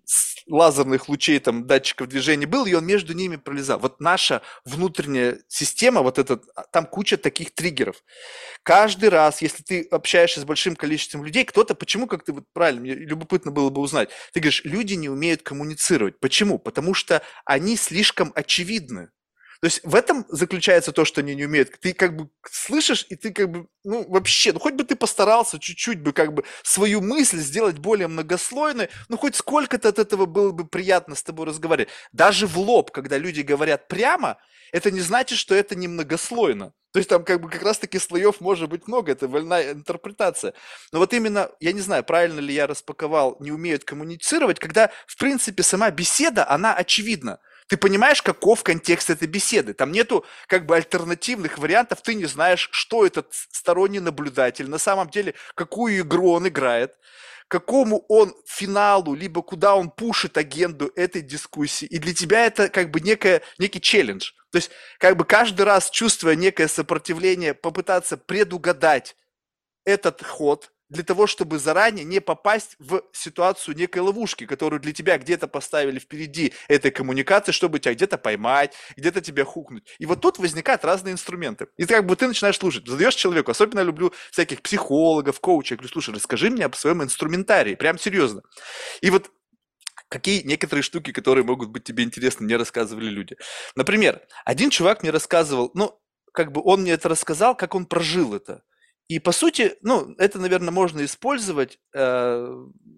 лазерных лучей, там, датчиков движения был, и он между ними пролезал. Вот наша внутренняя система, вот этот, а, там куча таких триггеров. Каждый раз, если ты общаешься с большим количеством людей, кто-то, почему, как ты вот правильно, мне любопытно было бы узнать, ты говоришь, люди не умеют коммуницировать. Почему? Потому что они слишком очевидны. То есть в этом заключается то, что они не умеют. Ты как бы слышишь, и ты как бы, ну, вообще, ну, хоть бы ты постарался чуть-чуть бы как бы свою мысль сделать более многослойной, ну, хоть сколько-то от этого было бы приятно с тобой разговаривать. Даже в лоб, когда люди говорят прямо, это не значит, что это не многослойно. То есть там как бы как раз-таки слоев может быть много, это вольная интерпретация. Но вот именно, я не знаю, правильно ли я распаковал, не умеют коммуницировать, когда, в принципе, сама беседа, она очевидна. Ты понимаешь, каков контекст этой беседы. Там нету как бы альтернативных вариантов, ты не знаешь, что этот сторонний наблюдатель, на самом деле, какую игру он играет, какому он финалу, либо куда он пушит агенду этой дискуссии. И для тебя это как бы некая, некий челлендж. То есть как бы каждый раз, чувствуя некое сопротивление, попытаться предугадать этот ход для того, чтобы заранее не попасть в ситуацию некой ловушки, которую для тебя где-то поставили впереди этой коммуникации, чтобы тебя где-то поймать, где-то тебя хукнуть. И вот тут возникают разные инструменты. И как бы ты начинаешь слушать, задаешь человеку, особенно я люблю всяких психологов, коучей, я говорю, слушай, расскажи мне об своем инструментарии, прям серьезно. И вот какие некоторые штуки, которые могут быть тебе интересны, мне рассказывали люди. Например, один чувак мне рассказывал, ну, как бы он мне это рассказал, как он прожил это. И по сути, ну, это, наверное, можно использовать э,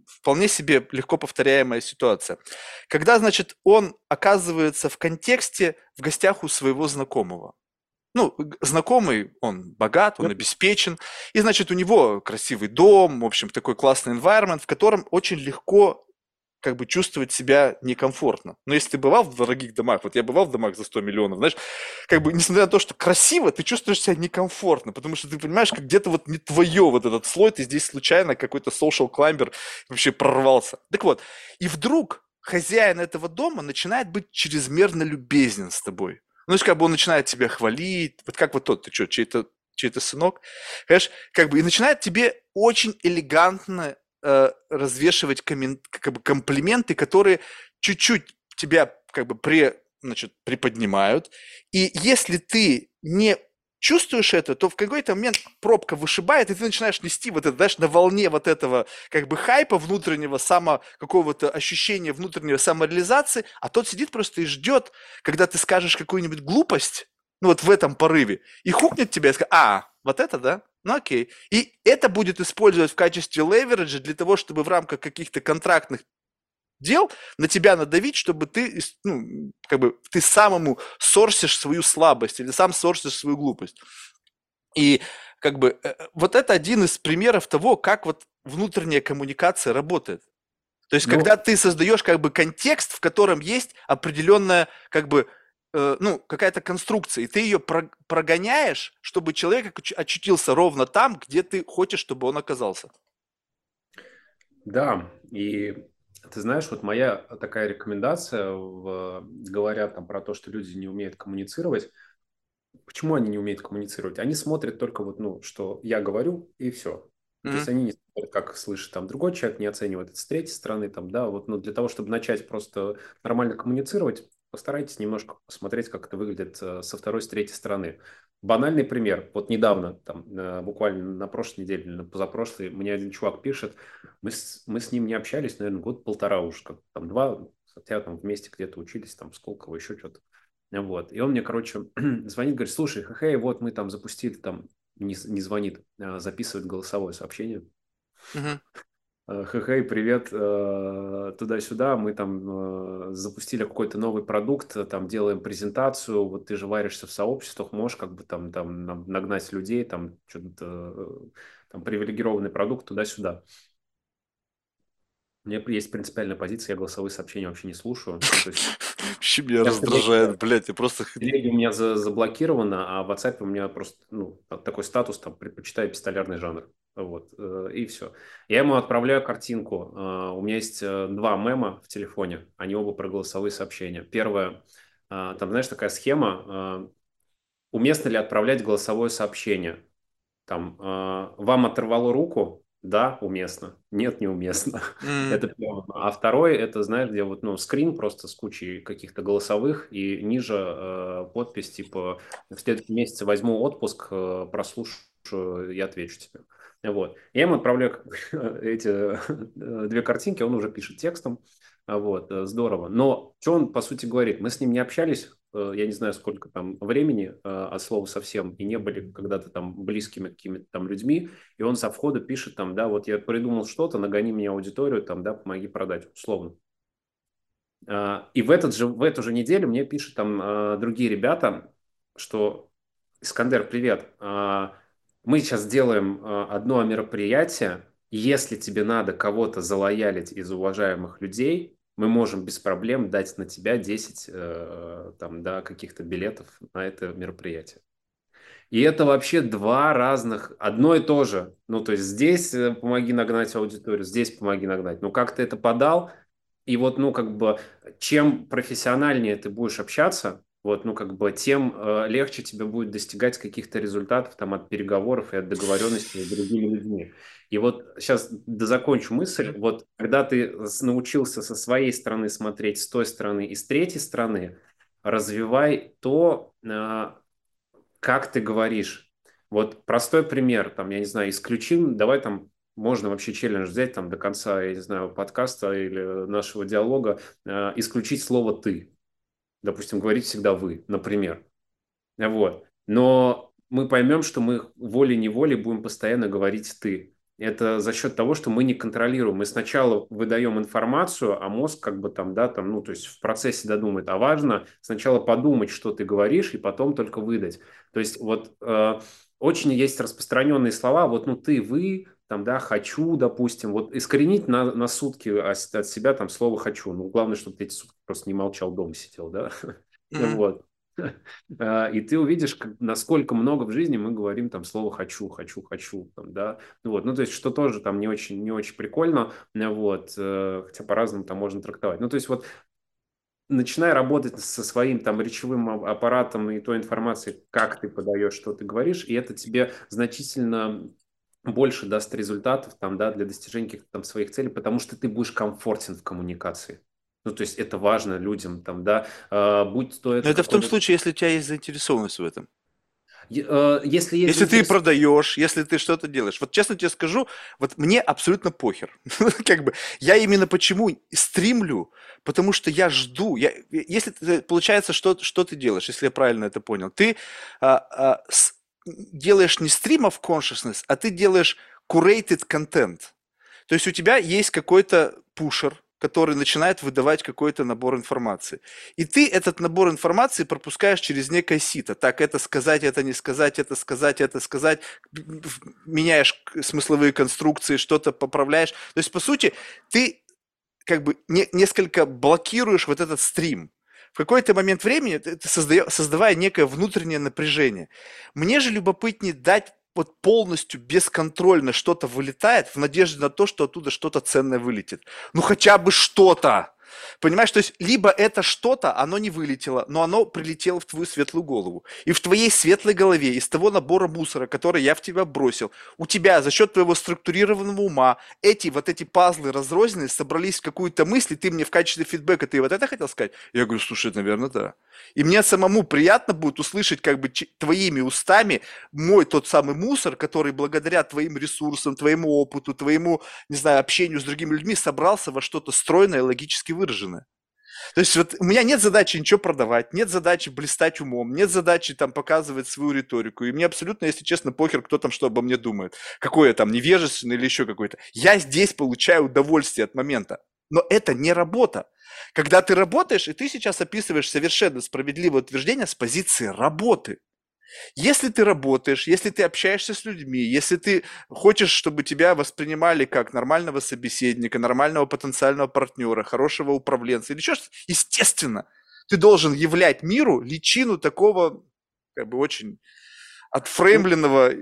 вполне себе легко повторяемая ситуация. Когда, значит, он оказывается в контексте в гостях у своего знакомого. Ну, г- знакомый, он богат, он Ну, обеспечен, и, значит, у него красивый дом, в общем, такой классный environment, в котором очень легко как бы чувствовать себя некомфортно. Но если ты бывал в дорогих домах, вот я бывал в домах за сто миллионов, знаешь, как бы, несмотря на то, что красиво, ты чувствуешь себя некомфортно, потому что ты понимаешь, как где-то вот не твое вот этот слой, ты здесь случайно какой-то social climber вообще прорвался. Так вот, и вдруг хозяин этого дома начинает быть чрезмерно любезнен с тобой. Ну, то есть, как бы он начинает тебя хвалить, вот как вот тот, ты что, чей-то чей-то сынок, понимаешь, как бы, и начинает тебе очень элегантно э, развешивать коммен- как бы комплименты, которые чуть-чуть тебя как бы при, значит, приподнимают. И если ты не чувствуешь это, то в какой-то момент пробка вышибает, и ты начинаешь нести вот это, знаешь, на волне вот этого как бы хайпа внутреннего, само какого-то ощущения внутренней самореализации, а тот сидит просто и ждет, когда ты скажешь какую-нибудь глупость, ну вот в этом порыве, и хукнет тебя и скажет, а, вот это, да? Ну окей. И это будет использовать в качестве левериджа для того, чтобы в рамках каких-то контрактных дел на тебя надавить, чтобы ты, ну, как бы, ты самому сорсишь свою слабость или сам сорсишь свою глупость. И как бы э, э, вот это один из примеров того, как вот внутренняя коммуникация работает. То есть, когда ну, ты создаешь как бы контекст, в котором есть определенная как бы э, ну, какая-то конструкция, и ты ее про- прогоняешь, чтобы человек оч- очутился ровно там, где ты хочешь, чтобы он оказался. да, и ты знаешь, вот моя такая рекомендация, в, говоря там про то, что люди не умеют коммуницировать, почему они не умеют коммуницировать? Они смотрят только вот, ну, что я говорю, и все. То есть Мгм. они не смотрят, как слышит там другой человек, не оценивают это с третьей стороны, там, да, вот, ну, для того, чтобы начать просто нормально коммуницировать, постарайтесь немножко посмотреть, как это выглядит э, со второй, с третьей стороны. Банальный пример. Вот недавно, там, э, буквально на прошлой неделе или на позапрошлой, мне один чувак пишет, мы с, мы с ним не общались, наверное, год-полтора уж, как, там, два, хотя там вместе где-то учились, там, Сколково, еще что-то. Вот. И он мне, короче, звонит, говорит, слушай, хей, вот мы там запустили, там, не, не звонит, а записывает голосовое сообщение. Мгм. Э, Хей, привет, э, туда-сюда, мы там э, запустили какой-то новый продукт, э, там делаем презентацию, вот ты же варишься в сообществах, можешь как бы там, там нам нагнать людей, там что-то, э, там привилегированный продукт туда-сюда. У меня есть принципиальная позиция, я голосовые сообщения вообще не слушаю. Ну, то есть Вообще меня я в телеге раздражает, блядь, я просто... х- Телега у меня за- заблокирована, а в WhatsApp у меня просто ну, так- такой статус, там, предпочитаю пистолярный жанр. Вот, э, и все. Я ему отправляю картинку. Э, У меня есть э, два мема в телефоне, они оба про голосовые сообщения. Первое, э, там, знаешь, такая схема, э, уместно ли отправлять голосовое сообщение? Там, э, вам оторвало руку? Да, уместно. Нет, неуместно. М, Это первое. А второй, это, знаешь, где вот, ну, скрин просто с кучей каких-то голосовых, и ниже э, подпись, типа, в следующем месяце возьму отпуск, э, прослушаю и отвечу тебе. Вот. Я ему отправляю эти э, две картинки, он уже пишет текстом. А Вот, э, здорово. Но что он, по сути, говорит? Мы с ним не общались, э, я не знаю, сколько там времени, э, от слова совсем, и не были когда-то там близкими какими-то там людьми, и он со входа пишет там, да, вот я придумал что-то, нагони мне аудиторию, там, да, помоги продать, условно. А, И в, этот же, в эту же неделю мне пишут там а, другие ребята, что Искандер, привет, а, мы сейчас делаем а, одно мероприятие, если тебе надо кого-то залоялить из уважаемых людей, мы можем без проблем дать на тебя десять э, там, да, каких-то билетов на это мероприятие. И это вообще два разных, одно и то же. Ну, то есть здесь э, помоги нагнать аудиторию, здесь помоги нагнать. Ну, как ты это подал, и вот, ну, как бы, чем профессиональнее ты будешь общаться, вот, ну, как бы, тем э, легче тебе будет достигать каких-то результатов там от переговоров и от договоренности с другими людьми. И вот сейчас дозакончу мысль. мгм. Вот, когда ты с- научился со своей стороны смотреть, с той стороны и с третьей стороны, развивай то, э, как ты говоришь. Вот простой пример, там, я не знаю, исключим, давай там можно вообще челлендж взять там до конца, я не знаю, подкаста или нашего диалога, э, исключить слово «ты». Допустим, говорить всегда «вы», например. Вот. Но мы поймем, что мы волей-неволей будем постоянно говорить «ты». Это за счет того, что мы не контролируем. Мы сначала выдаем информацию, а мозг как бы там, да, там, ну, то есть в процессе додумает. А важно сначала подумать, что ты говоришь, и потом только выдать. То есть вот э, очень есть распространенные слова, вот, ну, ты, вы, там, да, хочу, допустим, вот искоренить на, на сутки от от себя там слово хочу. Ну, главное, чтобы ты эти сутки просто не молчал, дома сидел, да. Мгм. Вот. А, И ты увидишь, как- насколько много в жизни мы говорим там слово «хочу», «хочу», «хочу», там, да, вот, ну, то есть, что тоже там не очень, не очень прикольно, э, вот, э, хотя по-разному там можно трактовать. Ну, то есть, вот, начиная работать со своим там речевым а- аппаратом и той информацией, как ты подаешь, что ты говоришь, и это тебе значительно больше даст результатов там, да, для достижения каких-то там своих целей, потому что ты будешь комфортен в коммуникации. Ну, то есть это важно людям, там, да, А, будь то Но это это в том какой-то... случае, если у тебя есть заинтересованность в этом. Е- э, Если есть Если ты заинтересованность... продаешь, если ты что-то делаешь. Вот честно тебе скажу, вот мне абсолютно похер. Как бы я именно почему стримлю, потому что я жду. Я, если ты- получается, что, что ты делаешь, если я правильно это понял, ты а, а, с- делаешь не stream of consciousness, а ты делаешь curated content. То есть у тебя есть какой-то пушер, который начинает выдавать какой-то набор информации. И ты этот набор информации пропускаешь через некое сито. Так, это сказать, это не сказать, это сказать, это сказать. Меняешь смысловые конструкции, что-то поправляешь. То есть, по сути, ты как бы не, несколько блокируешь вот этот стрим. В какой-то момент времени ты, ты создаё- создавая некое внутреннее напряжение. Мне же любопытнее дать вот полностью бесконтрольно что-то вылетает в надежде на то, что оттуда что-то ценное вылетит. Ну хотя бы что-то. Понимаешь, то есть либо это что-то, оно не вылетело, но оно прилетело в твою светлую голову. И в твоей светлой голове из того набора мусора, который я в тебя бросил, у тебя за счет твоего структурированного ума эти вот эти пазлы разрозненные собрались в какую-то мысль, и ты мне в качестве фидбэка, ты вот это хотел сказать? Я говорю, слушай, наверное, да. И мне самому приятно будет услышать как бы ч- твоими устами мой тот самый мусор, который благодаря твоим ресурсам, твоему опыту, твоему, не знаю, общению с другими людьми собрался во что-то стройное, логически выраженное. То есть вот у меня нет задачи ничего продавать, нет задачи блистать умом, нет задачи там показывать свою риторику. И мне абсолютно, если честно, похер, кто там что обо мне думает. Какой я там невежественный или еще какой-то. Я здесь получаю удовольствие от момента. Но это не работа. Когда ты работаешь, и ты сейчас описываешь совершенно справедливое утверждение с позиции работы. Если ты работаешь, если ты общаешься с людьми, если ты хочешь, чтобы тебя воспринимали как нормального собеседника, нормального потенциального партнера, хорошего управленца или еще что-то, естественно, ты должен являть миру личину такого как бы очень Ну, отфреймленного.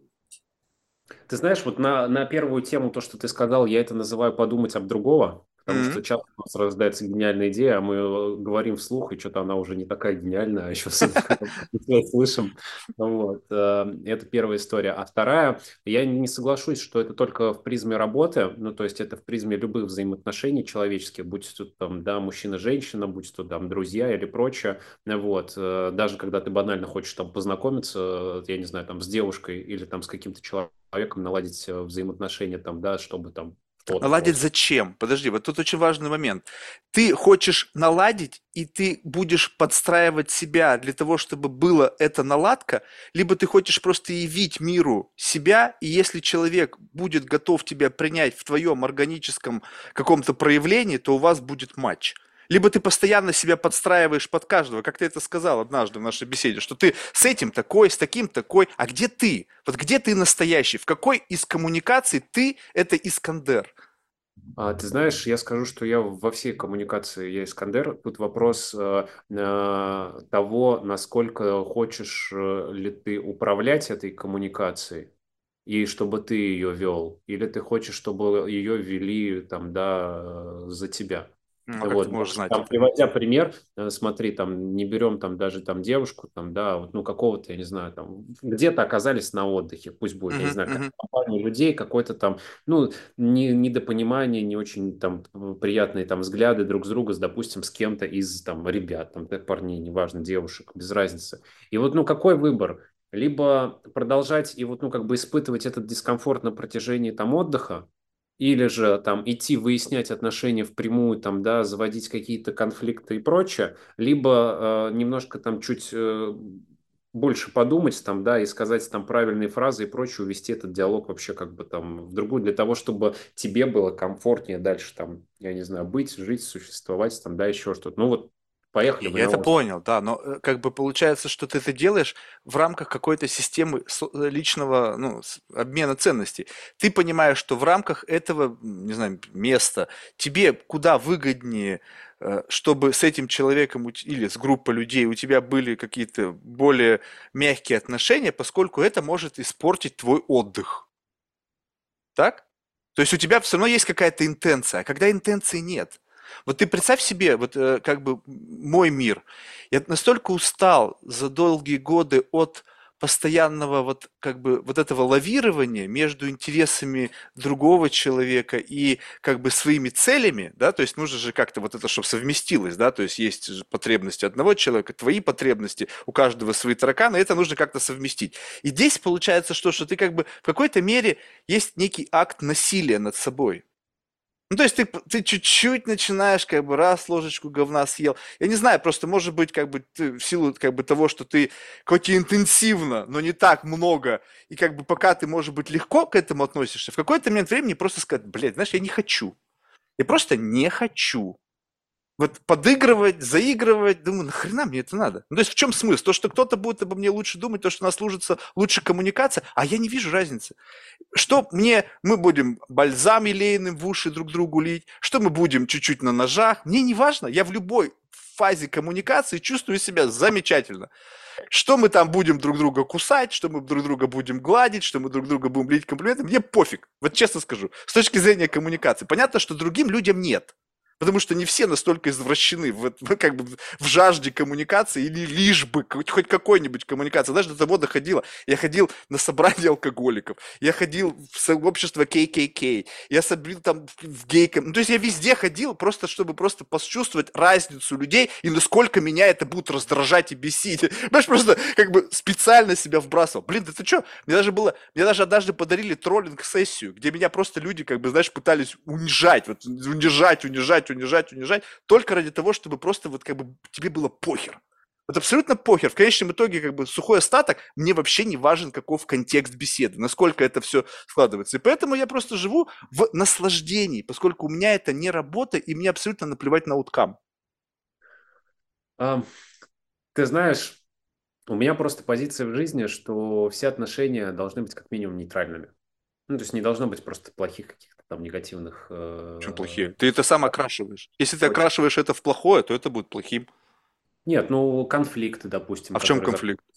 ты знаешь, вот на, на первую тему, то, что ты сказал, я это называю подумать об другого, потому что М. часто у нас рождается гениальная идея, а мы э, говорим вслух, и что-то она уже не такая гениальная, а еще слышим. Вот. э, Это первая история. А вторая, я не соглашусь, что это только в призме работы, ну, то есть это в призме любых взаимоотношений человеческих, будь то там, да, мужчина-женщина, будь то там друзья или прочее. Вот. э, Даже когда ты банально хочешь там познакомиться, э, я не знаю, там с девушкой или там с каким-то человеком, человеком наладить э, взаимоотношения там, да, чтобы там что-то Наладить просто. зачем? Подожди, вот тут очень важный момент. Ты хочешь наладить, и ты будешь подстраивать себя для того, чтобы была эта наладка, либо ты хочешь просто явить миру себя, и если человек будет готов тебя принять в твоем органическом каком-то проявлении, то у вас будет матч. Либо ты постоянно себя подстраиваешь под каждого, как ты это сказал однажды в нашей беседе, что ты с этим такой, с таким такой, а где ты? Вот где ты настоящий? В какой из коммуникаций ты– это Искандер? А, ты знаешь, я скажу, что я во всей коммуникации я Искандер. Тут вопрос э, э, того, насколько хочешь э, ли ты управлять этой коммуникацией и чтобы ты ее вел, или ты хочешь, чтобы ее вели там, да, э, за тебя. Ну, а как ты Вот, можешь даже знать там, это? приводя пример, э, смотри, там не берем там даже там девушку, там, да, вот, ну, какого-то, я не знаю, там, где-то оказались на отдыхе, пусть будет, я не Мгм, знаю, как мгм. компания людей, какой-то там, ну, не, недопонимание, не очень там приятные там взгляды друг с друга, с, допустим, с кем-то из там ребят, там, да, парней, неважно, девушек, без разницы. И вот, ну, какой выбор? Либо продолжать и вот, ну, как бы испытывать этот дискомфорт на протяжении там отдыха, или же там идти выяснять отношения впрямую, там, да, заводить какие-то конфликты и прочее, либо э, немножко там чуть э, больше подумать там, да, и сказать там правильные фразы и прочее, увести этот диалог вообще как бы там в другую, для того, чтобы тебе было комфортнее дальше там, я не знаю, быть, жить, существовать там, да, еще что-то. Ну вот, поехали Не, вы я на это остров. понял, да, но э, как бы получается, что ты это делаешь в рамках какой-то системы со- э, личного, ну, с- обмена ценностей. Ты понимаешь, что в рамках этого, м, не знаю, места тебе куда выгоднее, э, чтобы с этим человеком у т- или с группой людей у тебя были какие-то более мягкие отношения, поскольку это может испортить твой отдых. Так? То есть у тебя все равно есть какая-то интенция, а когда интенции нет. Вот ты представь себе, вот э, как бы мой мир. Я настолько устал за долгие годы от постоянного вот как бы вот этого лавирования между интересами другого человека и как бы своими целями, да, то есть нужно же как-то вот это, чтобы совместилось, да, то есть есть же потребности одного человека, твои потребности, у каждого свои тараканы, и это нужно как-то совместить. И здесь получается что, что ты как бы в какой-то мере есть некий акт насилия над собой. Ну, то есть ты, ты чуть-чуть начинаешь, как бы, раз ложечку говна съел. Я не знаю, просто, может быть, как бы, ты, в силу, как бы, того, что ты хоть и интенсивно, но не так много, и, как бы, пока ты, может быть, легко к этому относишься, в какой-то момент времени просто сказать, блядь, знаешь, я не хочу. Я просто не хочу. Вот подыгрывать, заигрывать, думаю, нахрена мне это надо? Ну, то есть в чем смысл? То, что кто-то будет обо мне лучше думать, то, что у нас служится лучше коммуникация, а я не вижу разницы. Что мне, мы будем бальзам елейным в уши друг другу лить, что мы будем чуть-чуть на ножах, мне не важно, я в любой фазе коммуникации чувствую себя замечательно. Что мы там будем друг друга кусать, что мы друг друга будем гладить, что мы друг друга будем лить комплименты, мне пофиг, вот честно скажу, с точки зрения коммуникации. Понятно, что другим людям нет. Потому что не все настолько извращены в, в- как бы в жажде коммуникации или лишь бы хоть, хоть какой-нибудь коммуникации. Даже до того доходило. Я ходил на собрания алкоголиков, я ходил в сообщество кей кей кей, я собрал там в гейком. Ну, то есть я везде ходил, просто чтобы просто почувствовать разницу людей и насколько меня это будет раздражать и бесить. Понимаешь, просто как бы специально себя вбрасывал. Блин, да ты что? Мне даже было, мне даже однажды подарили троллинг-сессию, где меня просто люди, как бы, знаешь, пытались унижать, вот унижать, унижать, унижать, унижать, только ради того, чтобы просто вот как бы тебе было похер. Вот абсолютно похер. В конечном итоге, как бы, сухой остаток, мне вообще не важен, каков контекст беседы, насколько это все складывается. И поэтому я просто живу в наслаждении, поскольку у меня это не работа, и мне абсолютно наплевать на уткам. А, ты знаешь, у меня просто позиция в жизни, что все отношения должны быть как минимум нейтральными. Ну, то есть не должно быть просто плохих каких-то там негативных Чем э, плохие? Ты это сам окрашиваешь. Если ты очень. окрашиваешь это в плохое, то это будет плохим. Нет, ну, конфликты, допустим, А в чем которые зак- конфликт?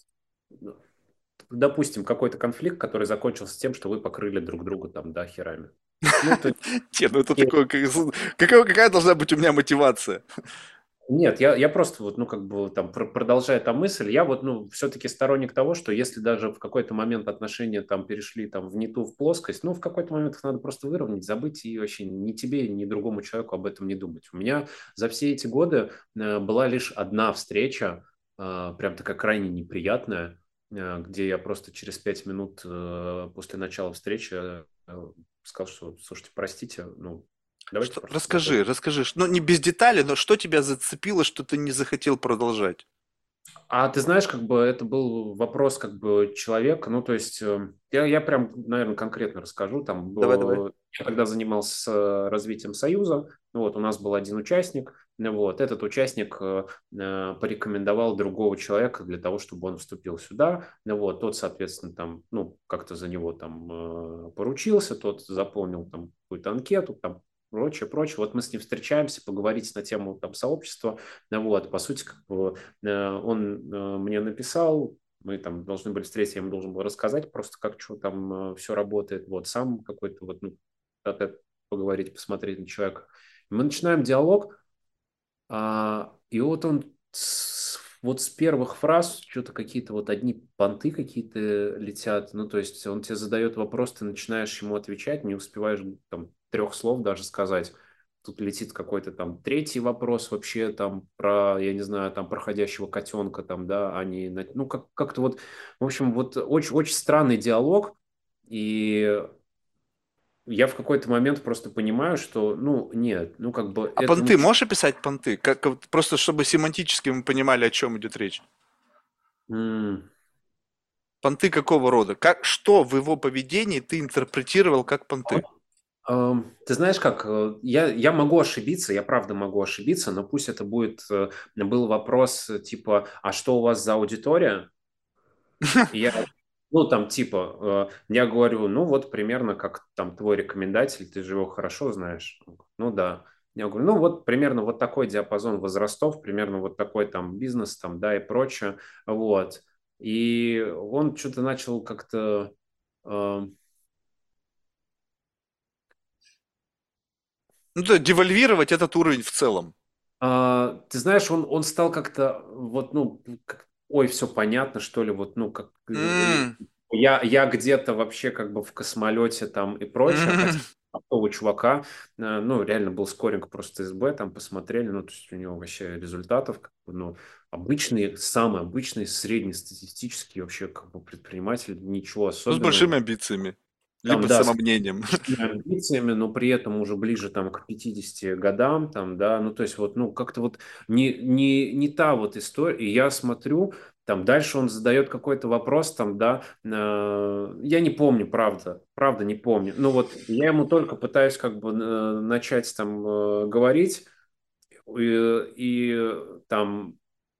допустим, какой-то конфликт, который закончился тем, что вы покрыли друг друга там, да, херами. Ну, то Нет, ну это есть такое, как- какая, какая должна быть у меня мотивация? нет, я, я просто вот, ну, как бы там, пр- продолжая там мысль, я вот, ну, все-таки сторонник того, что если даже в какой-то момент отношения там перешли там в не ту в плоскость, ну, в какой-то момент их надо просто выровнять, забыть и вообще ни тебе, ни другому человеку об этом не думать. У меня за все эти годы э, была лишь одна встреча, э, прям такая крайне неприятная, э, где я просто через пять минут э, после начала встречи э, сказал, что, слушайте, простите, ну, давайте Что, просто расскажи, закончим. расскажи, ш- ну не без деталей, но что тебя зацепило, что ты не захотел продолжать? А ты знаешь, как бы это был вопрос как бы человека, ну, то есть э, я, я прям, наверное, конкретно расскажу. Там, Давай, давай. э, я когда занимался э, развитием Союза, ну, вот у нас был один участник, ну, вот, этот участник э, э, порекомендовал другого человека для того, чтобы он вступил сюда, ну, вот, тот, соответственно, там, ну, как-то за него там э, поручился, тот заполнил там какую-то анкету, там, прочее, прочее. Вот мы с ним встречаемся, поговорить на тему там сообщества, ну, вот, по сути, как бы Э, он э, мне написал, мы там должны были встретиться, я ему должен был рассказать просто, как что там все работает, вот сам какой-то вот, ну, как это поговорить, посмотреть на человека. И мы начинаем диалог, а, и вот он с, вот с первых фраз что-то какие-то вот одни понты какие-то летят, ну, то есть он тебе задает вопрос, ты начинаешь ему отвечать, не успеваешь там трех слов даже сказать. Тут летит какой-то там третий вопрос вообще там про, я не знаю, там проходящего котенка там, да, они, ну, как, как-то вот, в общем, вот очень, очень странный диалог, и я в какой-то момент просто понимаю, что, ну, нет, ну, как бы А это не... понты, можешь описать понты? Как, вот просто чтобы семантически мы понимали, о чем идет речь. Понты какого рода? Как, что в его поведении ты интерпретировал как понты? Ам, Ты знаешь как, э, я, я могу ошибиться, я правда могу ошибиться, но пусть это будет, э, был вопрос э, типа, а что у вас за аудитория? И я, ну, там, типа, э, я говорю, ну, вот примерно как там твой рекомендатель, ты же его хорошо знаешь. Он говорит, ну, да. Я говорю, ну, вот примерно вот такой диапазон возрастов, примерно вот такой там бизнес, там, да, и прочее, вот. И он что-то начал как-то, э, Ну, то есть девальвировать этот уровень в целом. а, ты знаешь, он, он стал как-то вот, ну, как, ой, все понятно, что ли, вот, ну, как э, М, я, я где-то вообще как бы в космолете там и прочее, хотя м. такого чувака, э, ну, реально был скоринг просто СБ, там посмотрели, ну, то есть у него вообще результатов, как бы, ну, обычный, самый обычный, среднестатистический вообще как бы предприниматель, ничего Ну, с большими особенного. амбициями. Там, Либо да, с самомнением. большими амбициями, но при этом уже ближе там к пятидесяти годам, там, да, ну, то есть вот, ну, как-то вот не, не, не та вот история, и я смотрю, там, дальше он задает какой-то вопрос, там, да, э, я не помню, правда, правда не помню, ну, вот я ему только пытаюсь как бы э, начать там э, говорить, и, и там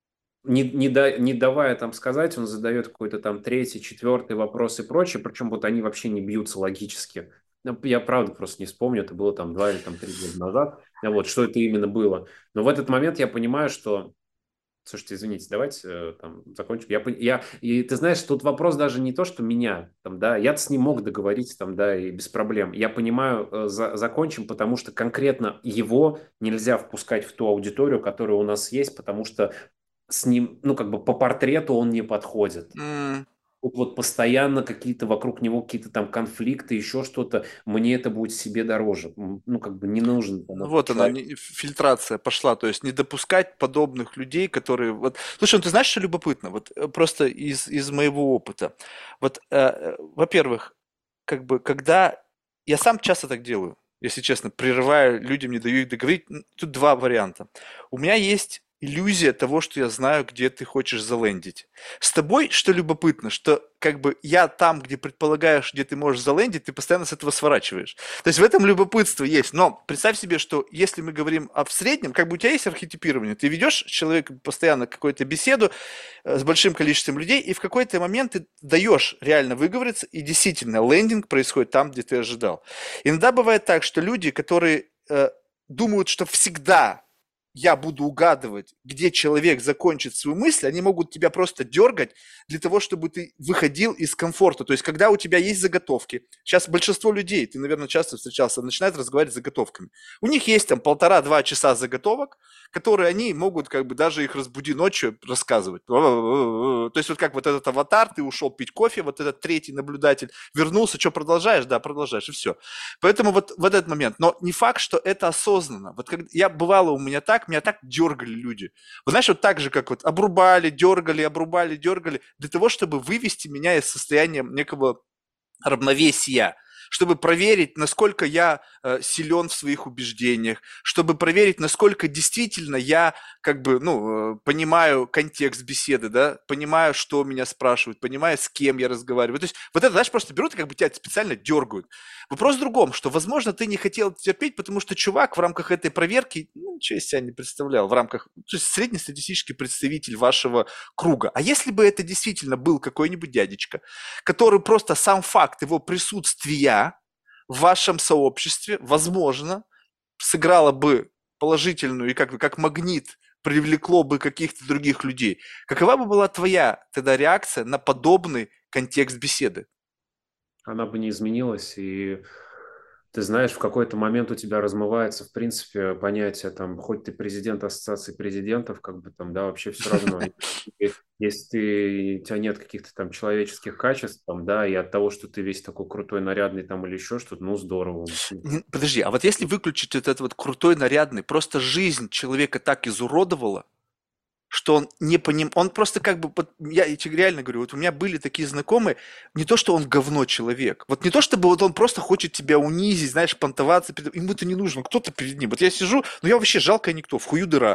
не, не, да- не давая там сказать, он задает какой-то там третий, четвертый вопрос и прочее, причем вот они вообще не бьются логически. Ну, я правда просто не вспомню, это было там два или там три года назад, а вот, что это именно было. Но в этот момент я понимаю, что, слушайте, извините, давайте э, там закончим. Я, пон- я, и ты знаешь, тут вопрос даже не то, что меня, там, да, я с ним мог договориться, там, да, и без проблем. Я понимаю, э, за- закончим, потому что конкретно его нельзя впускать в ту аудиторию, которая у нас есть, потому что с ним, ну, как бы по портрету он не подходит. М. Вот, вот постоянно какие-то вокруг него какие-то там конфликты, еще что-то, мне это будет себе дороже. М, Ну, как бы не нужен там Ну этот вот она, человек. не- фильтрация пошла, то есть не допускать подобных людей, которые... Вот... Слушай, ну ты знаешь, что любопытно? Вот э, просто из, из моего опыта. Вот, э, э, во-первых, как бы, когда... Я сам часто так делаю, если честно, прерываю людям, не даю их договорить. Н- Тут два варианта. У меня есть иллюзия того, что я знаю, где ты хочешь залендить. С тобой, что любопытно, что как бы я там, где предполагаешь, где ты можешь залендить, ты постоянно с этого сворачиваешь. То есть в этом любопытство есть. Но представь себе, что если мы говорим о в среднем, как бы у тебя есть архетипирование, ты ведешь человека постоянно какую-то беседу э, с большим количеством людей, и в какой-то момент ты даешь реально выговориться, и действительно лендинг происходит там, где ты ожидал. Иногда бывает так, что люди, которые э, думают, что всегда я буду угадывать, где человек закончит свою мысль, они могут тебя просто дергать для того, чтобы ты выходил из комфорта. То есть, когда у тебя есть заготовки, сейчас большинство людей, ты, наверное, часто встречался, начинают разговаривать с заготовками. У них есть там полтора-два часа заготовок, которые они могут как бы даже их разбуди ночью рассказывать. То есть, вот как вот этот аватар, ты ушел пить кофе, вот этот третий наблюдатель вернулся, что продолжаешь? Да, продолжаешь, и все. Поэтому вот в этот момент, но не факт, что это осознанно. Вот как я бывало у меня так, меня так дергали люди. Вот знаешь, вот так же, как вот обрубали, дергали, обрубали, дергали, для того, чтобы вывести меня из состояния некого равновесия, чтобы проверить, насколько я э, силен в своих убеждениях, чтобы проверить, насколько действительно я как бы, ну, э, понимаю контекст беседы, да, понимаю, что меня спрашивают, понимаю, с кем я разговариваю. То есть вот это, знаешь, просто берут и как бы тебя специально дергают. Вопрос в другом, что, возможно, ты не хотел это терпеть, потому что чувак в рамках этой проверки, ну, ничего из себя не представлял, в рамках, то есть среднестатистический представитель вашего круга. А если бы это действительно был какой-нибудь дядечка, который просто сам факт его присутствия в вашем сообществе, возможно, сыграло бы положительную и как, как магнит привлекло бы каких-то других людей. Какова бы была твоя тогда реакция на подобный контекст беседы? Она бы не изменилась, и ты знаешь, в какой-то момент у тебя размывается, в принципе, понятие, там, хоть ты президент ассоциации президентов, как бы там, да, вообще все равно. И если ты, у тебя нет каких-то там человеческих качеств, там, да, и от того, что ты весь такой крутой, нарядный там или еще что-то, ну, здорово. Подожди, а вот если выключить вот этот вот крутой, нарядный, просто жизнь человека так изуродовала, что он не поним, он просто как бы, вот я тебе реально говорю, вот у меня были такие знакомые, не то, что он говно человек, вот не то, чтобы вот он просто хочет тебя унизить, знаешь, понтоваться, ему это не нужно, кто-то перед ним. Вот я сижу, ну я вообще жалкая никто, в хую дыра.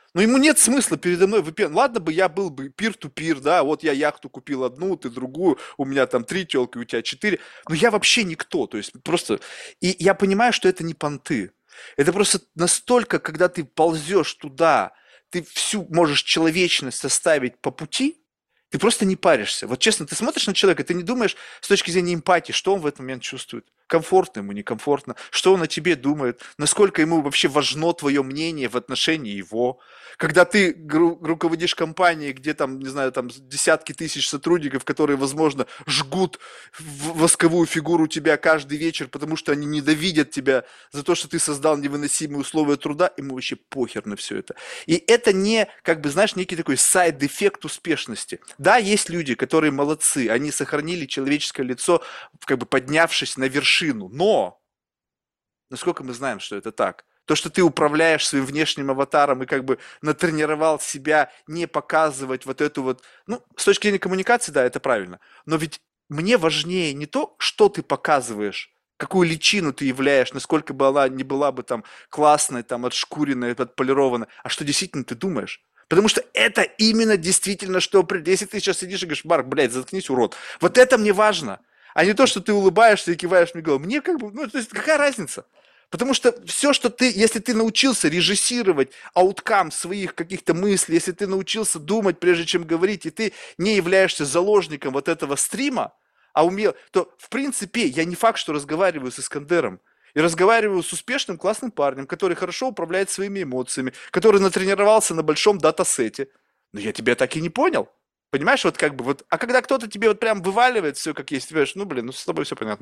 Но ему нет смысла передо мной выпен. Ладно бы я был бы пир-ту-пир, да, вот я яхту купил одну, ты другую, у меня там три телки, у тебя четыре. Но я вообще никто, то есть просто... И я понимаю, что это не понты. Это просто настолько, когда ты ползешь туда, ты всю можешь человечность оставить по пути, ты просто не паришься. Вот честно, ты смотришь на человека, ты не думаешь с точки зрения эмпатии, что он в этот момент чувствует. Комфортно ему, некомфортно, что он о тебе думает, насколько ему вообще важно твое мнение в отношении его. Когда ты гру- руководишь компанией, где там, не знаю, там десятки тысяч сотрудников, которые, возможно, жгут в- восковую фигуру тебя каждый вечер, потому что они ненавидят тебя за то, что ты создал невыносимые условия труда, ему вообще похер на все это. И это не, как бы, знаешь, некий такой сайд-эффект успешности. Да, есть люди, которые молодцы, они сохранили человеческое лицо, как бы поднявшись на вершину, но насколько мы знаем, что это так? То, что ты управляешь своим внешним аватаром и как бы натренировал себя не показывать вот эту вот... Ну, с точки зрения коммуникации, да, это правильно. Но ведь мне важнее не то, что ты показываешь, какую личину ты являешь, насколько бы она не была бы там классной, там отшкуренной, отполированной, а что действительно ты думаешь. Потому что это именно действительно, что... определяет. Если ты сейчас сидишь и говоришь, Марк, блядь, заткнись, урод. Вот это мне важно. А не то, что ты улыбаешься и киваешь мне голову. Мне как бы, ну, то есть какая разница? Потому что все, что ты, если ты научился режиссировать ауткам своих каких-то мыслей, если ты научился думать, прежде чем говорить, и ты не являешься заложником вот этого стрима, а умел, то, в принципе, я не факт, что разговариваю с Искандером. И разговариваю с успешным, классным парнем, который хорошо управляет своими эмоциями, который натренировался на большом датасете. Но я тебя так и не понял. Понимаешь, вот как бы вот, а когда кто-то тебе вот прям вываливает все как есть, ты говоришь, ну, блин, ну с тобой все понятно.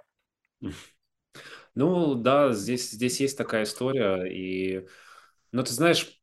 Ну, да, здесь, здесь есть такая история, и, ну, ты знаешь,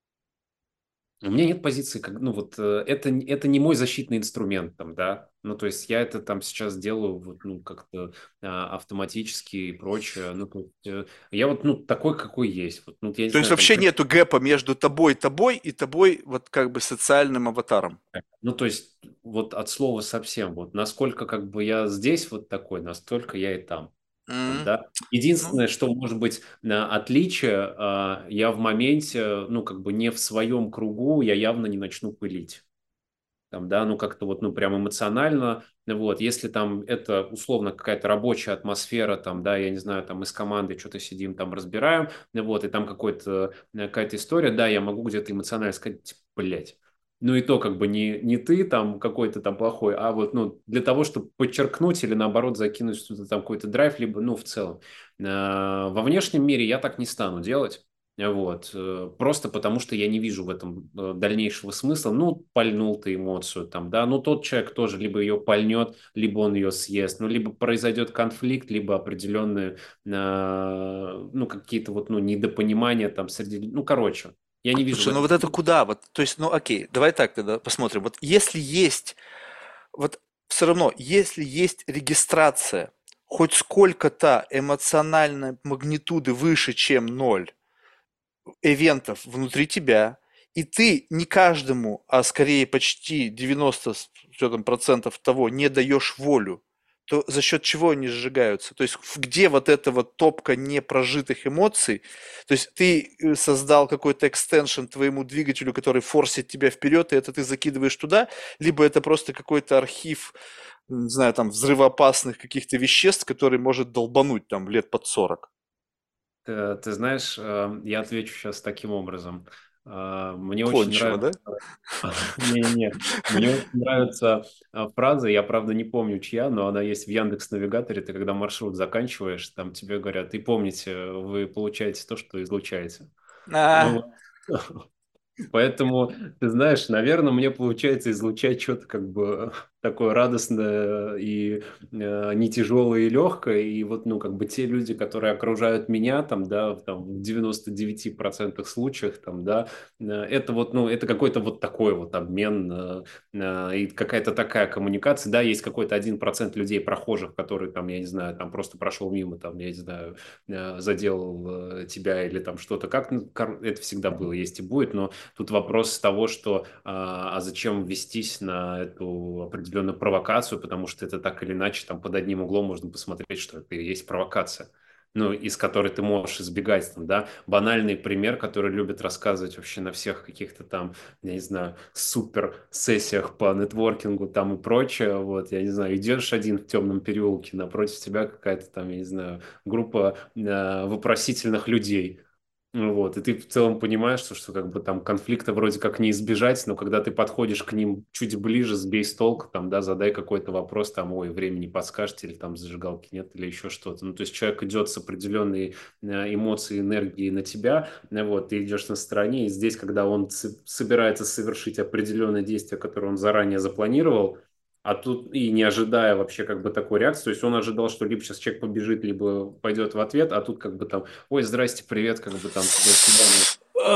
у меня нет позиции, как, ну вот э, это, н- это не мой защитный инструмент, там, да, ну то есть я это там сейчас делаю вот, ну как-то а, автоматически и прочее, ну то есть э, я вот ну такой, какой есть, вот, ну я не То есть знаю, там, вообще как- нету гэпа между тобой, тобой и тобой вот как бы социальным аватаром. ну то есть вот от слова совсем, вот насколько как бы я здесь вот такой, настолько я и там. Там, М, да. ну, Единственное, что может быть на отличие, а, я в моменте, ну, как бы не в своем кругу, я явно не начну пылить. Там, да, ну как-то вот, ну прям эмоционально, вот, если там это условно какая-то рабочая атмосфера, там, да, я не знаю, там мы с командой что-то сидим, там разбираем, вот, и там какой-то, э, какая-то история, да, я могу где-то эмоционально сказать, типа, блядь, ну и то как бы не, не ты там какой-то там плохой, а вот, ну, для того, чтобы подчеркнуть или наоборот закинуть что-то там какой-то драйв, либо, ну, в целом. Э, Во внешнем мире я так не стану делать. Вот. э, Просто потому, что я не вижу в этом э, дальнейшего смысла. Ну, пальнул ты эмоцию там, да. Ну, тот человек тоже либо ее пальнет, либо он ее съест. Ну, либо произойдет конфликт, либо определенные, э, ну, какие-то вот, ну, недопонимания там среди... Ну, короче, я не вижу в слушай, ну этом вот это смысла. куда? Вот, то есть, ну окей, давай так тогда посмотрим. Вот если есть, вот все равно, если есть регистрация хоть сколько-то эмоциональной магнитуды выше, чем ноль, ивентов внутри тебя, и ты не каждому, а скорее почти девяносто с учетом процентов того не даешь волю, то за счет чего они сжигаются? То есть где вот эта вот топка непрожитых эмоций? То есть ты э, создал какой-то экстеншн твоему двигателю, который форсит тебя вперед, и это ты закидываешь туда, либо это просто какой-то архив, не знаю, там взрывоопасных каких-то веществ, который может долбануть там лет под сорок. Ты, ты знаешь, э, я отвечу сейчас таким образом. Э, Мне очень Кончено, нравится... да? Не-не-не. Мне очень нравится а, фраза, я, правда, не помню, чья, но она есть в Яндекс Навигаторе. Ты когда маршрут заканчиваешь, там тебе говорят, и помните, вы получаете то, что излучаете. А, Вот. Поэтому, ты знаешь, наверное, мне получается излучать что-то как бы такое радостное и э, не тяжелое и легкое. И вот, ну, как бы те люди, которые окружают меня, там, да, в, там, в девяноста девяти процентах случаев, там, да, э, это вот, ну, это какой-то вот такой вот обмен э, э, и какая-то такая коммуникация. Да, есть какой-то один процент людей прохожих, которые там, я не знаю, там просто прошел мимо, там, я не знаю, э, задел э, тебя или там что-то. Как ну, кор- это всегда было, есть и будет, но тут вопрос того, что а, а зачем вестись на эту определенную провокацию, потому что это так или иначе там под одним углом можно посмотреть, что это и есть провокация. ну, из которой ты можешь избегать, там, да, банальный пример, который любят рассказывать вообще на всех каких-то там, я не знаю, супер сессиях по нетворкингу там и прочее, вот, я не знаю, идешь один в темном переулке, напротив тебя какая-то там, я не знаю, группа э, вопросительных людей. Ну вот, и ты в целом понимаешь, что, что как бы там конфликта вроде как не избежать, но когда ты подходишь к ним чуть ближе, сбей с толку, там, да, задай какой-то вопрос, там, ой, времени подскажете, или там зажигалки нет, или еще что-то. Ну, то есть человек идет с определенной э, эмоцией, энергией на тебя, э, вот, ты идешь на стороне, и здесь, когда он ц- собирается совершить определенное действие, которое он заранее запланировал, а тут и не ожидая вообще как бы такой реакции, то есть он ожидал, что либо сейчас человек побежит, либо пойдет в ответ, а тут как бы там ой, здрасте, привет, как бы там туда-сюда.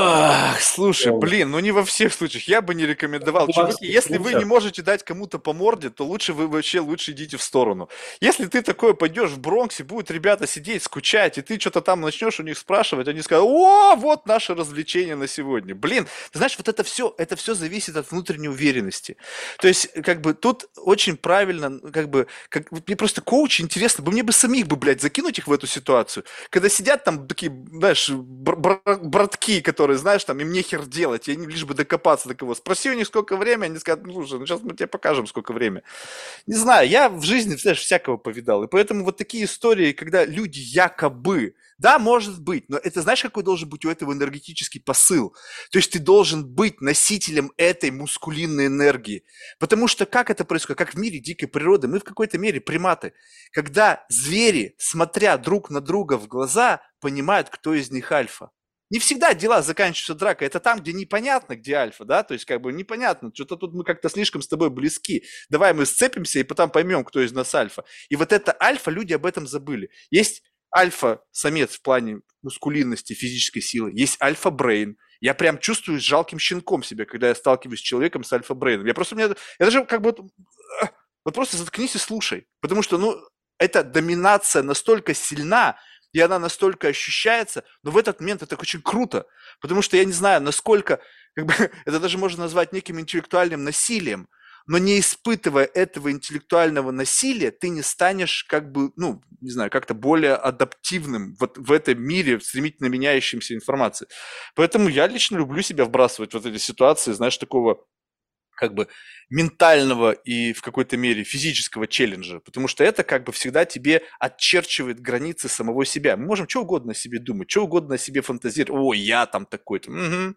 Ах, слушай, Ну, блин, ну не во всех случаях. Я бы не рекомендовал. в Чуваки, плохих если вы не случаях. можете дать кому-то по морде, то лучше вы вообще лучше идите в сторону. Если ты такое пойдешь в Бронксе, будут ребята сидеть, скучать, и ты что-то там начнешь у них спрашивать, они скажут, о, вот наше развлечение на сегодня. Блин, ты знаешь, вот это все, это все зависит от внутренней уверенности. То есть, как бы, тут очень правильно, ну, как бы, как, вот мне просто коуч интересно, бы мне бы самих бы, блядь, закинуть их в эту ситуацию. Когда сидят там такие, знаешь, бр- бр- братки, которые, знаешь, там, им нехер делать, и они лишь бы докопаться до кого. Спроси у них, сколько времени, они скажут, ну, слушай, ну сейчас мы тебе покажем, сколько времени. Не знаю, я в жизни, знаешь, всякого повидал, и поэтому вот такие истории, когда люди якобы, да, может быть, но это знаешь, какой должен быть у этого энергетический посыл? То есть ты должен быть носителем этой мускулинной энергии. Потому что как это происходит? Как в мире дикой природы? Мы в какой-то мере приматы. Когда звери, смотря друг на друга в глаза, понимают, кто из них альфа. Не всегда дела заканчиваются дракой. Это там, где непонятно, где альфа, да, то есть как бы непонятно, что-то тут мы как-то слишком с тобой близки. Давай мы сцепимся и потом поймем, кто из нас альфа. И вот это альфа, люди об этом забыли. Есть альфа-самец в плане мускулинности, физической силы, есть альфа-брейн. Я прям чувствую жалким щенком себя, когда я сталкиваюсь с человеком с альфа-брейном. Я просто, у меня, я даже как бы, вот, вот просто заткнись и слушай. Потому что, ну, эта доминация настолько сильна, и она настолько ощущается, но в этот момент это очень круто, потому что я не знаю, насколько, как бы, это даже можно назвать неким интеллектуальным насилием, но не испытывая этого интеллектуального насилия, ты не станешь, как бы, ну, не знаю, как-то более адаптивным вот в этом мире стремительно меняющейся информации. Поэтому я лично люблю себя вбрасывать в вот эти ситуации, знаешь, такого как бы ментального и в какой-то мере физического челленджа, потому что это как бы всегда тебе отчерчивает границы самого себя. Мы можем что угодно о себе думать, что угодно о себе фантазировать. О, я там такой-то. Мгм.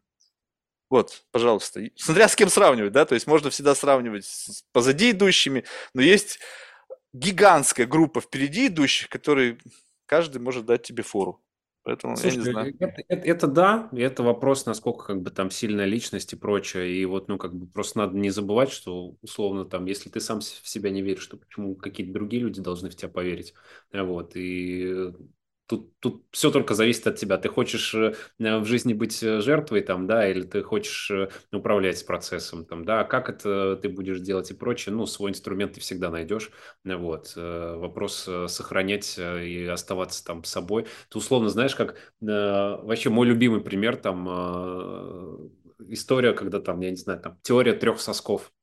Вот, пожалуйста. И смотря с кем сравнивать, да, то есть можно всегда сравнивать с позади идущими, но есть гигантская группа впереди идущих, которые каждый может дать тебе фору. Поэтому я не знаю. Слушай, это, это, это да, и это вопрос, насколько как бы там сильная личность и прочее, и вот, ну, как бы просто надо не забывать, что условно там, если ты сам с- в себя не веришь, то почему какие-то другие люди должны в тебя поверить, А вот, и э, тут, тут все только зависит от тебя, ты хочешь э, в жизни быть э, жертвой там, да, или ты хочешь э, управлять процессом там, да, а как это ты будешь делать и прочее, ну, свой инструмент ты всегда найдешь, вот, Э, вопрос э, сохранять э, и оставаться там собой, ты условно знаешь, как э, вообще мой любимый пример там э, история, когда там, я не знаю, там теория трех сосков.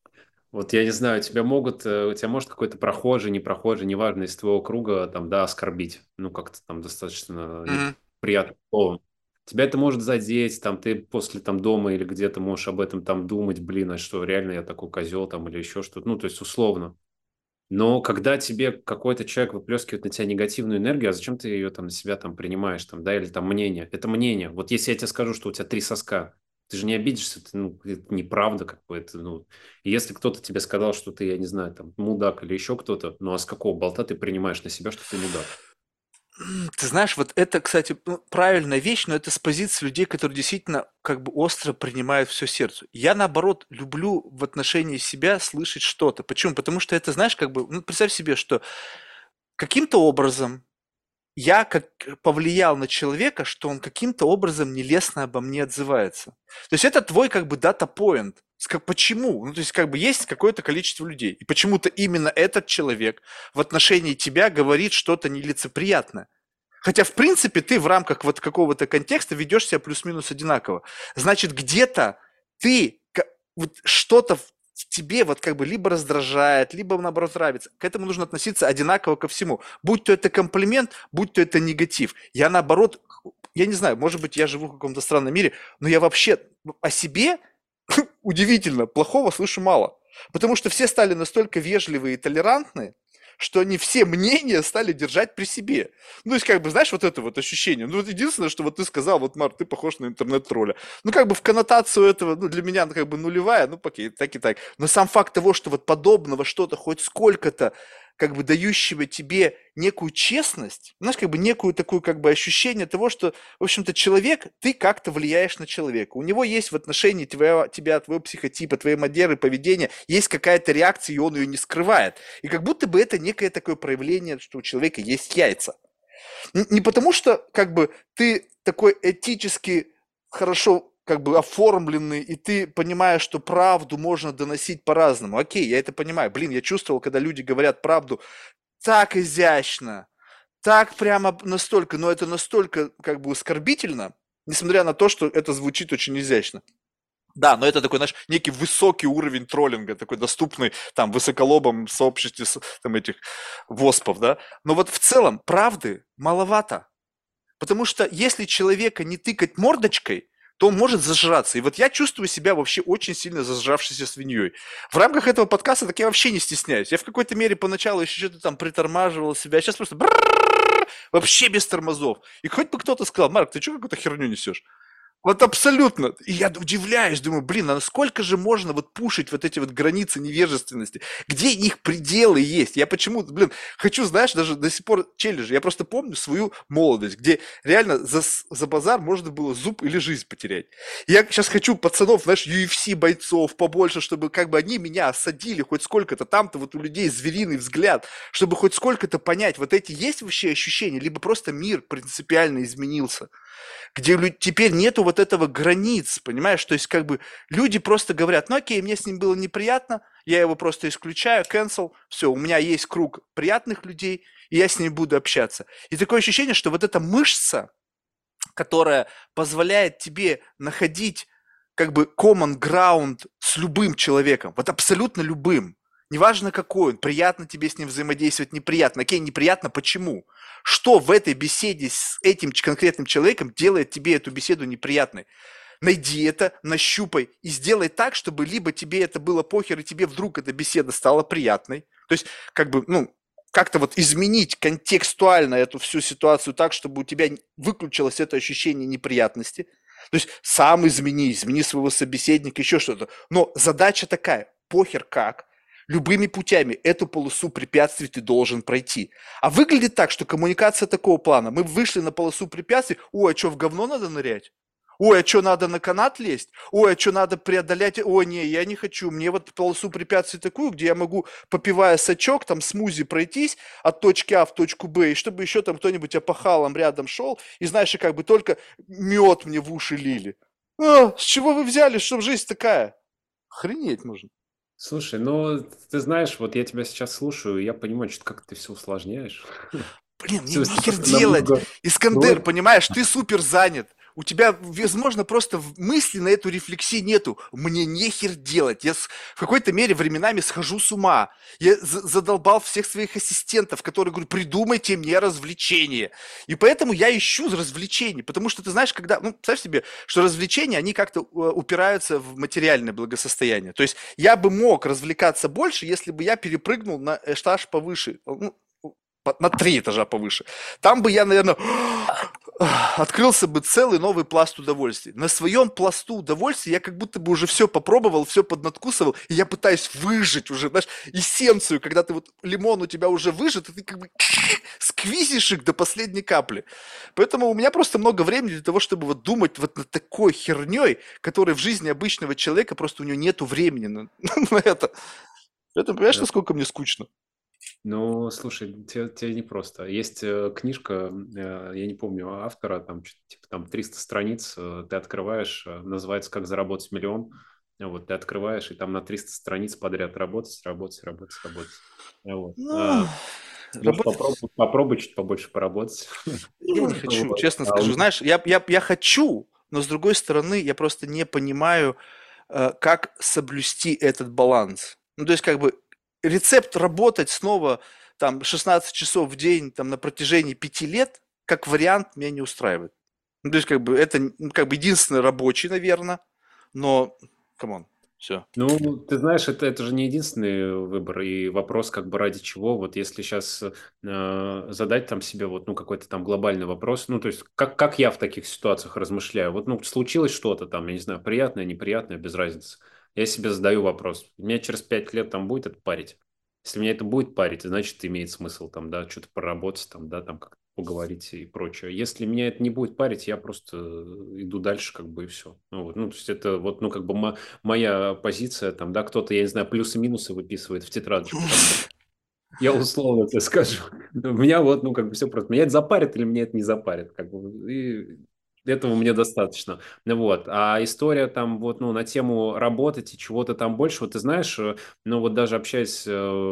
Вот я не знаю, тебя могут, э, у тебя может какой-то прохожий, не прохожий, неважно, из твоего круга там, да, оскорбить. Ну, как-то там достаточно Мгм. неприятным словом. Тебя это может задеть, там, ты после там дома или где-то можешь об этом там думать, блин, а что, реально я такой козел там или еще что-то. Ну, то есть условно. Но когда тебе какой-то человек выплескивает на тебя негативную энергию, а зачем ты ее там на себя там принимаешь, там, да, или там мнение? Это мнение. Вот если я тебе скажу, что у тебя три соска, ты же не обидишься, ты, ну, это неправда какое-то, ну. И если кто-то тебе сказал, что ты, я не знаю, там, мудак или еще кто-то, ну, а с какого болта ты принимаешь на себя, что ты мудак? Ты знаешь, вот это, кстати, ну, правильная вещь, но это с позиции людей, которые действительно как бы остро принимают все сердцу. Я, наоборот, люблю в отношении себя слышать что-то. Почему? Потому что это, знаешь, как бы, ну, представь себе, что каким-то образом я как повлиял на человека, что он каким-то образом нелестно обо мне отзывается. То есть это твой как бы дата point. Почему? Ну, то есть как бы есть какое-то количество людей, и почему-то именно этот человек в отношении тебя говорит что-то нелицеприятное. Хотя, в принципе, ты в рамках вот какого-то контекста ведешь себя плюс-минус одинаково. Значит, где-то ты вот что-то тебе вот как бы либо раздражает, либо наоборот нравится. К этому нужно относиться одинаково ко всему. Будь то это комплимент, будь то это негатив. Я наоборот, я не знаю, может быть, я живу в каком-то странном мире, но я вообще о себе удивительно плохого слышу мало. Потому что все стали настолько вежливые и толерантные, что они все мнения стали держать при себе. Ну, то есть, как бы, знаешь, вот это вот ощущение. Ну, вот единственное, что вот ты сказал, вот, Марк, ты похож на интернет-тролля. Ну, как бы в коннотацию этого, ну, для меня, ну, как бы нулевая, ну, окей, так и так. Но сам факт того, что вот подобного что-то хоть сколько-то, как бы дающего тебе некую честность, знаешь, как бы некую такую, как бы, ощущение того, что, в общем-то, человек, ты как-то влияешь на человека. У него есть в отношении твоего, тебя, твоего психотипа, твоей манеры поведения, есть какая-то реакция, и он ее не скрывает. И как будто бы это некое такое проявление, что у человека есть яйца. Н- Не потому что, как бы, ты такой этически хорошо как бы оформленный, и ты понимаешь, что правду можно доносить по-разному. Окей, я это понимаю. Блин, я чувствовал, когда люди говорят правду так изящно, так прямо настолько, но это настолько как бы оскорбительно, несмотря на то, что это звучит очень изящно. Да, но это такой, знаешь, некий высокий уровень троллинга, такой доступный там высоколобам сообществе с- там этих воспов, да. Но вот в целом правды маловато. Потому что если человека не тыкать мордочкой, то он может зажраться. И вот я чувствую себя вообще очень сильно зажравшейся свиньей. В рамках этого подкаста так я вообще не стесняюсь. Я в какой-то мере поначалу еще что-то там притормаживал себя, а сейчас просто бррррррр, вообще без тормозов. И хоть бы кто-то сказал: Марк, ты что какую-то херню несешь? Вот абсолютно. И я удивляюсь, думаю, блин, а насколько же можно вот пушить вот эти вот границы невежественности? Где их пределы есть? Я почему-то, блин, хочу, знаешь, даже до сих пор челленджи. Я просто помню свою молодость, где реально за, с- за базар можно было зуб или жизнь потерять. Я сейчас хочу пацанов, знаешь, ю эф си бойцов побольше, чтобы как бы они меня осадили хоть сколько-то. Там-то вот у людей звериный взгляд, чтобы хоть сколько-то понять, вот эти есть вообще ощущения, либо просто мир принципиально изменился, где лю- теперь нету вот этого границ, понимаешь? То есть как бы люди просто говорят: ну окей, мне с ним было неприятно, я его просто исключаю, cancel, все, у меня есть круг приятных людей, и я с ними буду общаться. И такое ощущение, что вот эта мышца, которая позволяет тебе находить как бы common ground с любым человеком, вот абсолютно любым, неважно какой он, приятно тебе с ним взаимодействовать, неприятно, окей, неприятно, почему? Что в этой беседе с этим ч- конкретным человеком делает тебе эту беседу неприятной? Найди это, нащупай и сделай так, чтобы либо тебе это было похер, и тебе вдруг эта беседа стала приятной. То есть, как бы, ну, как-то вот изменить контекстуально эту всю ситуацию так, чтобы у тебя выключилось это ощущение неприятности. То есть сам измени, измени своего собеседника, еще что-то. Но задача такая: похер как, любыми путями эту полосу препятствий ты должен пройти. А выглядит так, что коммуникация такого плана: мы вышли на полосу препятствий, ой, а что, в говно надо нырять? Ой, а что, надо на канат лезть? Ой, а что, надо преодолять? Ой, не, я не хочу. Мне вот полосу препятствий такую, где я могу, попивая сачок, там, смузи пройтись от точки А в точку Б, и чтобы еще там кто-нибудь опахалом рядом шел, и знаешь, и как бы только мед мне в уши лили. А, с чего вы взяли, что жизнь такая? Охренеть можно. Слушай, ну, ты знаешь, вот я тебя сейчас слушаю, и я понимаю, что как ты все усложняешь. Блин, мне Все нехер просто делать. намного... Ну, Искандер, вот, понимаешь, ты супер занят. У тебя, возможно, просто в- мысли на эту рефлексию нету. Мне нехер делать. Я с- в какой-то мере временами схожу с ума. Я за- задолбал всех своих ассистентов, которые говорю: придумайте мне развлечение. И поэтому я ищу развлечений. Потому что ты знаешь, когда, ну, представь себе, что развлечения, они как-то э, упираются в материальное благосостояние. То есть я бы мог развлекаться больше, если бы я перепрыгнул на этаж повыше. Ну, по- на три этажа повыше. Там бы я, наверное, открылся бы целый новый пласт удовольствий. На своем пласту удовольствий я как будто бы уже все попробовал, все поднадкусывал, и я пытаюсь выжить уже, знаешь, эссенцию, когда ты вот, лимон у тебя уже выжат, и ты как бы сквизишь их до последней капли. Поэтому у меня просто много времени для того, чтобы вот думать вот над такой херней, которая в жизни обычного человека, просто у него нету времени на, на это. Поэтому, понимаешь, э, насколько мне скучно? ну, слушай, тебе, тебе непросто. Есть э, книжка, э, я не помню автора, там, чё-то типа там триста страниц, э, ты открываешь, э, называется «Как заработать миллион». А Вот, ты открываешь, и там на триста страниц подряд работать, работать, работать, работать. А Вот. Ну, А, Можешь работать попробовать, попробовать чуть побольше поработать. я не хочу, Вот. честно А у скажу. меня- Знаешь, я, я, я хочу, но с другой стороны, я просто не понимаю, э, как соблюсти этот баланс. Ну, то есть, как бы, рецепт работать снова там шестнадцать часов в день там на протяжении пяти лет, как вариант, меня не устраивает. Ну, то есть, как бы, это, ну, как бы, единственный рабочий, наверное, но, камон, все. Ну, ты знаешь, это, это же не единственный выбор и вопрос, как бы ради чего. Вот если сейчас э, задать там себе вот, ну, какой-то там глобальный вопрос, ну, то есть как, как я в таких ситуациях размышляю? Вот, ну, случилось что-то там, я не знаю, приятное, неприятное, без разницы. Я себе задаю вопрос. Меня через пять лет там будет это парить? Если меня это будет парить, значит, имеет смысл там, да, что-то проработать там, да, там как поговорить и прочее. Если меня это не будет парить, я просто э, иду дальше, как бы, и все. Ну, вот, ну, то есть это вот, ну, как бы мо- моя позиция, там, да, кто-то, я не знаю, плюсы-минусы выписывает в тетрадочку, там, да. Я условно тебе скажу. У меня вот, ну, как бы все просто. Меня это запарит или меня это не запарит, как бы, и этого мне достаточно. Ну, вот. А история там вот, ну, на тему работать и чего-то там больше, вот ты знаешь, э, ну, вот даже общаясь э,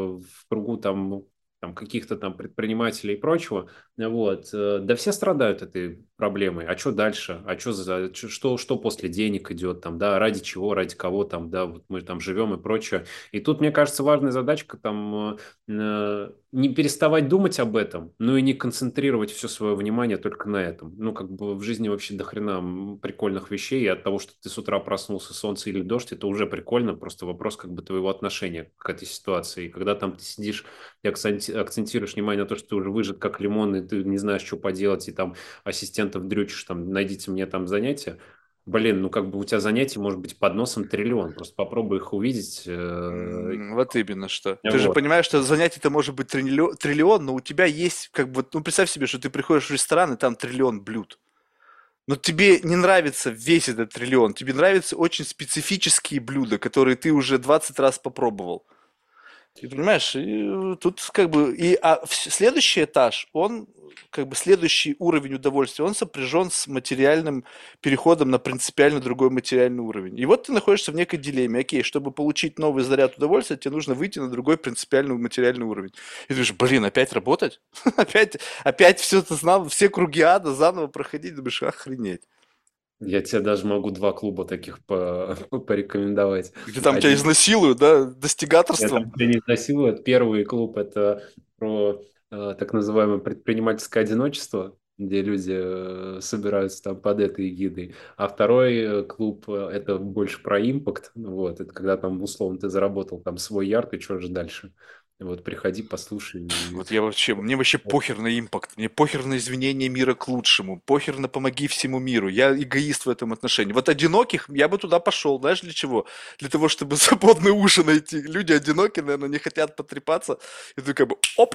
в кругу там, там каких-то там предпринимателей и прочего, вот, э, да все страдают этой проблемой. А что дальше? А что за, чё- что, что после денег идет там, да, ради чего, ради кого там, да, вот мы там живем и прочее. И тут, мне кажется, важная задачка там э, э, не переставать думать об этом, но и не концентрировать все свое внимание только на этом. Ну, как бы в жизни вообще до хрена м, прикольных вещей, и от того, что ты с утра проснулся, солнце или дождь, это уже прикольно, просто вопрос как бы твоего отношения к этой ситуации. И когда там ты сидишь и акценти- акцентируешь внимание на то, что ты уже выжат как лимон, и ты не знаешь, что поделать, и там ассистентов дрючишь, там, найдите мне там занятия. Блин, ну как бы у тебя занятий может быть под носом триллион. Просто попробуй их увидеть. э, М, Вот именно что. Ты же Вот. понимаешь, что занятий-то может быть триллион, триллион, но у тебя есть, как бы, ну, представь себе, что ты приходишь в ресторан, и там триллион блюд. Но тебе не нравится весь этот триллион, тебе нравятся очень специфические блюда, которые ты уже двадцать раз попробовал. И понимаешь, и э, тут как бы и а в- следующий этаж, он как бы следующий уровень удовольствия, он сопряжен с материальным переходом на принципиально другой материальный уровень. И вот ты находишься в некой дилемме. Окей, чтобы получить новый заряд удовольствия, тебе нужно выйти на другой принципиальный материальный уровень. И ты думаешь, блин, опять работать? Опять, опять все это знал, все круги ада заново проходить? Думаешь, охренеть. Я тебе даже могу два клуба таких по- порекомендовать. Где там тебя Один, изнасилуют, да, я достигаторством? там тебя не изнасилуют. Первый клуб – это про э, так называемое предпринимательское одиночество, где люди э, собираются там под этой эгидой. А второй э, клуб – э, это больше про импакт. Вот, это когда там, условно, ты заработал там свой ярд, и что же дальше? Вот, приходи, послушай. и- Вот я вообще, мне вообще похер на импакт, мне похер на изменение мира к лучшему, похер на помоги всему миру. Я эгоист в этом отношении. Вот одиноких я бы туда пошел, знаешь для чего? Для того, чтобы свободные уши найти. Люди одинокие, наверное, не хотят потрепаться. И ты как бы оп.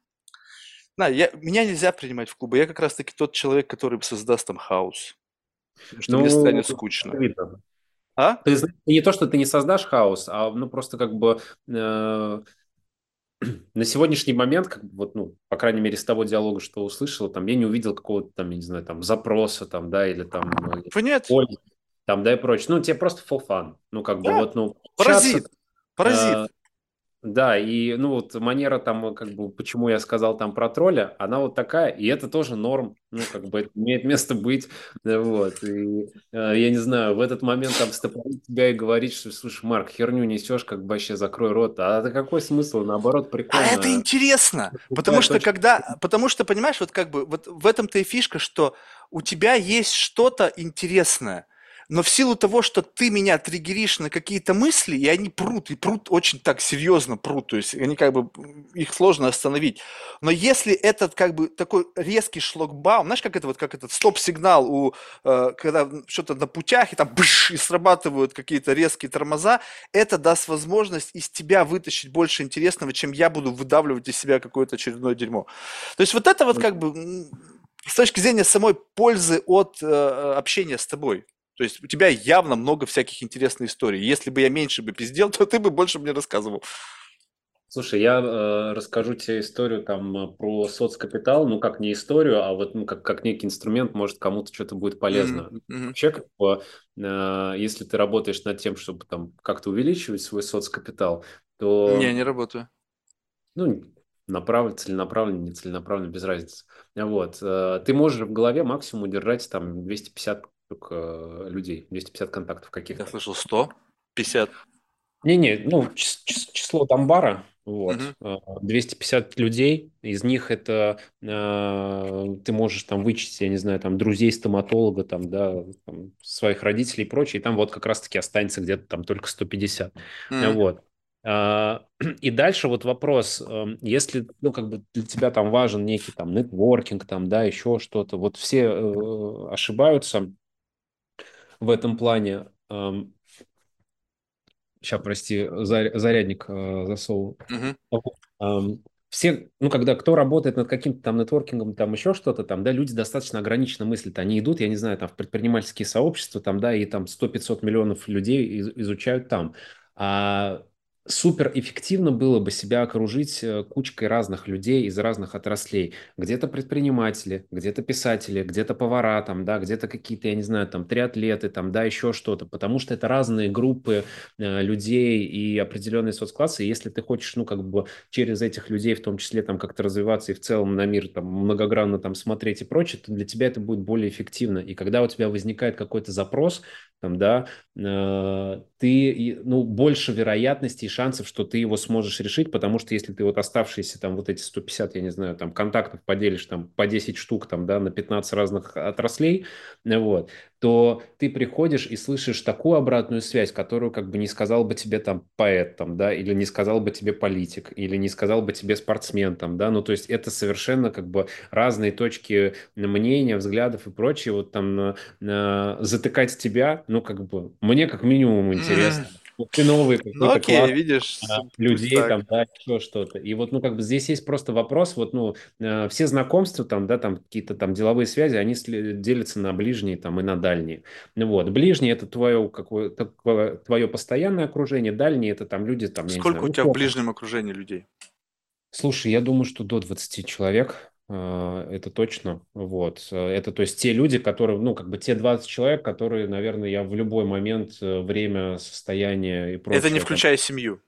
На, я, меня нельзя принимать в клубы. Я как раз таки тот человек, который создаст там хаос. Потому что мне Ну, станет скучно. видно. А? Ты знаешь, не то, что ты не создашь хаос, а ну просто как бы э, на сегодняшний момент, как бы, вот, ну, по крайней мере, с того диалога, что услышал, там, я не увидел какого-то там, я не знаю, там, запроса, там, да, или там, э, Вы нет? пользы, там, да, и прочее. Ну, тебе просто for fun. Ну, как бы, Да. вот, ну, общаться, Паразит. Паразит. э, да, и, ну, вот манера там, как бы, почему я сказал там про тролля, она вот такая, и это тоже норм, ну, как бы, это имеет место быть, да, вот, и, э, я не знаю, в этот момент там стопорить тебя и говорить, что, слушай, Марк, херню несешь, как бы, вообще закрой рот, а это какой смысл, наоборот, А это прикольно, интересно, потому другая что точка. когда, потому что, понимаешь, вот как бы вот в этом-то и фишка, что у тебя есть что-то интересное, но в силу того, что ты меня триггеришь на какие-то мысли, и они прут, и прут очень так серьезно прут, то есть они как бы, их сложно остановить. Но если этот как бы такой резкий шлагбаум, знаешь, как это вот, как этот стоп-сигнал у, э, когда что-то на путях, и там бш, и срабатывают какие-то резкие тормоза, это даст возможность из тебя вытащить больше интересного, чем я буду выдавливать из себя какое-то очередное дерьмо. То есть вот это вот как бы м, с точки зрения самой пользы от э, общения с тобой. То есть у тебя явно много всяких интересных историй. Если бы я меньше бы пиздел, то ты бы больше мне рассказывал. Слушай, я э, расскажу тебе историю там э, про соцкапитал, ну как не историю, а вот ну, как, как некий инструмент, может кому-то что-то будет Мгм, полезно. мгм. Вообще, как бы, э, если ты работаешь над тем, чтобы там как-то увеличивать свой соцкапитал, Не, то не работаю. ну, направленно, целенаправленно, не целенаправленно, без разницы. Вот. э, Ты можешь в голове максимум удержать там двести пятьдесят только, э, людей, двести пятьдесят контактов Я каких-то. слышал сто. пятьдесят. Не-не, ну, чис- чис- число Дамбара, Мгм. вот, э, двести пятьдесят людей, из них это э, ты можешь там вычесть, я не знаю, там, друзей стоматолога, там, да, там, своих родителей и прочее, и там вот как раз-таки останется где-то там только сто пятьдесят. Мгм. Вот. А, И дальше вот вопрос, э, если, ну, как бы для тебя там важен некий там нетворкинг, там, да, еще что-то, вот все э, ошибаются в этом плане. Эм, Сейчас, прости, заря- зарядник э, засовывал. Мгм. Вот. Ам, Все, ну, когда кто работает над каким-то там нетворкингом, там еще что-то, там, да, люди достаточно ограниченно мыслят. Они идут, я не знаю, там, в предпринимательские сообщества, там, да, и там сто-пятьсот миллионов людей из- изучают там. А супер эффективно было бы себя окружить э, кучкой разных людей из разных отраслей. Где-то предприниматели, где-то писатели, где-то повара, там, да, где-то какие-то, я не знаю, там, триатлеты, там, да, еще что-то. Потому что это разные группы э, людей и определенные соцклассы. И если ты хочешь, ну, как бы через этих людей, в том числе, там, как-то развиваться и в целом на мир там многогранно там смотреть и прочее, то для тебя это будет более эффективно. И когда у тебя возникает какой-то запрос, там, да, э, ты, и, ну, больше вероятностей и шансов, что ты его сможешь решить, потому что если ты вот оставшиеся там вот эти сто пятьдесят, я не знаю, там, контактов поделишь там по десять штук там, да, на пятнадцать разных отраслей, э, вот, то ты приходишь и слышишь такую обратную связь, которую как бы не сказал бы тебе там поэт, там, да, или не сказал бы тебе политик, или не сказал бы тебе спортсмен, там, да, ну, то есть это совершенно как бы разные точки мнения, взглядов и прочее, вот там э, э, затыкать тебя, ну, как бы, мне как минимум М. интересно. Вот ты новый Ну какой-то окей, класс видишь, а, с- пусть людей, так. там, да, еще что-то. И вот, ну, как бы здесь есть просто вопрос, вот, ну, э, все знакомства, там, да, там, какие-то там деловые связи, они сли- делятся на ближние, там, и на дальние. Ну вот, ближние это твое, какое, такое, твое постоянное окружение, дальние это там люди, там, я не Сколько знаю, у тебя в условно. ближнем окружении людей? Слушай, я думаю, что до двадцати человек, э, это точно, вот. Э, Это, то есть, те люди, которые, ну, как бы те двадцать человек, которые, наверное, я в любой момент, э, время, состояние и Это не прочее, там, включая семью.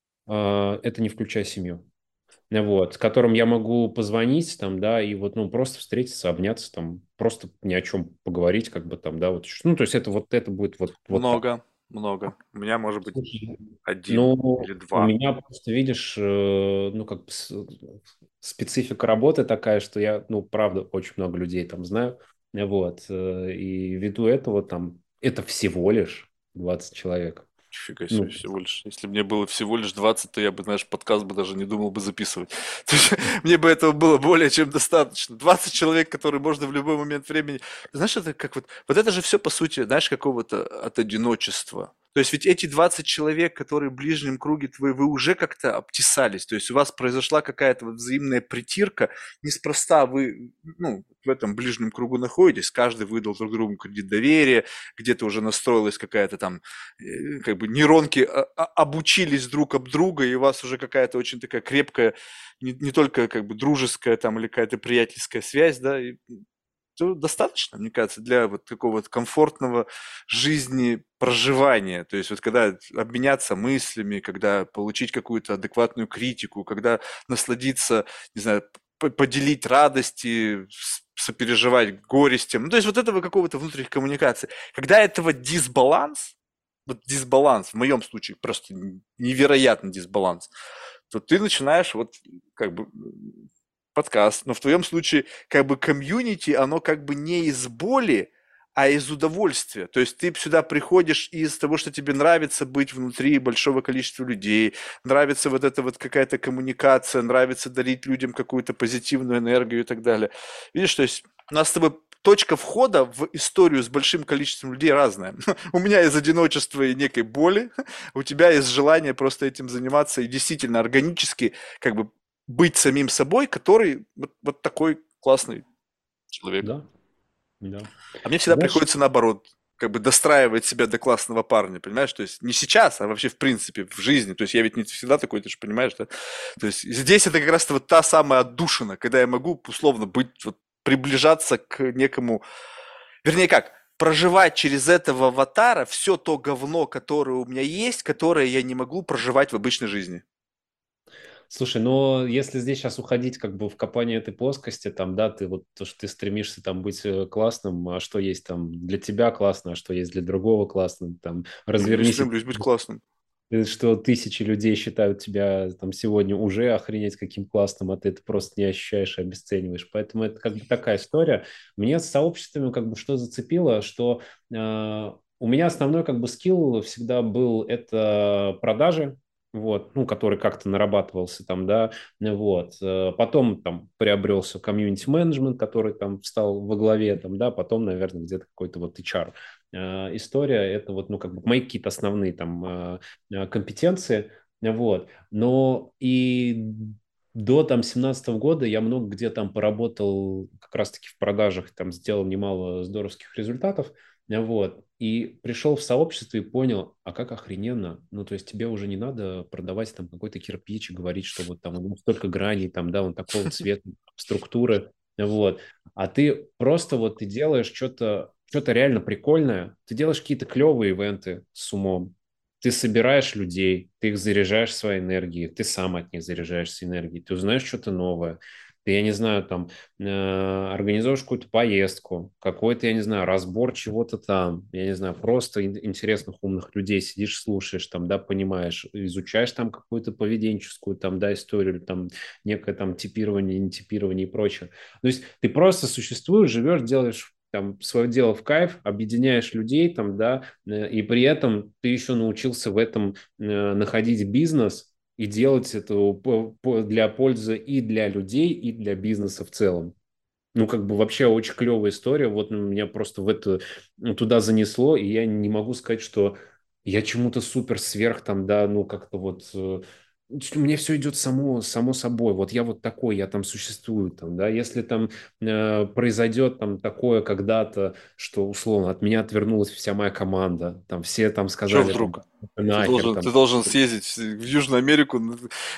э, это не включая семью. Э, Вот, с которым я могу позвонить, там, да, и вот, ну, просто встретиться, обняться, там, просто ни о чем поговорить, как бы там, да, вот, ну, то есть это вот, это будет вот, вот так. Много, много. У меня может быть Слушай, один ну, или у два. меня просто, видишь, э, ну, как бы с- специфика работы такая, что я, ну, правда, очень много людей там знаю, вот, э, и ввиду этого там, это всего лишь двадцать человек. Нифига себе, Ну, всего лишь. Если бы мне было всего лишь двадцать, то я бы, знаешь, подкаст бы даже не думал бы записывать. То есть мне бы этого было более чем достаточно. двадцать человек, которые можно в любой момент времени... Ты знаешь, это как вот... Вот это же все, по сути, знаешь, какого-то от одиночества. То есть ведь эти двадцать человек, которые в ближнем круге твои, вы уже как-то обтесались. То есть у вас произошла какая-то вот взаимная притирка. Неспроста вы, ну, в этом ближнем кругу находитесь. Каждый выдал друг другу кредит доверия. Где-то уже настроилась какая-то там э, как бы нейронки а- а- обучились друг об друга, и у вас уже какая-то очень такая крепкая, не, не только как бы дружеская там или какая-то приятельская связь, да, и всё достаточно, мне кажется, для вот такого вот комфортного жизни проживания. То есть вот когда обменяться мыслями, когда получить какую-то адекватную критику, когда насладиться, не знаю, п- поделить радости, с- сопереживать горестям. Ну, то есть вот этого какого-то внутренней коммуникации. Когда этого дисбаланс, вот дисбаланс, в моем случае просто невероятный дисбаланс, то ты начинаешь вот как бы подкаст, но в твоем случае как бы комьюнити, оно как бы не из боли, а из удовольствия. То есть ты сюда приходишь из того, что тебе нравится быть внутри большого количества людей, нравится вот эта вот какая-то коммуникация, нравится дарить людям какую-то позитивную энергию и так далее. Видишь, то есть у нас с тобой точка входа в историю с большим количеством людей разная. У меня из одиночества и некой боли, у тебя из желания просто этим заниматься и действительно органически как бы быть самим собой, который вот, вот такой классный человек. да, да. А мне всегда Знаешь, приходится наоборот, как бы достраивать себя до классного парня, понимаешь? То есть не сейчас, а вообще в принципе в жизни. То есть я ведь не всегда такой, ты же понимаешь, да? То есть здесь это как раз вот та самая отдушина, когда я могу условно быть, вот, приближаться к некому, вернее как, проживать через этого аватара все то говно, которое у меня есть, которое я не могу проживать в обычной жизни. Слушай, но если здесь сейчас уходить как бы в копание этой плоскости, там, да, ты вот то, что ты стремишься там быть э, классным, а что есть там для тебя классно, а что есть для другого классно, там, Ну, я не развернись, и стремлюсь быть классным. ты- что тысячи людей считают тебя там сегодня уже охренеть каким классным, а ты это просто не ощущаешь и обесцениваешь. Поэтому это как бы такая история. Мне с сообществами как бы что зацепило, что э, у меня основной как бы скилл всегда был это продажи, вот, ну, который как-то нарабатывался там, да, вот. Э, Потом там приобрелся комьюнити-менеджмент, который там встал во главе, там, да, потом, наверное, где-то какой-то вот эйч ар э, история. Это вот, ну, как бы мои какие-то основные там э, э, компетенции, вот. Но и до там семнадцатого года я много где там поработал как раз-таки в продажах, там сделал немало здоровских результатов, вот. И пришел в сообщество и понял, а как охрененно. Ну, то есть тебе уже не надо продавать там какой-то кирпич и говорить, что вот там у него столько граней, там, да, он такого цвета, структуры, вот. А ты просто вот ты делаешь что-то что-то реально прикольное, ты делаешь какие-то клевые ивенты с умом, ты собираешь людей, ты их заряжаешь своей энергией, ты сам от них заряжаешься энергией, ты узнаешь что-то новое, ты, я не знаю, там, э, организуешь какую-то поездку, какой-то, я не знаю, разбор чего-то там, я не знаю, просто ин- интересных, умных людей сидишь, слушаешь, там, да, понимаешь, изучаешь там какую-то поведенческую, там, да, историю, там, некое там типирование, не типирование и прочее. То есть ты просто существуешь, живешь, делаешь там свое дело в кайф, объединяешь людей там, да, э, и при этом ты еще научился в этом э, находить бизнес и делать это по- по- для пользы и для людей, и для бизнеса в целом. Ну, как бы вообще очень клевая история. Вот ну, меня просто в это ну, туда занесло, и я не могу сказать, что я чему-то супер сверх там, да, ну как-то вот э, что мне все идет само, само собой. Вот я вот такой, я там существую там, да. Если там э, произойдет там такое когда-то, что условно от меня отвернулась вся моя команда, там все там Чё сказали там вдруг? Ты нахер должен, там. ты должен съездить в Южную Америку, н-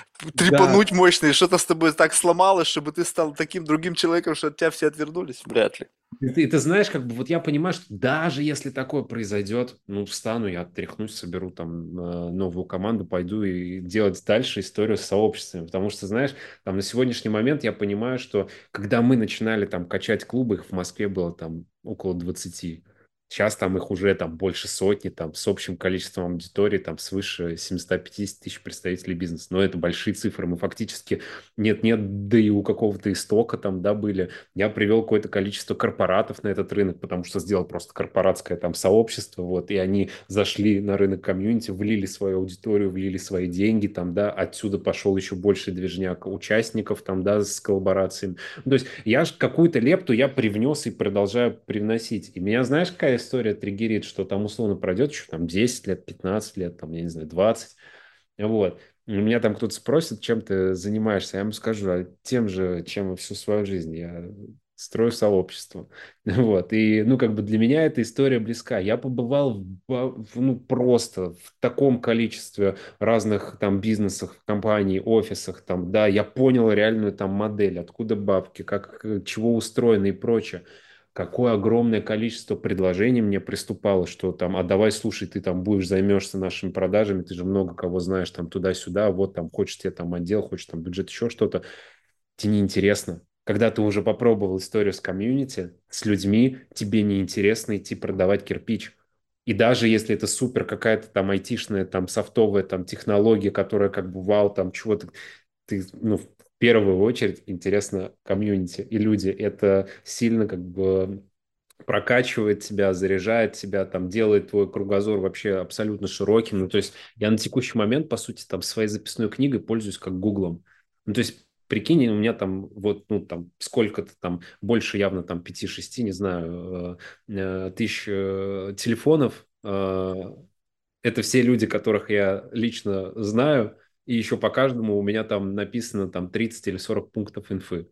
Да, трепануть мощно, и что-то с тобой так сломалось, чтобы ты стал таким другим человеком, что от тебя все отвернулись? Вряд ли. И ты, и ты знаешь, как бы вот я понимаю, что даже если такое произойдет, ну, встану, я отряхнусь, соберу там э, новую команду, пойду и делать дальше историю с сообществами. Потому что, знаешь, там на сегодняшний момент я понимаю, что когда мы начинали там качать клубы, их в Москве было там около двадцати. Сейчас там их уже там больше сотни, там с общим количеством аудитории, там свыше семьсот пятьдесят тысяч представителей бизнеса. Но это большие цифры. Мы фактически нет-нет, да и у какого-то истока там, да, были. Я привел какое-то количество корпоратов на этот рынок, потому что сделал просто корпоратское там сообщество, вот, и они зашли на рынок комьюнити, влили свою аудиторию, влили свои деньги, там, да, отсюда пошел еще больше движняк участников, там, да, с коллаборациями. Ну, то есть я ж какую-то лепту я привнес и продолжаю привносить. И меня, знаешь, какая история триггерит, что там условно пройдет еще там десять лет, пятнадцать лет, там, я не знаю, двадцать, вот. У меня там кто-то спросит, чем ты занимаешься, я ему скажу, а тем же, чем и всю свою жизнь. Я строю сообщество. Вот. И, ну, как бы для меня эта история близка. Я побывал в, в- ну, просто в таком количестве разных там бизнесах, компаний, офисах, там, да, я понял реальную там модель, откуда бабки, как, э, чего устроено и прочее. Какое огромное количество предложений мне приступало, что там, а давай, слушай, ты там будешь, займешься нашими продажами, ты же много кого знаешь там туда-сюда, вот там хочешь тебе там отдел, хочешь там бюджет, еще что-то. Тебе неинтересно. Когда ты уже попробовал историю с комьюнити, с людьми, тебе неинтересно идти продавать кирпич. И даже если это супер какая-то там айтишная, там софтовая там технология, которая как бы вау, там чего-то, ты, ну, в первую очередь интересно комьюнити и люди. Это сильно как бы прокачивает тебя, заряжает тебя, там, делает твой кругозор вообще абсолютно широким. Ну, то есть я на текущий момент, по сути, там, своей записной книгой пользуюсь как Гуглом. Ну, то есть прикинь, у меня там вот, ну, там, сколько-то там, больше явно там пяти-шести, не знаю, э, э, тысяч э, телефонов. Э, Это все люди, которых я лично знаю, и еще по каждому у меня там написано там тридцать или сорок пунктов инфы.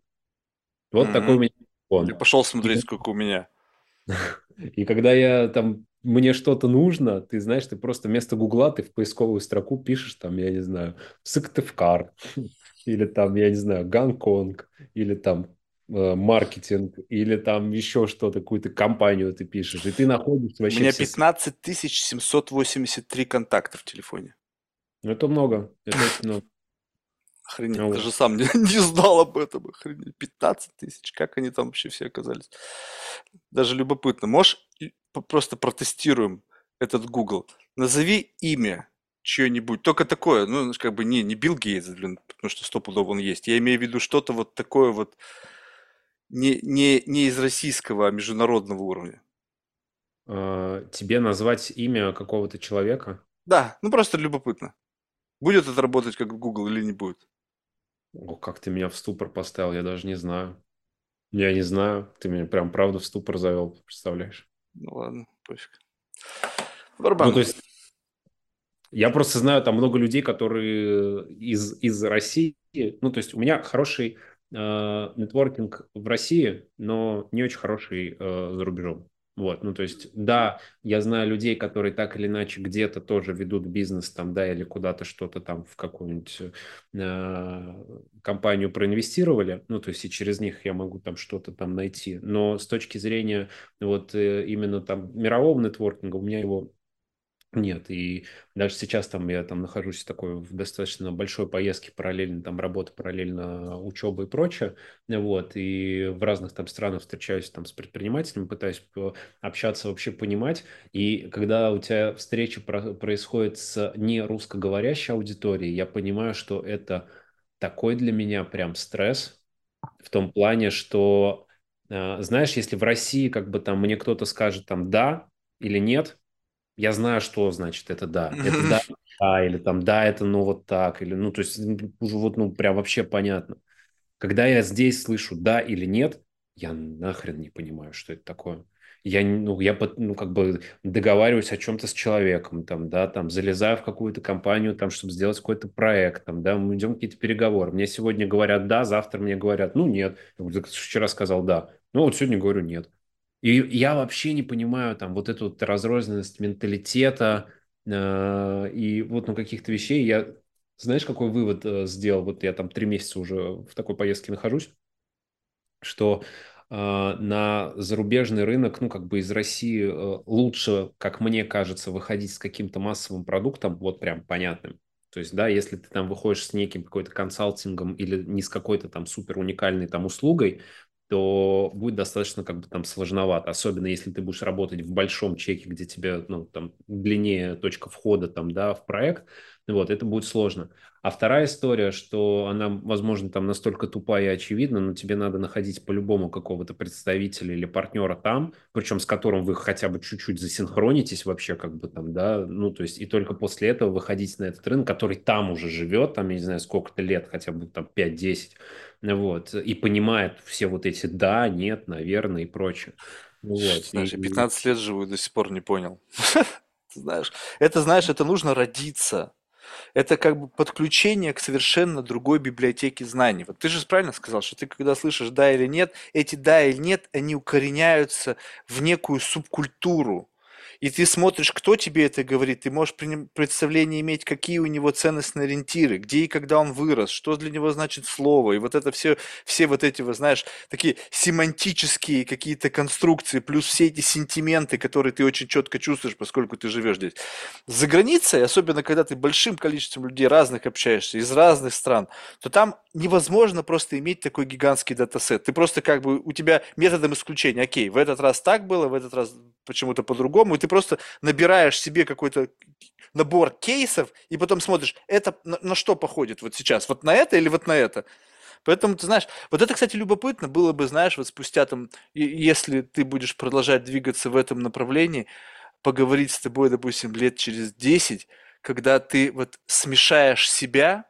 Вот такой у Мгм. меня Я телефон. пошел И смотреть, сколько у меня. И когда я там, мне что-то нужно, ты знаешь, ты просто вместо Гугла ты в поисковую строку пишешь там, я не знаю, Сыктывкар, или там, я не знаю, Гонконг, или там э, маркетинг, или там еще что-то, какую-то компанию ты пишешь, и ты находишь У вообще меня все... с- пятнадцать тысяч семьсот восемьдесят три контакта в телефоне. Ну, это много, это очень много. Охренеть, Вот. даже сам не, не знал об этом. Охренеть, пятнадцать тысяч, как они там вообще все оказались? Даже любопытно. Можешь и п- просто протестируем этот Google. Назови имя чье-нибудь, только такое, ну, знаешь, как бы не, не Билл Гейтс, блин, потому что стопудово он есть. Я имею в виду что-то вот такое вот не, не, не из российского, а международного уровня. А, тебе назвать имя какого-то человека? Да, ну просто любопытно. Будет это работать как Google или не будет? О, как ты меня в ступор поставил, я даже не знаю. Я не знаю. Ты меня прям правда в ступор завел, представляешь? Ну ладно, пофиг. Ну, то Барабан. есть я просто знаю там много людей, которые из, из России. Ну, то есть у меня хороший э, нетворкинг в России, но не очень хороший э, за рубежом. Вот, ну, то есть, да, я знаю людей, которые так или иначе где-то тоже ведут бизнес там, да, или куда-то что-то там в какую-нибудь э, компанию проинвестировали, ну, то есть, и через них я могу там что-то там найти. Но с точки зрения вот э, именно там мирового нетворкинга у меня его нет, и даже сейчас там я там нахожусь в такой в достаточно большой поездке, параллельно там работа, параллельно учеба и прочее, вот, и в разных там странах встречаюсь там с предпринимателями, пытаюсь по- общаться, вообще понимать, и когда у тебя встреча про- происходит с не русскоговорящей аудиторией, я понимаю, что это такой для меня прям стресс, в том плане, что, э, знаешь, если в России как бы там мне кто-то скажет там да или нет, я знаю, что значит это да. Это да, да, или там да, это ну вот так, или ну, то есть ну, уже вот ну прям вообще понятно. Когда я здесь слышу да или нет, я нахрен не понимаю, что это такое. Я, не- ну, я под- ну, как бы договариваюсь о чем-то с человеком, там, да, там, залезаю в какую-то компанию, там, чтобы сделать какой-то проект, там, да, мы идем в какие-то переговоры. Мне сегодня говорят да, завтра мне говорят, ну, нет. Я говорю, «Так вчера сказал да. Ну, вот сегодня говорю нет. И я вообще не понимаю там вот эту вот разрозненность менталитета э, и вот ну, каких-то вещей. Я, знаешь, какой вывод э, сделал? Вот я там три месяца уже в такой поездке нахожусь, что э, на зарубежный рынок, ну, как бы из России э, лучше, как мне кажется, выходить с каким-то массовым продуктом, вот прям понятным. То есть, да, если ты там выходишь с неким какой-то консалтингом или не с какой-то там супер уникальной там услугой, то будет достаточно как бы там сложновато, особенно если ты будешь работать в большом чеке, где тебе, ну, там, длиннее точка входа там, да, в проект, вот, это будет сложно. А вторая история, что она, возможно, там настолько тупая и очевидна, но тебе надо находить по-любому какого-то представителя или партнера там, причем с которым вы хотя бы чуть-чуть засинхронитесь вообще, как бы там, да, ну, то есть, и только после этого выходить на этот рынок, который там уже живет, там, я не знаю, сколько-то лет, хотя бы там пять-десять, вот, и понимает все вот эти да, нет, наверное и прочее. Ну Ты вот, знаешь, я и пятнадцать лет живу и до сих пор не понял. Ты знаешь, это, знаешь, это нужно родиться. Это как бы подключение к совершенно другой библиотеке знаний. Вот ты же правильно сказал, что ты когда слышишь да или нет, эти да или нет, они укореняются в некую субкультуру. И ты смотришь, кто тебе это говорит, ты можешь приним- представление иметь, какие у него ценностные ориентиры, где и когда он вырос, что для него значит слово, и вот это все, все вот эти, вот, знаешь, такие семантические какие-то конструкции, плюс все эти сентименты, которые ты очень четко чувствуешь, поскольку ты живешь здесь. За границей, особенно когда ты большим количеством людей разных общаешься, из разных стран, то там невозможно просто иметь такой гигантский датасет. Ты просто как бы, у тебя методом исключения, окей, в этот раз так было, в этот раз почему-то по-другому, и ты просто набираешь себе какой-то набор кейсов, и потом смотришь, это на, на что походит вот сейчас, вот на это или вот на это. Поэтому, ты знаешь, вот это, кстати, любопытно было бы, знаешь, вот спустя там, и- если ты будешь продолжать двигаться в этом направлении, поговорить с тобой, допустим, лет через десять, когда ты вот смешаешь себя,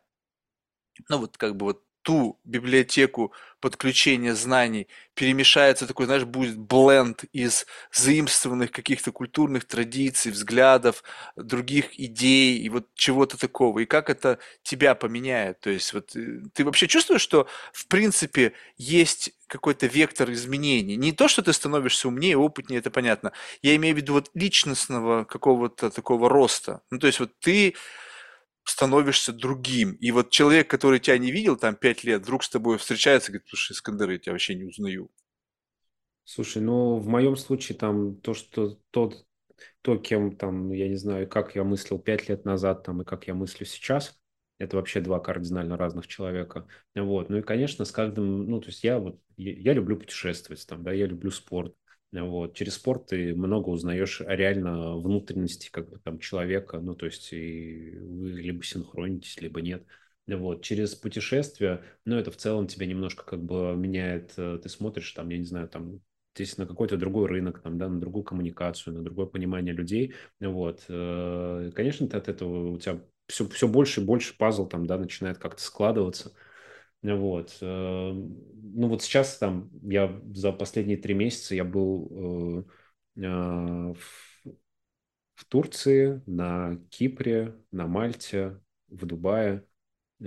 ну вот как бы вот ту библиотеку подключения знаний, перемешается такой, знаешь, будет бленд из заимствованных каких-то культурных традиций, взглядов, других идей и вот чего-то такого. И как это тебя поменяет? То есть вот э, ты вообще чувствуешь, что в принципе есть какой-то вектор изменений? Не то, что ты становишься умнее, опытнее, это понятно. Я имею в виду вот личностного какого-то такого роста. Ну, то есть вот ты становишься другим. И вот человек, который тебя не видел там пять лет, вдруг с тобой встречается и говорит, слушай, Искандер, я тебя вообще не узнаю. слушай, ну, в моем случае там то, что тот, то, кем там, я не знаю, как я мыслил пять лет назад там и как я мыслю сейчас, Это вообще два кардинально разных человека. Вот. Ну и, конечно, с каждым, ну, то есть я вот, я, я люблю путешествовать, там, да, я люблю спорт. Вот. Через спорт ты много узнаешь о реально внутренности как бы, там, человека, ну, то есть и вы либо синхронитесь, либо нет. Вот. Через путешествия, ну, это в целом тебя немножко как бы меняет, э, ты смотришь там, я не знаю, там, здесь на какой-то другой рынок, там, да, на другую коммуникацию, на другое понимание людей. Вот. Э, Конечно, ты от этого у тебя все, все больше и больше пазл там, да, начинает как-то складываться. Вот. Э, Ну вот сейчас там я за последние три месяца я был э, э, в, в Турции, на Кипре, на Мальте, в Дубае, э,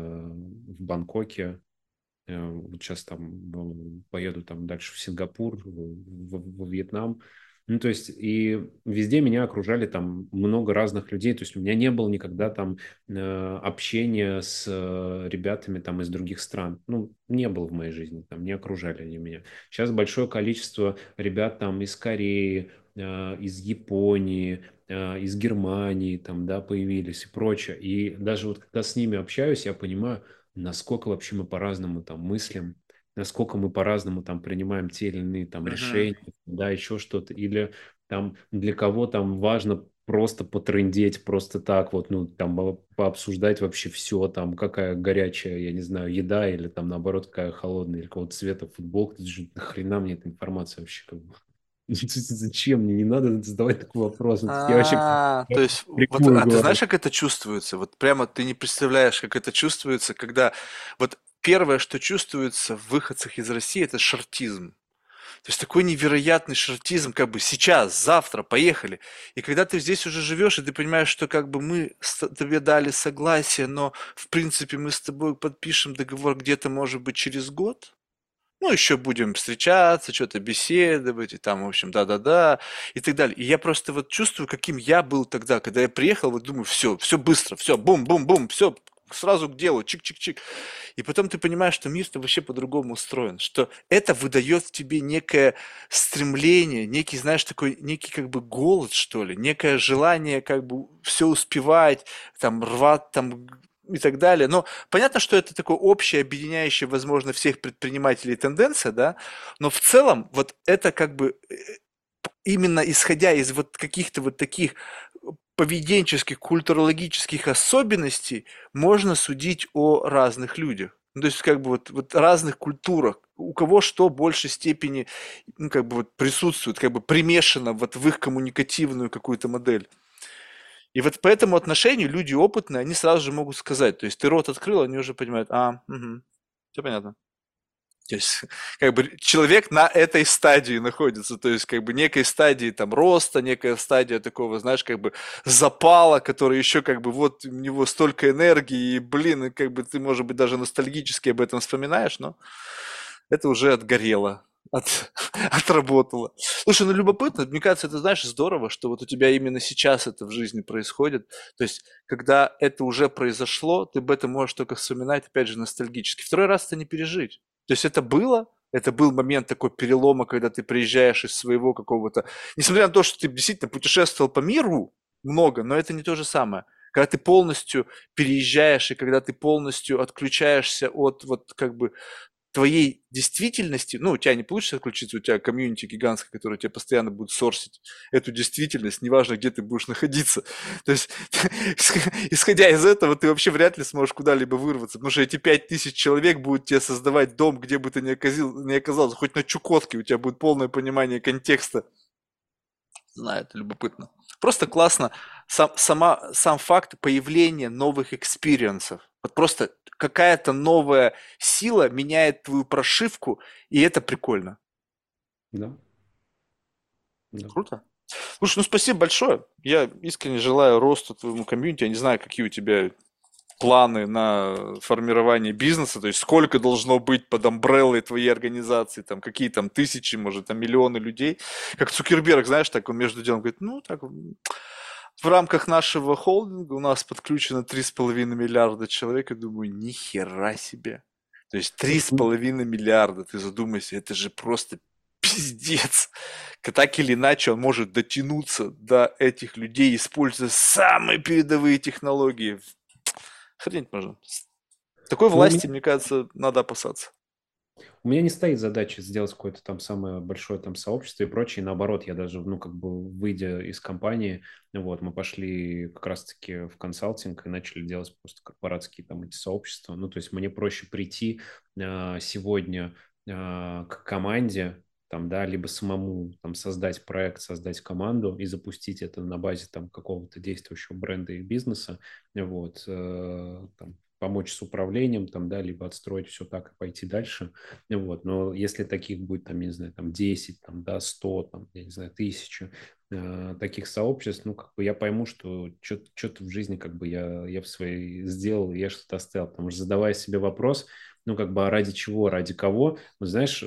в Бангкоке. Э, Вот сейчас там э, поеду там дальше в Сингапур, в, в- во Вьетнам. Ну, то есть, и везде меня окружали там много разных людей. То есть, у меня не было никогда там э, общения с э, ребятами там из других стран. Ну, не было в моей жизни, там не окружали они меня. Сейчас большое количество ребят там из Кореи, э, из Японии, э, из Германии там, да, появились и прочее. И даже вот когда с ними общаюсь, я понимаю, насколько вообще мы по-разному там мыслим, насколько мы по-разному там принимаем те или иные там Мгм. решения, да, еще что-то, или там для кого там важно просто потрындеть, просто так вот, ну, там по- пообсуждать вообще все, там, какая горячая, я не знаю, еда, или там, наоборот, какая холодная, или какого цвета футболка, это же нахрена мне эта информация вообще, как бы, зачем мне, не надо задавать такой вопрос, Ну, я вообще А, то есть, вот, прямую а ты говорю. знаешь, как это чувствуется? Вот прямо ты не представляешь, как это чувствуется, когда вот первое, что чувствуется в выходцах из России, это шортизм. То есть такой невероятный шортизм, как бы сейчас, завтра, поехали. И когда ты здесь уже живешь, и ты понимаешь, что как бы мы с- тебе дали согласие, но в принципе мы с тобой подпишем договор где-то, может быть, через год, ну, еще будем встречаться, что-то беседовать, и там, в общем, да-да-да, и так далее. И я просто вот чувствую, каким я был тогда, когда я приехал, вот думаю, все, все быстро, все, бум-бум-бум, все, сразу к делу, чик-чик-чик. И потом ты понимаешь, что мир-то вообще по-другому устроен, что это выдает в тебе некое стремление, некий, знаешь, такой, некий как бы голод, что ли, некое желание как бы все успевать, там, рвать, там, и так далее. Но понятно, что это такое общее, объединяющее, возможно, всех предпринимателей тенденция, да, но в целом вот это как бы э, именно исходя из вот каких-то вот таких поведенческих, культурологических особенностей можно судить о разных людях. Ну, то есть как бы вот, вот разных культурах, у кого что в большей степени ну, как бы вот присутствует, как бы примешано вот в их коммуникативную какую-то модель. И вот по этому отношению люди опытные, они сразу же могут сказать, то есть ты рот открыл, они уже понимают, а, угу, все понятно. То есть, как бы человек на этой стадии находится, то есть, как бы некой стадии там роста, некая стадия такого, знаешь, как бы запала, который еще как бы вот у него столько энергии, и, блин, и как бы ты, может быть, даже ностальгически об этом вспоминаешь, но это уже отгорело, от, отработало. Слушай, ну любопытно, мне кажется, это, знаешь, здорово, что вот у тебя именно сейчас это в жизни происходит. То есть, когда это уже произошло, ты об этом можешь только вспоминать, опять же, ностальгически. Второй раз это не пережить. То есть это было, это был момент такой перелома, когда ты приезжаешь из своего какого-то... Несмотря на то, что ты действительно путешествовал по миру много, но это не то же самое. Когда ты полностью переезжаешь и когда ты полностью отключаешься от вот как бы твоей действительности, ну, у тебя не получится отключиться, у тебя комьюнити гигантское, которое тебе постоянно будет сорсить эту действительность, неважно, где ты будешь находиться. То есть, исходя из этого, ты вообще вряд ли сможешь куда-либо вырваться, потому что эти пять тысяч человек будут тебе создавать дом, где бы ты ни, оказил, ни оказался, хоть на Чукотке, у тебя будет полное понимание контекста. Знаю, это любопытно. Просто классно сам, сама, сам факт появления новых экспириенсов. Вот просто какая-то новая сила меняет твою прошивку, и это прикольно. Да, да. Круто. Слушай, ну спасибо большое. Я искренне желаю роста твоему комьюнити. Я не знаю, какие у тебя планы на формирование бизнеса, то есть сколько должно быть под амбреллой твоей организации, там какие там тысячи, может, там миллионы людей. Как Цукерберг, знаешь, так он между делом говорит, ну, так в рамках нашего холдинга у нас подключено три с половиной миллиарда человек. Я думаю, ни хера себе. То есть три Слушай, с ну, половиной миллиарда, ты задумайся, это же просто пиздец. Так или иначе он может дотянуться до этих людей, используя самые передовые технологии. Хренеть можно. С такой Ну, у меня власти, мне кажется, надо опасаться. У меня не стоит задача сделать какое-то там самое большое там сообщество и прочее. Наоборот, я даже, ну, как бы выйдя из компании, вот, мы пошли как раз-таки в консалтинг и начали делать просто корпоратские там эти сообщества. Ну, то есть мне проще прийти а, сегодня а, к команде, там, да, либо самому там создать проект, создать команду и запустить это на базе там какого-то действующего бренда и бизнеса, вот, э, там, помочь с управлением, там, да, либо отстроить все так и пойти дальше. Вот. Но если таких будет, там, я не знаю, там десять, там, да, сто, там, я не знаю, тысяча э, таких сообществ, ну, как бы я пойму, что что-то в жизни как бы я, я в своей сделал, я что-то оставил. Потому что задавая себе вопрос, ну, как бы, а ради чего, ради кого, ну, знаешь,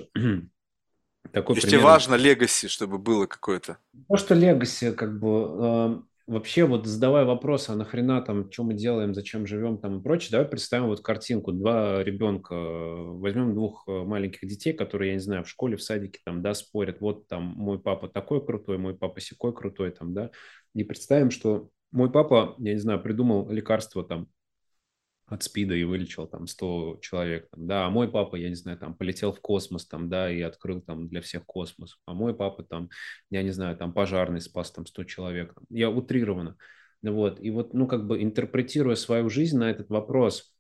То такой есть тебе примерно важно легаси, чтобы было какое-то. то, что Legacy, как бы, э, вообще вот задавая вопрос, а нахрена там, что мы делаем, зачем живем там и прочее, давай представим вот картинку, два ребенка, э, возьмем двух э, маленьких детей, которые, я не знаю, в школе, в садике там, да, спорят, вот там мой папа такой крутой, мой папа сякой крутой там, да, и представим, что мой папа, я не знаю, придумал лекарство там, от СПИДа и вылечил там сто человек, там, да, а мой папа, я не знаю, там полетел в космос, там, да, и открыл там для всех космос, а мой папа там, я не знаю, там пожарный спас там сто человек, там. Я утрированно, вот, и вот, ну, как бы интерпретируя свою жизнь на этот вопрос,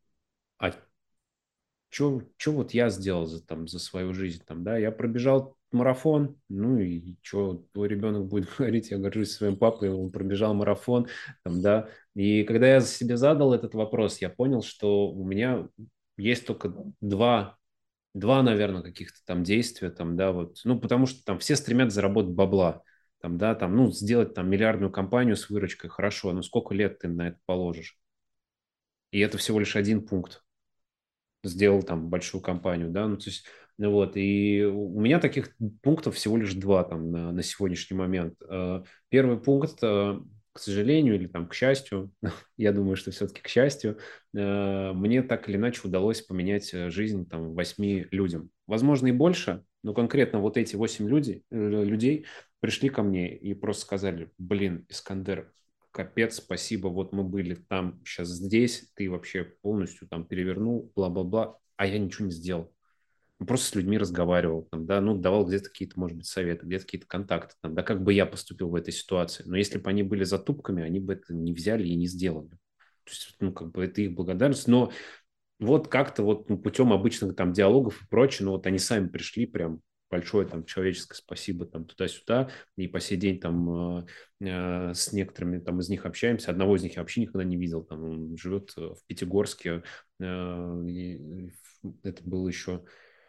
а что вот я сделал за, там, за свою жизнь, там, да, я пробежал марафон, ну и что твой ребенок будет говорить, я горжусь своим папой, он пробежал марафон, там, да, и когда я себе задал этот вопрос, я понял, что у меня есть только два, два, наверное, каких-то там действия, там, да, вот, ну, потому что там все стремятся заработать бабла, там, да, там, ну, сделать там миллиардную компанию с выручкой, хорошо, но сколько лет ты на это положишь? И это всего лишь один пункт, сделал там большую компанию, да, ну, то есть, ну, вот, и у меня таких пунктов всего лишь два там на, на сегодняшний момент. Э, Первый пункт, э, к сожалению, или там к счастью, я думаю, что все-таки к счастью, э, мне так или иначе удалось поменять э, жизнь там восьми людям. Возможно, и больше, но конкретно вот эти восемь людей, э, людей пришли ко мне и просто сказали, блин, Искандер, капец, спасибо, вот мы были там, сейчас здесь, ты вообще полностью там перевернул, бла-бла-бла, а я ничего не сделал. Ну, просто с людьми разговаривал, там, да, ну, давал где-то какие-то, может быть, советы, где-то какие-то контакты, там, да, как бы я поступил в этой ситуации. Но если бы они были затупками, они бы это не взяли и не сделали. То есть, ну, как бы это их благодарность, но вот как-то вот ну, путем обычных там диалогов и прочее, ну вот они сами пришли прям большое там человеческое спасибо там туда-сюда, и по сей день там э, э, с некоторыми там из них общаемся, одного из них я вообще никогда не видел, там он живет в Пятигорске, э, и это было еще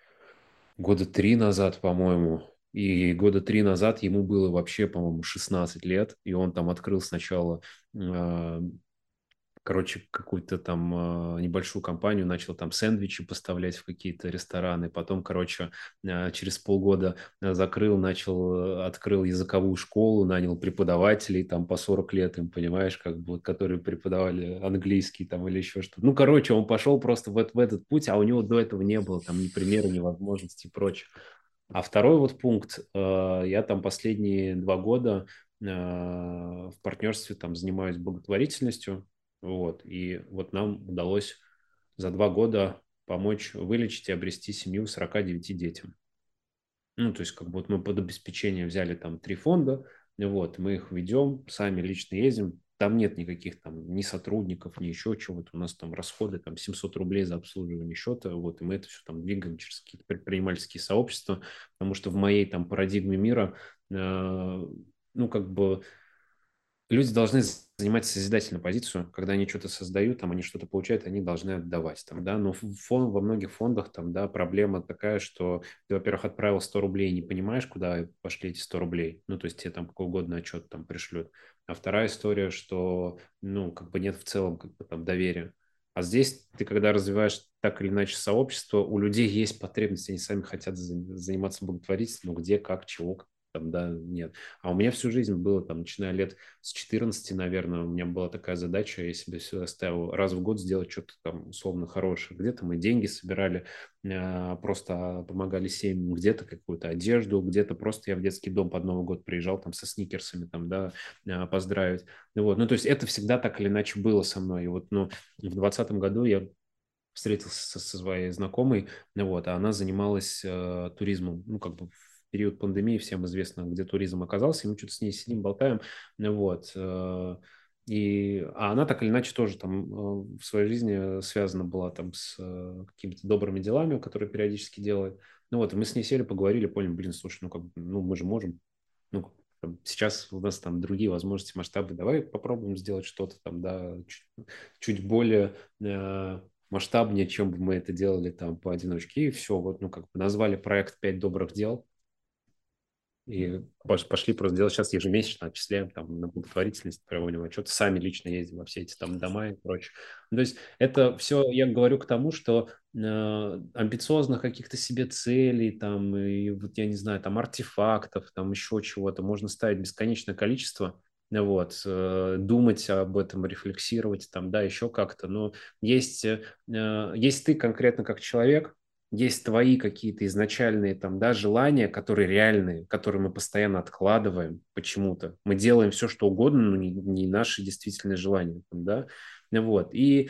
года три назад, по-моему, и года три назад ему было вообще, по-моему, шестнадцать лет, и он там открыл сначала э, короче, какую-то там э, небольшую компанию, начал там сэндвичи поставлять в какие-то рестораны, потом, короче, э, через полгода э, закрыл, начал, э, открыл языковую школу, нанял преподавателей там по сорок лет им, понимаешь, как бы, вот, которые преподавали английский там или еще что-то. Ну, короче, он пошел просто в, в этот путь, а у него до этого не было там ни примера, ни возможностей и прочее. А второй вот пункт, э, я там последние два года э, в партнерстве там занимаюсь благотворительностью, вот, и вот нам удалось за два года помочь вылечить и обрести семью сорока девяти детям. Ну, то есть, как бы вот мы под обеспечение взяли там три фонда, вот, мы их ведем, сами лично ездим, там нет никаких там ни сотрудников, ни еще чего-то, у нас там расходы там семьсот рублей за обслуживание счета, вот, и мы это все там двигаем через какие-то предпринимательские сообщества, потому что в моей там парадигме мира, э, ну, как бы люди должны занимать созидательную позицию, когда они что-то создают, там они что-то получают, они должны отдавать, там, да, но фон, во многих фондах там, да, проблема такая, что ты, во-первых, отправил сто рублей и не понимаешь, куда пошли эти сто рублей, ну, то есть тебе там какой угодно отчет там пришлют, а вторая история, что, ну, как бы нет в целом как бы там доверия. А здесь ты, когда развиваешь так или иначе сообщество, у людей есть потребность, они сами хотят заниматься благотворительностью, но где, как, чего, там, да, нет. А у меня всю жизнь было, там, начиная лет с четырнадцати, наверное, у меня была такая задача, я себе всегда ставил раз в год сделать что-то там условно хорошее. Где-то мы деньги собирали, э, просто помогали семьям, где-то какую-то одежду, где-то просто я в детский дом под Новый год приезжал там со сникерсами, там, да, э, поздравить. Ну, вот. Ну, то есть это всегда так или иначе было со мной. И вот, ну, в двадцатом году я встретился со, со своей знакомой, ну вот, а она занималась э, туризмом, ну, как бы в период пандемии всем известно, где туризм оказался, и мы что-то с ней сидим, болтаем, ну вот, э, и, а она так или иначе тоже там э, в своей жизни связана была там с э, какими-то добрыми делами, которые периодически делает, ну вот, и мы с ней сели, поговорили, поняли, блин, слушай, ну, как бы, ну, мы же можем, ну, там, сейчас у нас там другие возможности, масштабы, давай попробуем сделать что-то там, да, чуть, чуть более э, масштабнее, чем бы мы это делали там поодиночке. И все, вот, ну, как бы назвали проект «Пять добрых дел», и пош- пошли просто делать. Сейчас ежемесячно отчисляем там на благотворительность, проводим отчеты, сами лично ездим во все эти там дома и прочее. Ну, то есть это все, я говорю к тому, что э, амбициозных каких-то себе целей, там, и вот, я не знаю, там, артефактов, там, еще чего-то можно ставить бесконечное количество, ну вот, э, думать об этом, рефлексировать, там, да, еще как-то, но есть, э, есть ты конкретно как человек, есть твои какие-то изначальные там, да, желания, которые реальные, которые мы постоянно откладываем почему-то. Мы делаем все, что угодно, но не, не наши действительные желания, там, да. Вот. И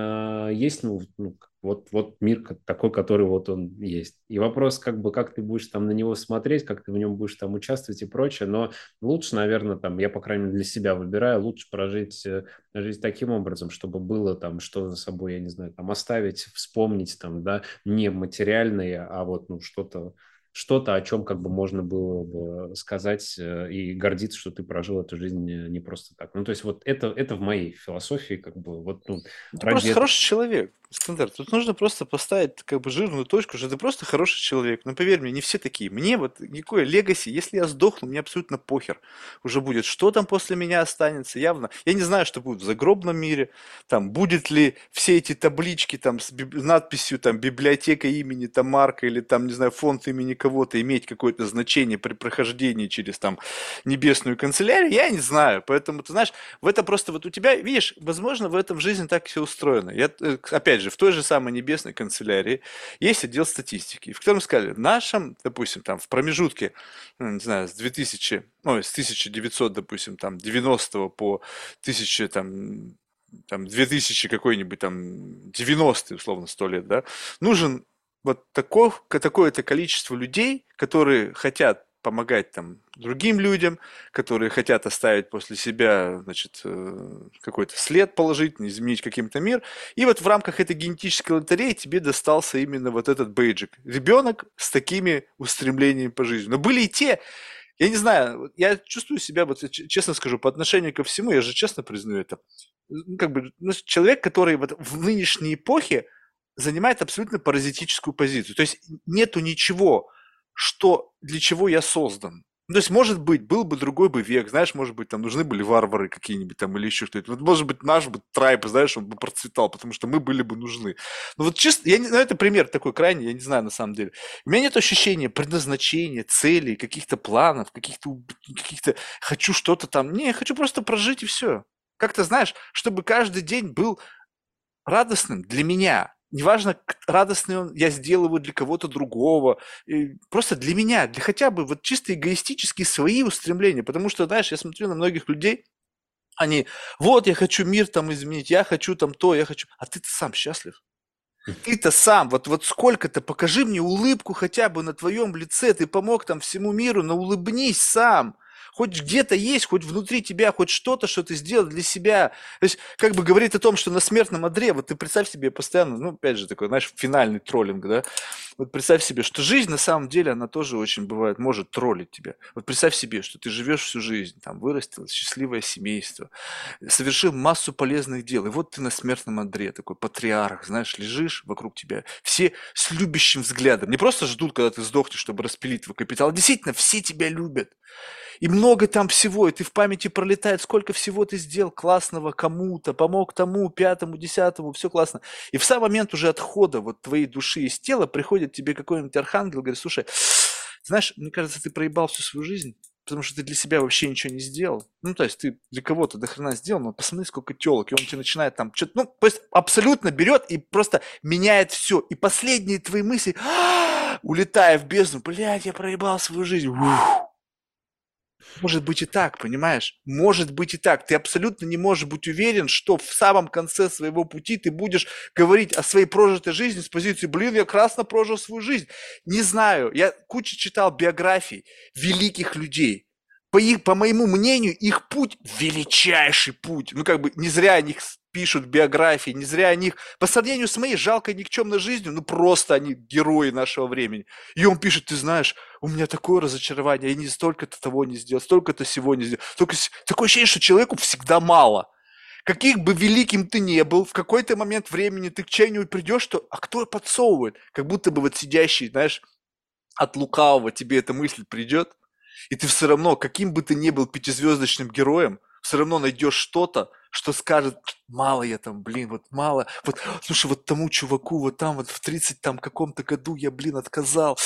э, есть, ну, ну, вот, вот мир как- такой, который вот он есть. И вопрос, как бы, как ты будешь там на него смотреть, как ты в нем будешь там участвовать и прочее, но лучше, наверное, там, я, по крайней мере, для себя выбираю, лучше прожить э, жизнь таким образом, чтобы было там, что за собой, я не знаю, там, оставить, вспомнить, там, да, не материальные, а вот ну, что-то, что-то, о чем как бы можно было бы сказать э, и гордиться, что ты прожил эту жизнь не, не просто так. Ну, то есть вот это, это в моей философии как бы вот ну, Ну, ты ради просто этого. хороший человек, Искандер. Тут нужно просто поставить как бы жирную точку, что ты просто хороший человек. Но поверь мне, не все такие. Мне вот никакое легаси, если я сдохну, мне абсолютно похер уже будет. Что там после меня останется, явно. Я не знаю, что будет в загробном мире. Там будет ли все эти таблички там с биб- надписью там библиотека имени там Марка или там, не знаю, фонд имени кого-то иметь какое-то значение при прохождении через там небесную канцелярию, я не знаю. Поэтому, ты знаешь, в это просто вот у тебя, видишь, возможно, в этом жизни так все устроено. Я, э, опять же, в той же самой небесной канцелярии есть отдел статистики, в котором сказали, в нашем, допустим, там в промежутке, ну, не знаю, с две тысячи, ой, с тысяча девятьсот, допустим, там девяностого по тысяча, там, там две тысячи какой-нибудь там девяностый, условно, сто лет, да, нужен вот такое, такое-то количество людей, которые хотят помогать там другим людям, которые хотят оставить после себя, значит, э, какой-то след положительный, изменить каким-то мир. И вот в рамках этой генетической лотереи тебе достался именно вот этот бейджик. Ребенок с такими устремлениями по жизни. Но были и те, я не знаю, вот я чувствую себя, вот я честно скажу, по отношению ко всему, я же честно признаю это, ну, как бы, ну, человек, который вот в нынешней эпохе занимает абсолютно паразитическую позицию. То есть нету ничего, что, для чего я создан. Ну, то есть, может быть, был бы другой бы век, знаешь, может быть, там нужны были варвары какие-нибудь там или еще что-то. Вот, может быть, наш бы трайб, знаешь, он бы процветал, потому что мы были бы нужны. Ну, вот чисто, я не, ну, это пример такой крайний, я не знаю на самом деле. У меня нет ощущения предназначения, целей, каких-то планов, каких-то, каких-то, хочу что-то там. Не, я хочу просто прожить и все. Как-то, знаешь, чтобы каждый день был радостным для меня. Неважно, к- радостный он, я сделал его для кого-то другого. И просто для меня, для хотя бы вот чисто эгоистические свои устремления. Потому что, знаешь, я смотрю на многих людей, они, вот, я хочу мир там изменить, я хочу там то, я хочу... А ты-то сам счастлив? Ты-то сам, вот, вот сколько-то, покажи мне улыбку хотя бы на твоем лице, ты помог там всему миру, но улыбнись сам. Хоть где-то есть, хоть внутри тебя, хоть что-то, что ты сделал для себя. То есть, как бы говорит о том, что на смертном одре, вот ты представь себе постоянно, ну, опять же, такой, знаешь, финальный троллинг, да, вот представь себе, что жизнь на самом деле, она тоже очень бывает, может троллить тебя. Вот представь себе, что ты живешь всю жизнь, там, вырастил счастливое семейство, совершил массу полезных дел. И вот ты на смертном одре, такой патриарх, знаешь, лежишь вокруг тебя. Все с любящим взглядом. Не просто ждут, когда ты сдохнешь, чтобы распилить твой капитал. А действительно, все тебя любят. И много там всего, и ты в памяти пролетает, сколько всего ты сделал классного кому-то, помог тому, пятому, десятому, все классно. И в сам момент уже отхода вот твоей души из тела приходит тебе какой-нибудь архангел, говорит, слушай, Знаешь, мне кажется, ты проебал всю свою жизнь, потому что ты для себя вообще ничего не сделал. Ну, то есть ты для кого-то до хрена сделал, но посмотри, сколько телок, и он тебе начинает там что-то, ну, то есть абсолютно берет и просто меняет все. И последние твои мысли, улетая в бездну, блядь, я проебал свою жизнь. Ух. Может быть и так, понимаешь? Может быть и так. Ты абсолютно не можешь быть уверен, что в самом конце своего пути ты будешь говорить о своей прожитой жизни с позиции, блин, я красно прожил свою жизнь. Не знаю, я кучу читал биографий великих людей. По, их, по моему мнению, их путь величайший путь. Ну, как бы не зря о них пишут биографии, не зря о них... По сравнению с моей жалкой никчемной жизнью, ну, просто они герои нашего времени. И он пишет, ты знаешь, у меня такое разочарование, я не столько-то того не сделал, столько-то всего не сделал. Только такое ощущение, что человеку всегда мало. Каких бы великим ты ни был, в какой-то момент времени ты к чему-нибудь придешь, что, а кто подсовывает? Как будто бы вот сидящий, знаешь, от лукавого тебе эта мысль придет, и ты все равно, каким бы ты ни был пятизвездочным героем, все равно найдешь что-то, что скажет, мало я там, блин, вот мало, вот, слушай, вот тому чуваку вот там вот в тридцать там каком-то году я, блин, отказал,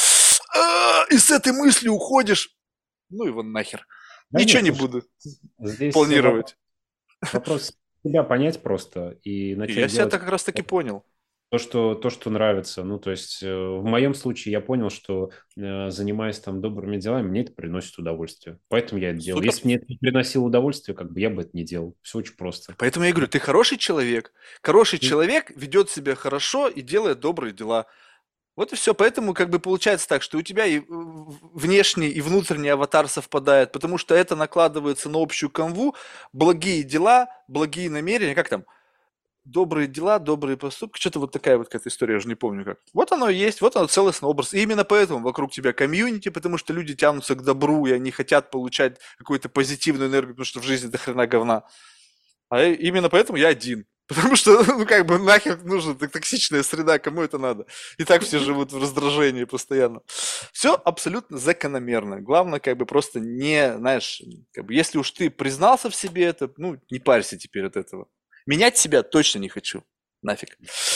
и с этой мыслью уходишь, ну его нахер, Да ничего нет, не слушай, буду здесь планировать. вопрос себя понять просто и И начать я себя делать так как раз таки понял. то, что, то, что нравится. Ну, то есть э, в моем случае я понял, что э, занимаясь там добрыми делами, мне это приносит удовольствие. Поэтому я это делал. Супер. Если мне это не приносило удовольствие, как бы я бы это не делал. Все очень просто. Поэтому я говорю, ты хороший человек. Хороший человек ведет себя хорошо и делает добрые дела. Вот и все. Поэтому как бы получается так, что у тебя и внешний, и внутренний аватар совпадает, потому что это накладывается на общую канву. Благие дела, благие намерения, как там? Добрые дела, добрые поступки. Что-то вот такая вот какая-то история, я уже не помню как. Вот оно и есть, вот оно целостный образ. И именно поэтому вокруг тебя комьюнити, потому что люди тянутся к добру, и они хотят получать какую-то позитивную энергию, потому что в жизни до хрена говна. А именно поэтому я один. Потому что, ну, как бы, нахер нужна токсичная среда, кому это надо? И так все живут в раздражении постоянно. Все абсолютно закономерно. Главное, как бы, просто не, знаешь, как бы, если уж ты признался в себе это, ну, не парься теперь от этого. Менять себя точно не хочу. Нафиг.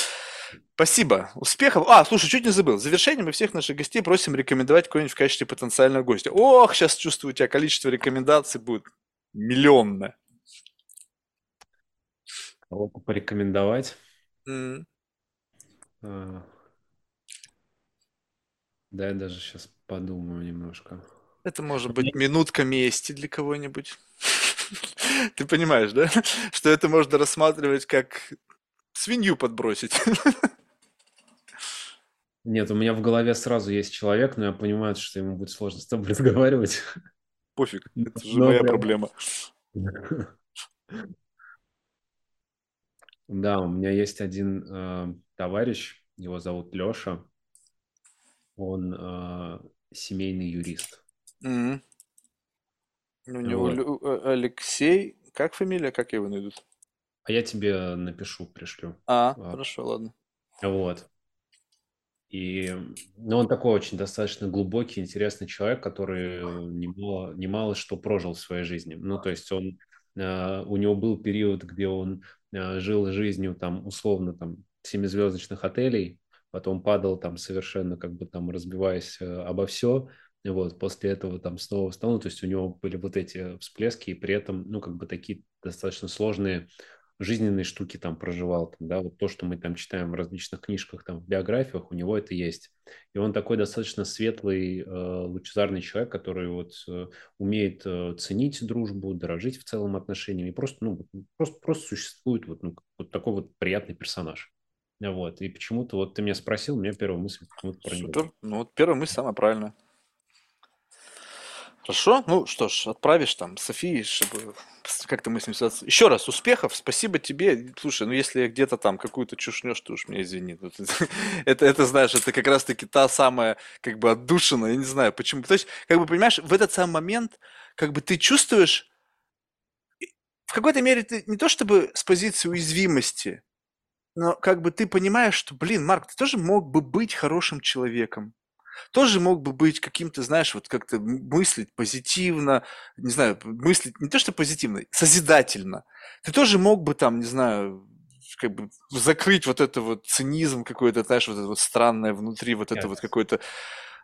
Спасибо. Успехов. А, слушай, чуть не забыл. В завершение мы всех наших гостей просим рекомендовать кого-нибудь в качестве потенциального гостя. Ох, сейчас чувствую, у тебя количество рекомендаций будет миллионное. Кого порекомендовать? М. А, да, я даже сейчас подумаю немножко. Это может быть минутка мести для кого-нибудь. Ты понимаешь, да? Что это можно рассматривать как свинью подбросить. Нет, у меня в голове сразу есть человек, но я понимаю, что ему будет сложно с тобой разговаривать. Пофиг, это же Но моя прям- проблема. Да, у меня есть один э, товарищ, его зовут Леша. Он э, семейный юрист. Мгм. У него Вот. Лю- э, Алексей, как фамилия, как его найдут? А я тебе напишу, пришлю. А, А, хорошо, ладно. Вот. И, ну, он такой очень достаточно глубокий, интересный человек, который немало, немало что прожил в своей жизни. Ну, то есть он, э, у него был период, где он э, жил жизнью, там, условно, там, семизвездочных отелей, потом падал там совершенно, как бы там, разбиваясь э, обо все. Вот, после этого там снова встал. Ну, то есть у него были вот эти всплески, и при этом, ну, как бы такие достаточно сложные жизненные штуки там проживал, там, да, вот то, что мы там читаем в различных книжках, там, в биографиях, у него это есть. И он такой достаточно светлый, э, лучезарный человек, который вот э, умеет э, ценить дружбу, дорожить в целом отношениями, и просто, ну, вот, просто, просто существует вот, ну, вот такой вот приятный персонаж. Вот, и почему-то вот ты меня спросил, у меня первая мысль почему-то про него. Супер. Ну вот первая мысль самая правильная. Хорошо, ну что ж, отправишь там Софии, чтобы как-то мы с ним связаться. Еще раз, успехов, спасибо тебе. Слушай, ну если я где-то там какую-то чушнешь, ты уж меня извини. Тут Это, это, знаешь, это как раз-таки та самая, как бы, отдушина, я не знаю, почему. То есть, как бы, понимаешь, в этот самый момент, как бы, ты чувствуешь, в какой-то мере ты не то чтобы с позиции уязвимости, но как бы ты понимаешь, что, блин, Марк, ты тоже мог бы быть хорошим человеком. Тоже мог бы быть каким-то, знаешь, вот как-то м- мыслить позитивно, не знаю, мыслить не то, что позитивно, созидательно. Ты тоже мог бы там, не знаю, как бы закрыть вот это вот цинизм какой-то, знаешь, вот это вот странное внутри, вот это Я- вот какое-то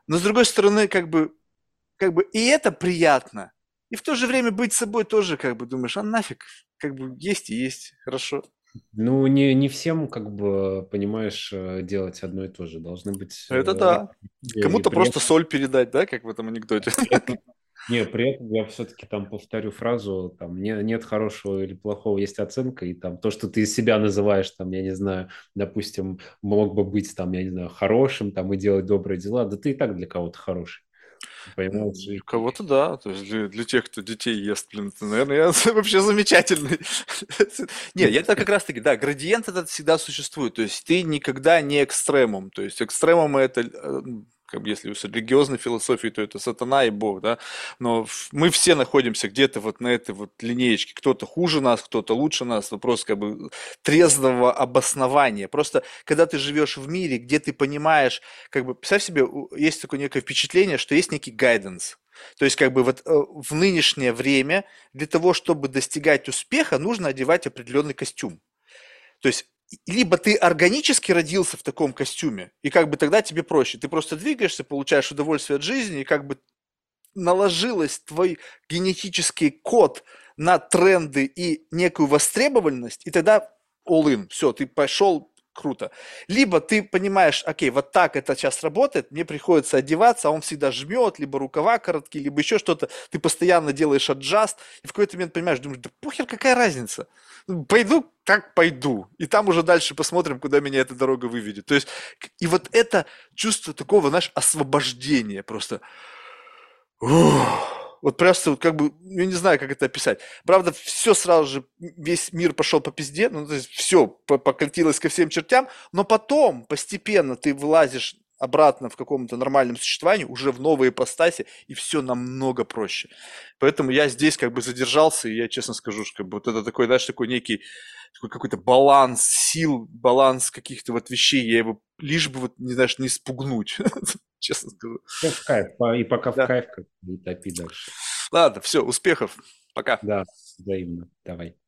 Но с другой стороны, как бы, как бы и это приятно. И в то же время быть собой тоже, как бы, думаешь, а нафиг, как бы есть и есть, хорошо. Ну, не, не всем, как бы, понимаешь, э, делать одно и то же. Должны быть э, Это да. разные, и Кому-то при просто этом, соль передать, да, как в этом анекдоте. при этом- не, при этом я все-таки там повторю фразу, там, не, нет хорошего или плохого, есть оценка, и там то, что ты из себя называешь, там, я не знаю, допустим, мог бы быть, там, я не знаю, хорошим, там, и делать добрые дела, да ты и так для кого-то хороший, Ну, понимаешь? для И кого-то да. То есть для, для тех, кто детей ест, блин, это, наверное, я вообще замечательный. Не, ну, это как раз-таки, да, градиент этот всегда существует. То есть ты никогда не экстремум. То есть экстремумы это, э, как бы если с религиозной философией, то это сатана и Бог, да. Но в- мы все находимся где-то вот на этой вот линеечке. Кто-то хуже нас, кто-то лучше нас. Вопрос как бы трезвого обоснования. Просто когда ты живешь в мире, где ты понимаешь, как бы, представь себе, у- есть такое некое впечатление, что есть некий гайденс. То есть, как бы вот э, в нынешнее время для того, чтобы достигать успеха, нужно одевать определенный костюм. То есть, и- либо ты органически родился в таком костюме, и как бы тогда тебе проще. Ты просто двигаешься, получаешь удовольствие от жизни, и как бы наложилось твой генетический код на тренды и некую востребованность, и тогда all in, все, ты пошел, круто. Либо ты понимаешь, окей, вот так это сейчас работает, мне приходится одеваться, а он всегда жмет, либо рукава короткие, либо еще что-то, ты постоянно делаешь аджаст, и в какой-то момент понимаешь, думаешь, да похер, какая разница, ну, пойду, так пойду, и там уже дальше посмотрим, куда меня эта дорога выведет. То есть, и вот это чувство такого, знаешь, освобождения просто, ух, вот просто вот как бы, я не знаю, как это описать. Правда, все сразу же, весь мир пошел по пизде, ну, то есть все покатилось ко всем чертям, но потом постепенно ты вылазишь обратно в каком-то нормальном существовании, уже в новой ипостаси, и все намного проще. Поэтому я здесь как бы задержался, и я честно скажу, что как бы вот это такой, знаешь, такой некий такой какой-то баланс сил, баланс каких-то вот вещей, я его лишь бы вот, не знаешь, не спугнуть, честно скажу. всё в кайф, по- и пока в Да. кайф, как бы, и топи дальше. Ладно, все, успехов. Пока. Да, взаимно. Давай.